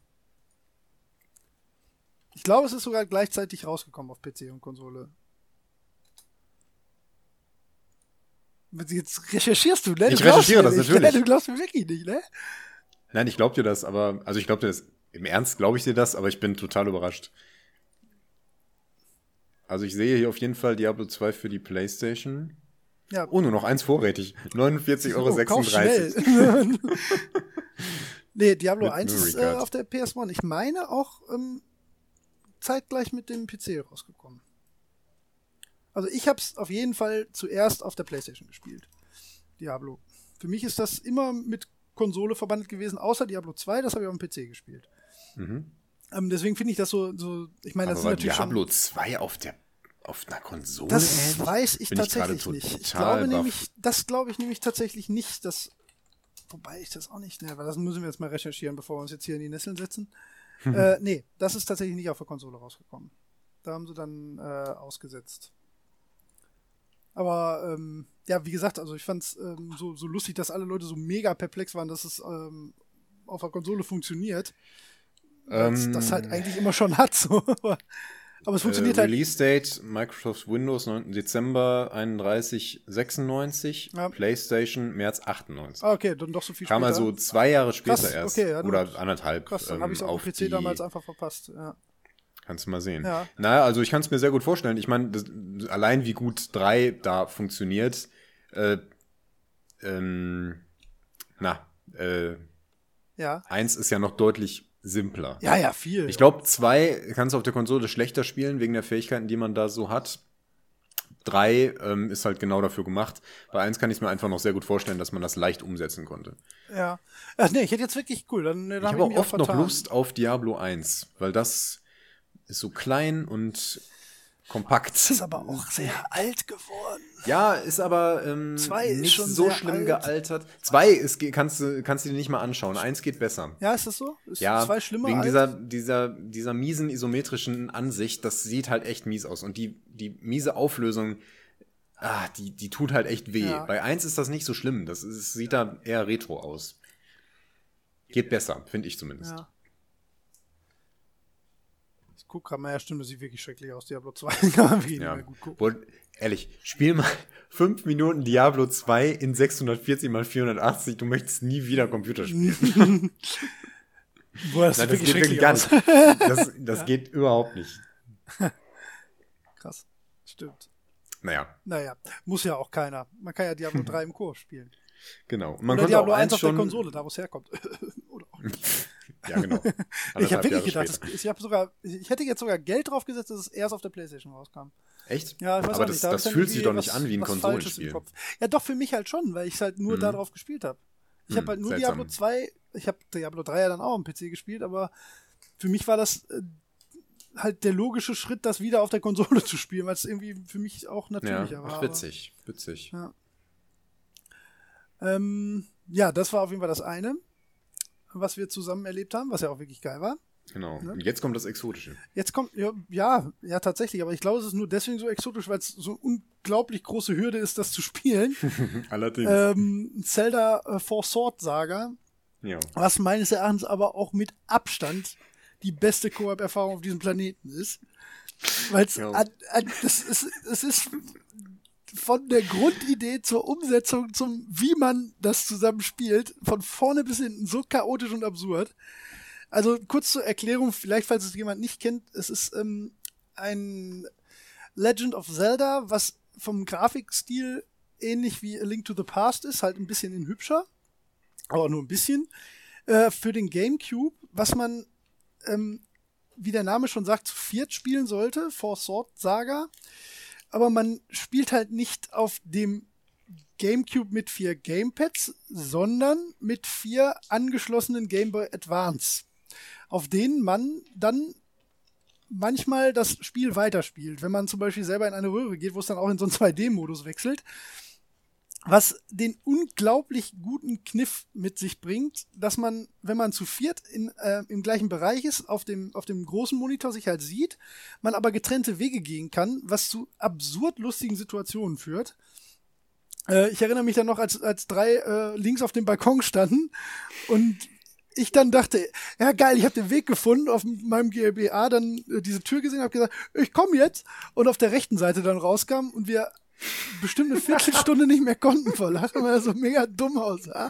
Ich glaube, es ist sogar gleichzeitig rausgekommen auf P C und Konsole. Jetzt recherchierst du, ne? Du ich recherchiere das nicht, natürlich. Ne? Du glaubst mir wirklich nicht, ne? Nein, ich glaub dir das, aber, also ich glaub dir das, im Ernst glaube ich dir das, aber ich bin total überrascht. Also ich sehe hier auf jeden Fall Diablo zwei für die PlayStation. Ja. Oh, nur noch eins vorrätig. neunundvierzig Euro sechsunddreißig. Oh, nee, Diablo eins ist äh, auf der P S eins. Ich meine auch ähm, zeitgleich mit dem P C rausgekommen. Also ich habe es auf jeden Fall zuerst auf der PlayStation gespielt. Diablo. Für mich ist das immer mit Konsole verbandelt gewesen, außer Diablo zwei, das habe ich auf dem P C gespielt. Mhm. Ähm, deswegen finde ich das so, so ich meine, das Aber ist natürlich Diablo schon, zwei auf der auf einer Konsole? Das äh, weiß ich Bin tatsächlich ich nicht. Ich total glaube baff. nämlich, das glaube ich nämlich tatsächlich nicht, dass, wobei ich das auch nicht, ne, weil das müssen wir jetzt mal recherchieren, bevor wir uns jetzt hier in die Nesseln setzen. äh, nee, das ist tatsächlich nicht auf der Konsole rausgekommen. Da haben sie dann äh, ausgesetzt. Aber, ähm, ja, wie gesagt, also ich fand's ähm, so, so lustig, dass alle Leute so mega perplex waren, dass es ähm, auf der Konsole funktioniert. Weil es Ähm, das halt eigentlich immer schon hat. So. Aber es funktioniert äh, halt. Release Date, Microsoft Windows neunten Dezember einunddreißig sechsundneunzig, Ja. PlayStation März achtundneunzig. Ah, okay, dann doch so viel Kam später. also zwei Jahre später Krass, erst. okay, ja, oder dann- anderthalb. Krass, dann ähm, habe ich es auf dem auf P C die- damals einfach verpasst. Ja. Kannst du mal sehen. Ja. Naja, also ich kann es mir sehr gut vorstellen. Ich meine, das- allein wie gut drei da funktioniert, äh, ähm, na, äh, Ja. eins ist ja noch deutlich simpler. Ja, ja, viel. Ich glaube, zwei kannst du auf der Konsole schlechter spielen, wegen der Fähigkeiten, die man da so hat. Drei ähm, ist halt genau dafür gemacht. Bei eins kann ich es mir einfach noch sehr gut vorstellen, dass man das leicht umsetzen konnte. Ja. Ach nee, ich hätte jetzt wirklich cool. Dann, dann Ich hab habe auch mich auch oft noch vertan. Lust auf Diablo eins, weil das ist so klein und kompakt. Das ist aber auch sehr alt geworden. Ja, ist aber ähm, Zwei ist nicht schon so sehr schlimm alt. gealtert. Zwei ist, ge- kannst du kannst du dir nicht mal anschauen. Eins geht besser. Ja, ist das so? Ist Ja, zwei schlimmer wegen alt? dieser, dieser, dieser miesen isometrischen Ansicht, das sieht halt echt mies aus. Und die, die miese Auflösung, ah, die, die tut halt echt weh. Ja. Bei eins ist das nicht so schlimm. Das ist, sieht da eher retro aus. Geht besser, finde ich zumindest. Ja. Ich guck gerade mal, ja, stimmt, das sieht wirklich schrecklich aus. Diablo zwei kann man wirklich Ja. nicht mehr gut gucken. Wohl, ehrlich, spiel mal fünf Minuten Diablo zwei in sechshundertvierzig mal vierhundertachtzig. Du möchtest nie wieder Computer spielen. Boah, das Nein, sieht das wirklich geht schrecklich wirklich gar aus. nicht. Das, das geht überhaupt nicht. Krass. Stimmt. Naja, Naja, muss ja auch keiner. Man kann ja Diablo drei im Koop spielen. genau. Man Oder konnte Diablo auch eins eins auf schon. der Konsole, da wo es herkommt. Oder auch nicht. Ja, genau. Ich habe Anderthalb wirklich Jahre gedacht, später. das, ich, hab sogar, ich hätte jetzt sogar Geld drauf gesetzt, dass es erst auf der PlayStation rauskam. Echt? Ja, ich weiß Aber auch das, nicht. da hab das ich dann fühlt sich irgendwie doch nicht was- an wie ein was Falsches im Konsolenspiel. Kopf. Ja, doch, für mich halt schon, weil ich es halt nur Mhm. darauf gespielt habe. Ich Hm, habe halt nur seltsam. Diablo zwei, ich habe Diablo drei ja dann auch am P C gespielt, aber für mich war das äh, halt der logische Schritt, das wieder auf der Konsole zu spielen, weil es irgendwie für mich auch natürlicher ja, war. Ach, witzig, witzig. Ja. Ähm, ja, das war auf jeden Fall das eine, was wir zusammen erlebt haben, was ja auch wirklich geil war. Genau. Ne? Und jetzt kommt das Exotische. Jetzt kommt, ja, ja, ja, tatsächlich, aber ich glaube, es ist nur deswegen so exotisch, weil es so eine unglaublich große Hürde ist, das zu spielen. Allerdings. Ähm, Zelda äh, Four Sword Saga, ja. was meines Erachtens aber auch mit Abstand die beste Koop-Erfahrung auf diesem Planeten ist. Weil es Ja. es ist, es ist von der Grundidee zur Umsetzung, zum wie man das zusammen spielt, von vorne bis hinten so chaotisch und absurd. Also kurz zur Erklärung, vielleicht falls es jemand nicht kennt, es ist ähm, ein Legend of Zelda, was vom Grafikstil ähnlich wie A Link to the Past ist, halt ein bisschen in hübscher, aber nur ein bisschen, äh, für den GameCube, was man, ähm, wie der Name schon sagt, zu viert spielen sollte, Four Sword Saga, aber man spielt halt nicht auf dem GameCube mit vier Gamepads, sondern mit vier angeschlossenen Game Boy Advance, auf denen man dann manchmal das Spiel weiterspielt. Wenn man zum Beispiel selber in eine Röhre geht, wo es dann auch in so einen zwei D-Modus wechselt, was den unglaublich guten Kniff mit sich bringt, dass man, wenn man zu viert in, äh, im gleichen Bereich ist, auf dem, auf dem großen Monitor sich halt sieht, man aber getrennte Wege gehen kann, was zu absurd lustigen Situationen führt. Äh, ich erinnere mich dann noch, als, als drei äh, links auf dem Balkon standen und ich dann dachte, ja geil, ich habe den Weg gefunden, auf meinem G L B A dann äh, diese Tür gesehen, habe gesagt, ich komme jetzt, und auf der rechten Seite dann rauskam und wir bestimmt eine Viertelstunde nicht mehr konnten vor Lachen, weil er so mega dumm aussah.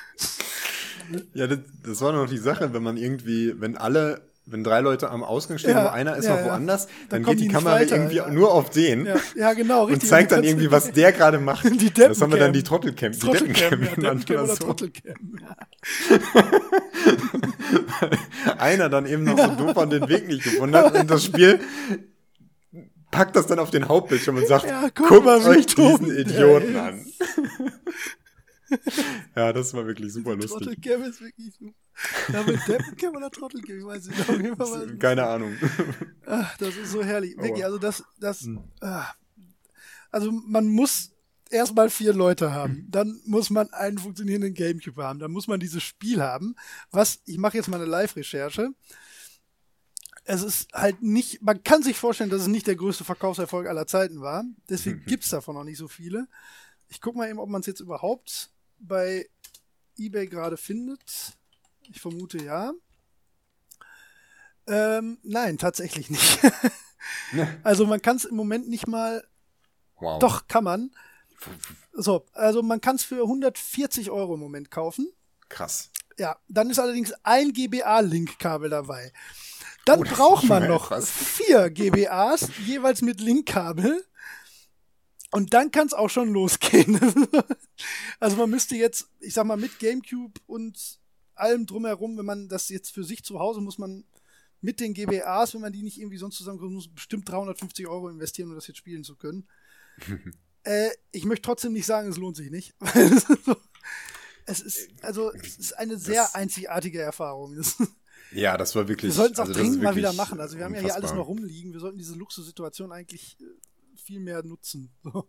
Ja, das, das war noch die Sache, wenn man irgendwie, wenn alle, wenn drei Leute am Ausgang stehen, Ja, aber einer ist ja, noch ja. woanders, Dann dann, kommen geht die die nicht Kamera weiter, irgendwie ja. nur auf den Ja, ja genau, und richtig. zeigt dann kannst irgendwie, du- was der gerade macht. Die Das haben wir dann Deppencam. die Trottelcam, die Trottelcam, Deppencam ja, genannt Deppencam oder oder so. Trottelcam. Ja. Einer dann eben noch so doof an den Weg nicht gefunden hat und das Spiel packt das dann auf den Hauptbildschirm und sagt, Ja, guck guckt mal, wie euch dumm diesen der Idioten ist. an. Ja, das war wirklich super lustig. Trottelcam ist wirklich so. Ja, mit Deppencam oder Trottelcam, ich weiß nicht. Auf jeden Fall war es- Keine Ahnung. Ach, das ist so herrlich. Aua. Wirklich, also das, das, Hm. ah. Also man muss erstmal vier Leute haben. Dann muss man einen funktionierenden Gamecube haben. Dann muss man dieses Spiel haben. Was, ich mache jetzt mal eine Live-Recherche. Es ist halt nicht, man kann sich vorstellen, dass es nicht der größte Verkaufserfolg aller Zeiten war. Deswegen gibt's davon noch nicht so viele. Ich guck mal eben, ob man es jetzt überhaupt bei eBay gerade findet. Ich vermute ja. Ähm, nein, tatsächlich nicht. Also man kann es im Moment nicht mal, Wow. doch kann man. So, also man kann es für hundertvierzig Euro im Moment kaufen. Krass. Ja, dann ist allerdings ein G B A-Link-Kabel dabei. Dann Oh, das braucht ist man schon noch etwas. vier G B As, jeweils mit Link-Kabel. Und dann kann es auch schon losgehen. Also man müsste jetzt, ich sag mal, mit GameCube und allem drumherum, wenn man das jetzt für sich zu Hause, muss man mit den G B As, wenn man die nicht irgendwie sonst zusammenkommt, muss bestimmt dreihundertfünfzig Euro investieren, um das jetzt spielen zu können. äh, ich möchte trotzdem nicht sagen, es lohnt sich nicht. Weil es ist so, es ist, also, es ist eine sehr Das- einzigartige Erfahrung. Das, Ja, das war wirklich. wir sollten es auch also das ist dringend mal wieder wirklich machen. Also wir haben ja hier alles unfassbar. noch rumliegen. Wir sollten diese Luxussituation eigentlich äh, viel mehr nutzen. So.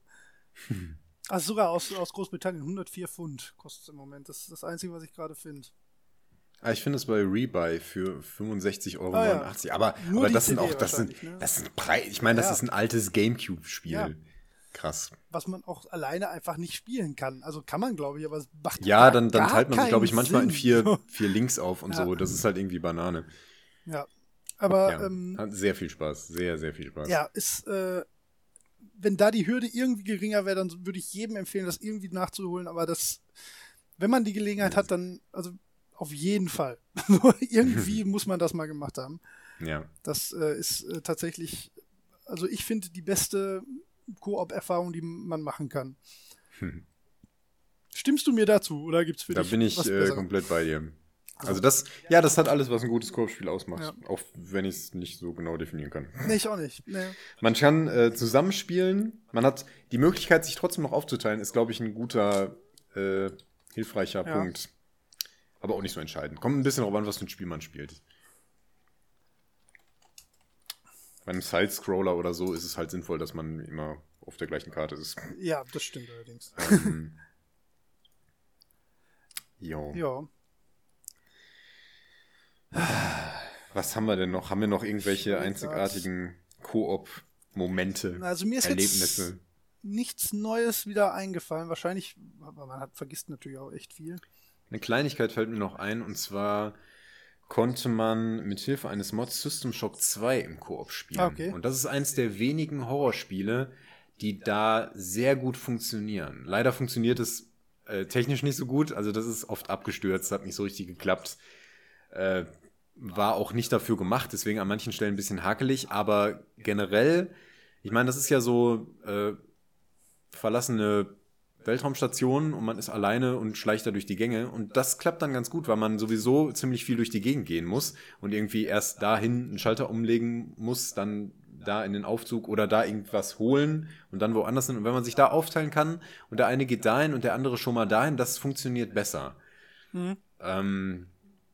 Also sogar aus, aus Großbritannien, hundertvier Pfund kostet es im Moment. Das ist das Einzige, was ich gerade finde. Ah, ich finde es bei Rebuy für fünfundsechzig Euro Ah, ja. neunundachtzig. Aber, Nur aber die das sind C D auch, das sind, wahrscheinlich, ne? das sind Preis. Ich meine, das Ja. ist ein altes Gamecube-Spiel. Ja. Krass. Was man auch alleine einfach nicht spielen kann. Also kann man, glaube ich, aber es macht Ja, gar- dann, dann gar teilt man sich, glaube ich, keinen manchmal in Sinn. vier, vier Links auf und Ja. so. Das ist halt irgendwie Banane. Ja, aber Ja, ähm, hat sehr viel Spaß. Sehr, sehr viel Spaß. ja, ist, äh, wenn da die Hürde irgendwie geringer wäre, dann würde ich jedem empfehlen, das irgendwie nachzuholen. Aber das, wenn man die Gelegenheit hat, dann, also auf jeden Fall. Irgendwie muss man das mal gemacht haben. Ja. Das äh, ist äh, tatsächlich, also ich finde, die beste Koop-Erfahrung, die man machen kann. Hm. Stimmst du mir dazu oder gibt's für Da dich bin ich was äh, Besseres? komplett bei dir. Also das, ja, das hat alles, was ein gutes Koop-Spiel ausmacht. Ja. Auch wenn ich es nicht so genau definieren kann. Nee, ich auch nicht. Nee. Man kann äh, zusammenspielen. Man hat die Möglichkeit, sich trotzdem noch aufzuteilen, ist, glaube ich, ein guter, äh, hilfreicher Ja. Punkt. Aber auch nicht so entscheidend. Kommt ein bisschen darauf an, was für ein Spiel man spielt. Bei einem Side-Scroller oder so ist es halt sinnvoll, dass man immer auf der gleichen Karte ist. Ja, das stimmt allerdings. Ähm, jo. Ja. Was haben wir denn noch? Haben wir noch irgendwelche Ich einzigartigen Koop-Momente, Also mir ist Erlebnisse? jetzt nichts Neues wieder eingefallen. Wahrscheinlich, aber man hat, vergisst natürlich auch echt viel. Eine Kleinigkeit fällt mir noch ein, und zwar konnte man mit Hilfe eines Mods System Shock zwei im Koop spielen. Ah, okay. Und das ist eines der wenigen Horrorspiele, die da sehr gut funktionieren. Leider funktioniert es äh, technisch nicht so gut, also das ist oft abgestürzt, hat nicht so richtig geklappt. Äh, war auch nicht dafür gemacht, deswegen an manchen Stellen ein bisschen hakelig, aber generell, ich meine, das ist ja so äh, verlassene Weltraumstation und man ist alleine und schleicht da durch die Gänge, und das klappt dann ganz gut, weil man sowieso ziemlich viel durch die Gegend gehen muss und irgendwie erst dahin einen Schalter umlegen muss, dann da in den Aufzug oder da irgendwas holen und dann woanders hin. Und wenn man sich da aufteilen kann und der eine geht dahin und der andere schon mal dahin, das funktioniert besser. Mhm. Ähm,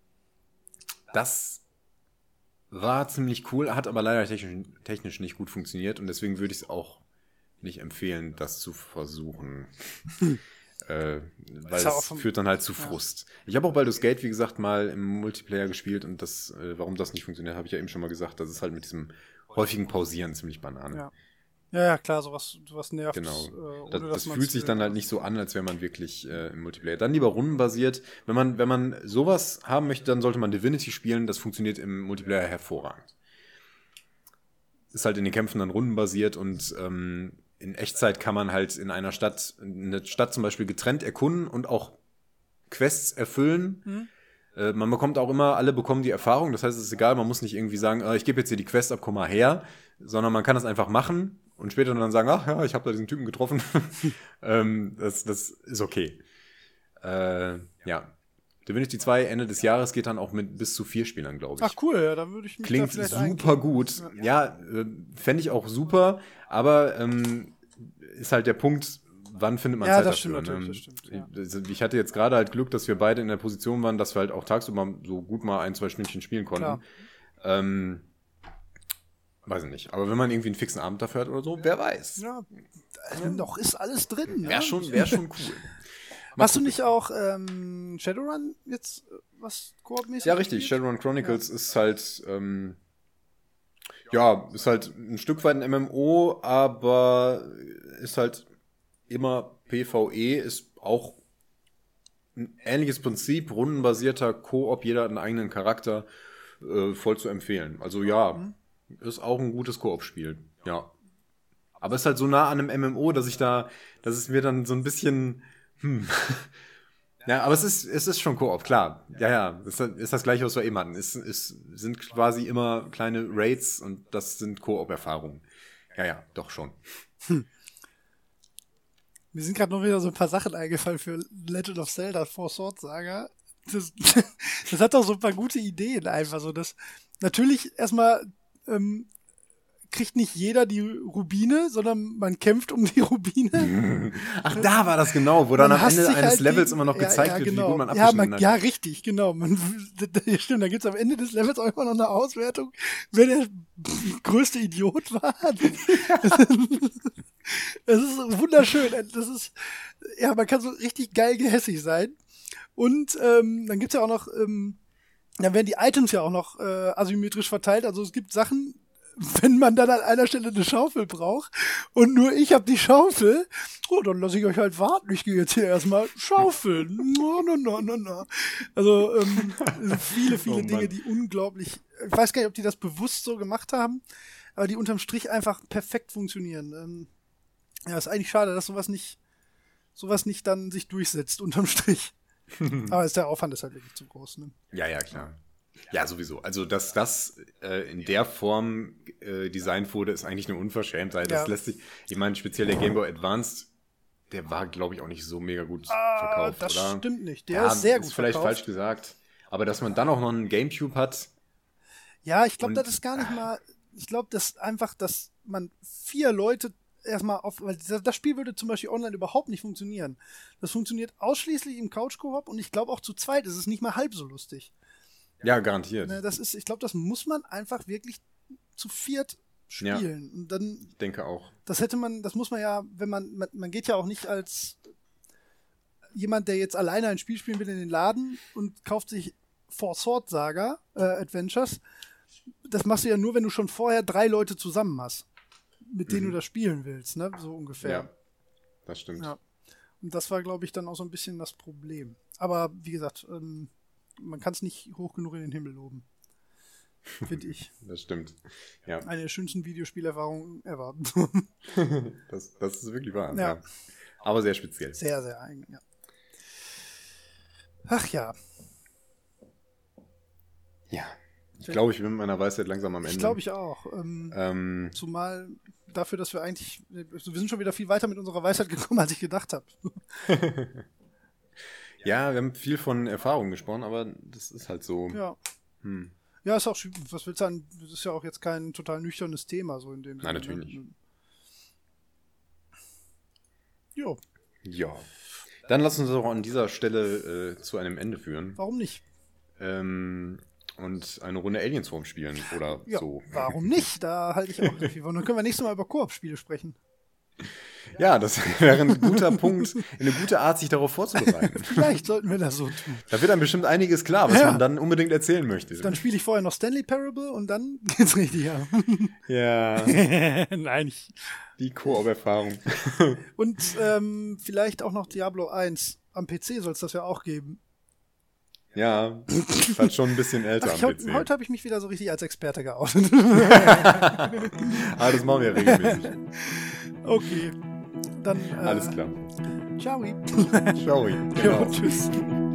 das war ziemlich cool, hat aber leider technisch, technisch nicht gut funktioniert, und deswegen würde ich es auch nicht empfehlen, das zu versuchen. äh, weil ja es vom, führt dann halt zu ja. Frust. Ich habe auch Baldur's Gate, wie gesagt, mal im Multiplayer gespielt, und das, äh, warum das nicht funktioniert, habe ich ja eben schon mal gesagt. Das ist halt mit diesem häufigen Pausieren ziemlich Banane. Ja, ja, ja klar, sowas, sowas nervt. Genau. Äh, ohne, das dass das man's fühlt sich dann will. halt nicht so an, als wäre man wirklich äh, im Multiplayer. Dann lieber rundenbasiert. Wenn man, wenn man sowas haben möchte, dann sollte man Divinity spielen. Das funktioniert im Multiplayer hervorragend. Ist halt in den Kämpfen dann rundenbasiert, und ähm, in Echtzeit kann man halt in einer Stadt, eine Stadt zum Beispiel getrennt erkunden und auch Quests erfüllen. Mhm. Äh, man bekommt auch immer, alle bekommen die Erfahrung. Das heißt, es ist egal, man muss nicht irgendwie sagen, äh, ich gebe jetzt hier die Quest ab, komm mal her, sondern man kann das einfach machen und später dann sagen, ach ja, ich habe da diesen Typen getroffen. ähm, das, das ist okay. Äh, ja. Divinity zwei Ende des Jahres geht dann auch mit bis zu vier Spielern, glaube ich. Ach cool, ja, dann würde ich mich Klingt da vielleicht super einklinken. gut. Ja. Ja, äh, fände ich auch super, aber ähm, ist halt der Punkt, wann findet man Ja, Zeit das dafür? stimmt Ne? natürlich, das stimmt, ja. Also ich hatte jetzt gerade halt Glück, dass wir beide in der Position waren, dass wir halt auch tagsüber so gut mal ein, zwei Stündchen spielen konnten. Ähm, weiß ich nicht. Aber wenn man irgendwie einen fixen Abend dafür hat oder so, wer weiß. Ja, also noch ist alles drin. Wäre Ja? schon, wär schon cool. Machst du nicht auch ähm, Shadowrun jetzt äh, was Koop-mäßig? Ja, richtig. spielt? Shadowrun Chronicles ja. ist halt, ähm, ja, ist halt ein Stück weit ein M M O, aber ist halt immer PvE, ist auch ein ähnliches Prinzip, rundenbasierter Koop, jeder hat einen eigenen Charakter, äh, voll zu empfehlen. Also ja, mhm. ist auch ein gutes Koop-Spiel, ja. Aber ist halt so nah an einem M M O, dass ich da, dass es mir dann so ein bisschen, hm. Ja, aber es ist, es ist schon Koop, klar. Ja, ja, ist, ist das gleiche, was wir eben hatten. Es, es sind quasi immer kleine Raids, und das sind Koop-Erfahrungen. Ja, ja, doch schon. Hm. Mir sind gerade noch wieder so ein paar Sachen eingefallen für Legend of Zelda Four Swords Saga. Das, das hat doch so ein paar gute Ideen einfach so. Das, natürlich erstmal ähm, kriegt nicht jeder die Rubine, sondern man kämpft um die Rubine. Ach, da war das genau, wo dann Man am Ende eines halt Levels gegen, immer noch gezeigt ja, ja, wird, genau. wie gut man ja, abgeschnitten man, hat. ja, richtig, genau. Man, stimmt, da gibt's am Ende des Levels auch immer noch eine Auswertung, wer der größte Idiot war. Das ist wunderschön. Das ist, ja, man kann so richtig geil gehässig sein. Und ähm, dann gibt's ja auch noch, ähm, dann werden die Items ja auch noch äh, asymmetrisch verteilt. Also es gibt Sachen, wenn man dann an einer Stelle eine Schaufel braucht und nur ich habe die Schaufel, oh, dann lasse ich euch halt warten. Ich gehe jetzt hier erstmal schaufeln. No, no, no, no, no. Also ähm, viele, viele Oh Dinge, die unglaublich, ich weiß gar nicht, ob die das bewusst so gemacht haben, aber die unterm Strich einfach perfekt funktionieren. Ähm, ja, ist eigentlich schade, dass sowas nicht, sowas nicht dann sich durchsetzt unterm Strich. Aber ist der Aufwand ist halt wirklich zu groß, ne? Ja, ja, klar. Ja, sowieso. Also, dass das äh, in der Form äh, designt wurde, ist eigentlich eine Unverschämtheit. Das Ja. lässt sich, ich meine, speziell der Game Boy Advanced, der war, glaube ich, auch nicht so mega gut Ah, verkauft, das oder? stimmt nicht. Der ja, ist sehr gut ist vielleicht verkauft. falsch gesagt. Aber dass man dann auch noch einen Gamecube hat, Ja, ich glaube, Und- das ist gar nicht mal, ich glaube, dass einfach, dass man vier Leute erstmal auf, weil das das Spiel würde zum Beispiel online überhaupt nicht funktionieren. Das funktioniert ausschließlich im Couch-Koop und ich glaube auch zu zweit ist es nicht mal halb so lustig. ja, garantiert. Ne, das ist, ich glaube, das muss man einfach wirklich zu viert spielen. Ja, und dann, ich denke auch. Das hätte man, das muss man ja, wenn man, man, man geht ja auch nicht als jemand, der jetzt alleine ein Spiel spielen will, in den Laden und kauft sich Four Sword Saga äh, Adventures. Das machst du ja nur, wenn du schon vorher drei Leute zusammen hast, mit denen mhm. du das spielen willst, ne? So ungefähr. Ja, das stimmt. Ja. Und das war, glaube ich, dann auch so ein bisschen das Problem. Aber wie gesagt, ähm, man kann es nicht hoch genug in den Himmel loben. Finde ich. Das stimmt. Ja. Eine der schönsten Videospielerfahrungen ever. das, das ist wirklich wahr. Ja. Ja. Aber sehr speziell. Sehr, sehr eigen, ja. Ach ja. Ja. Ich glaube, ich bin mit meiner Weisheit langsam am Ende. Ich glaube ich auch. Ähm, ähm, zumal dafür, dass wir eigentlich, wir sind schon wieder viel weiter mit unserer Weisheit gekommen, als ich gedacht habe. Ja, wir haben viel von Erfahrung gesprochen, aber das ist halt so. Ja. Hm. Ja, ist auch, was willst du sagen, das ist ja auch jetzt kein total nüchternes Thema, so in dem Nein, Sinne. Natürlich nicht. Jo. Ja. Dann lass uns doch an dieser Stelle äh, zu einem Ende führen. Warum nicht? Ähm, und eine Runde Aliens Form spielen oder ja, so. Warum nicht? Da halte ich auch sehr viel von. Dann können wir nächstes Mal über Koop-Spiele sprechen. Ja, das wäre ein guter Punkt, eine gute Art, sich darauf vorzubereiten. Vielleicht sollten wir das so tun. Da wird dann bestimmt einiges klar, was ja. man dann unbedingt erzählen möchte. Dann spiele ich vorher noch Stanley Parable und dann geht's richtig ab. Ja. Nein. Ich Die Koop-Erfahrung. Und ähm, vielleicht auch noch Diablo eins. Am P C soll es das ja auch geben. Ja, ist halt schon ein bisschen älter Ach, am P C. P C. Heute habe ich mich wieder so richtig als Experte geoutet. Ah, das machen wir regelmäßig. Okay. Dann, äh, alles klar. Ciao. Ciao. Genau. Ja, tschüss.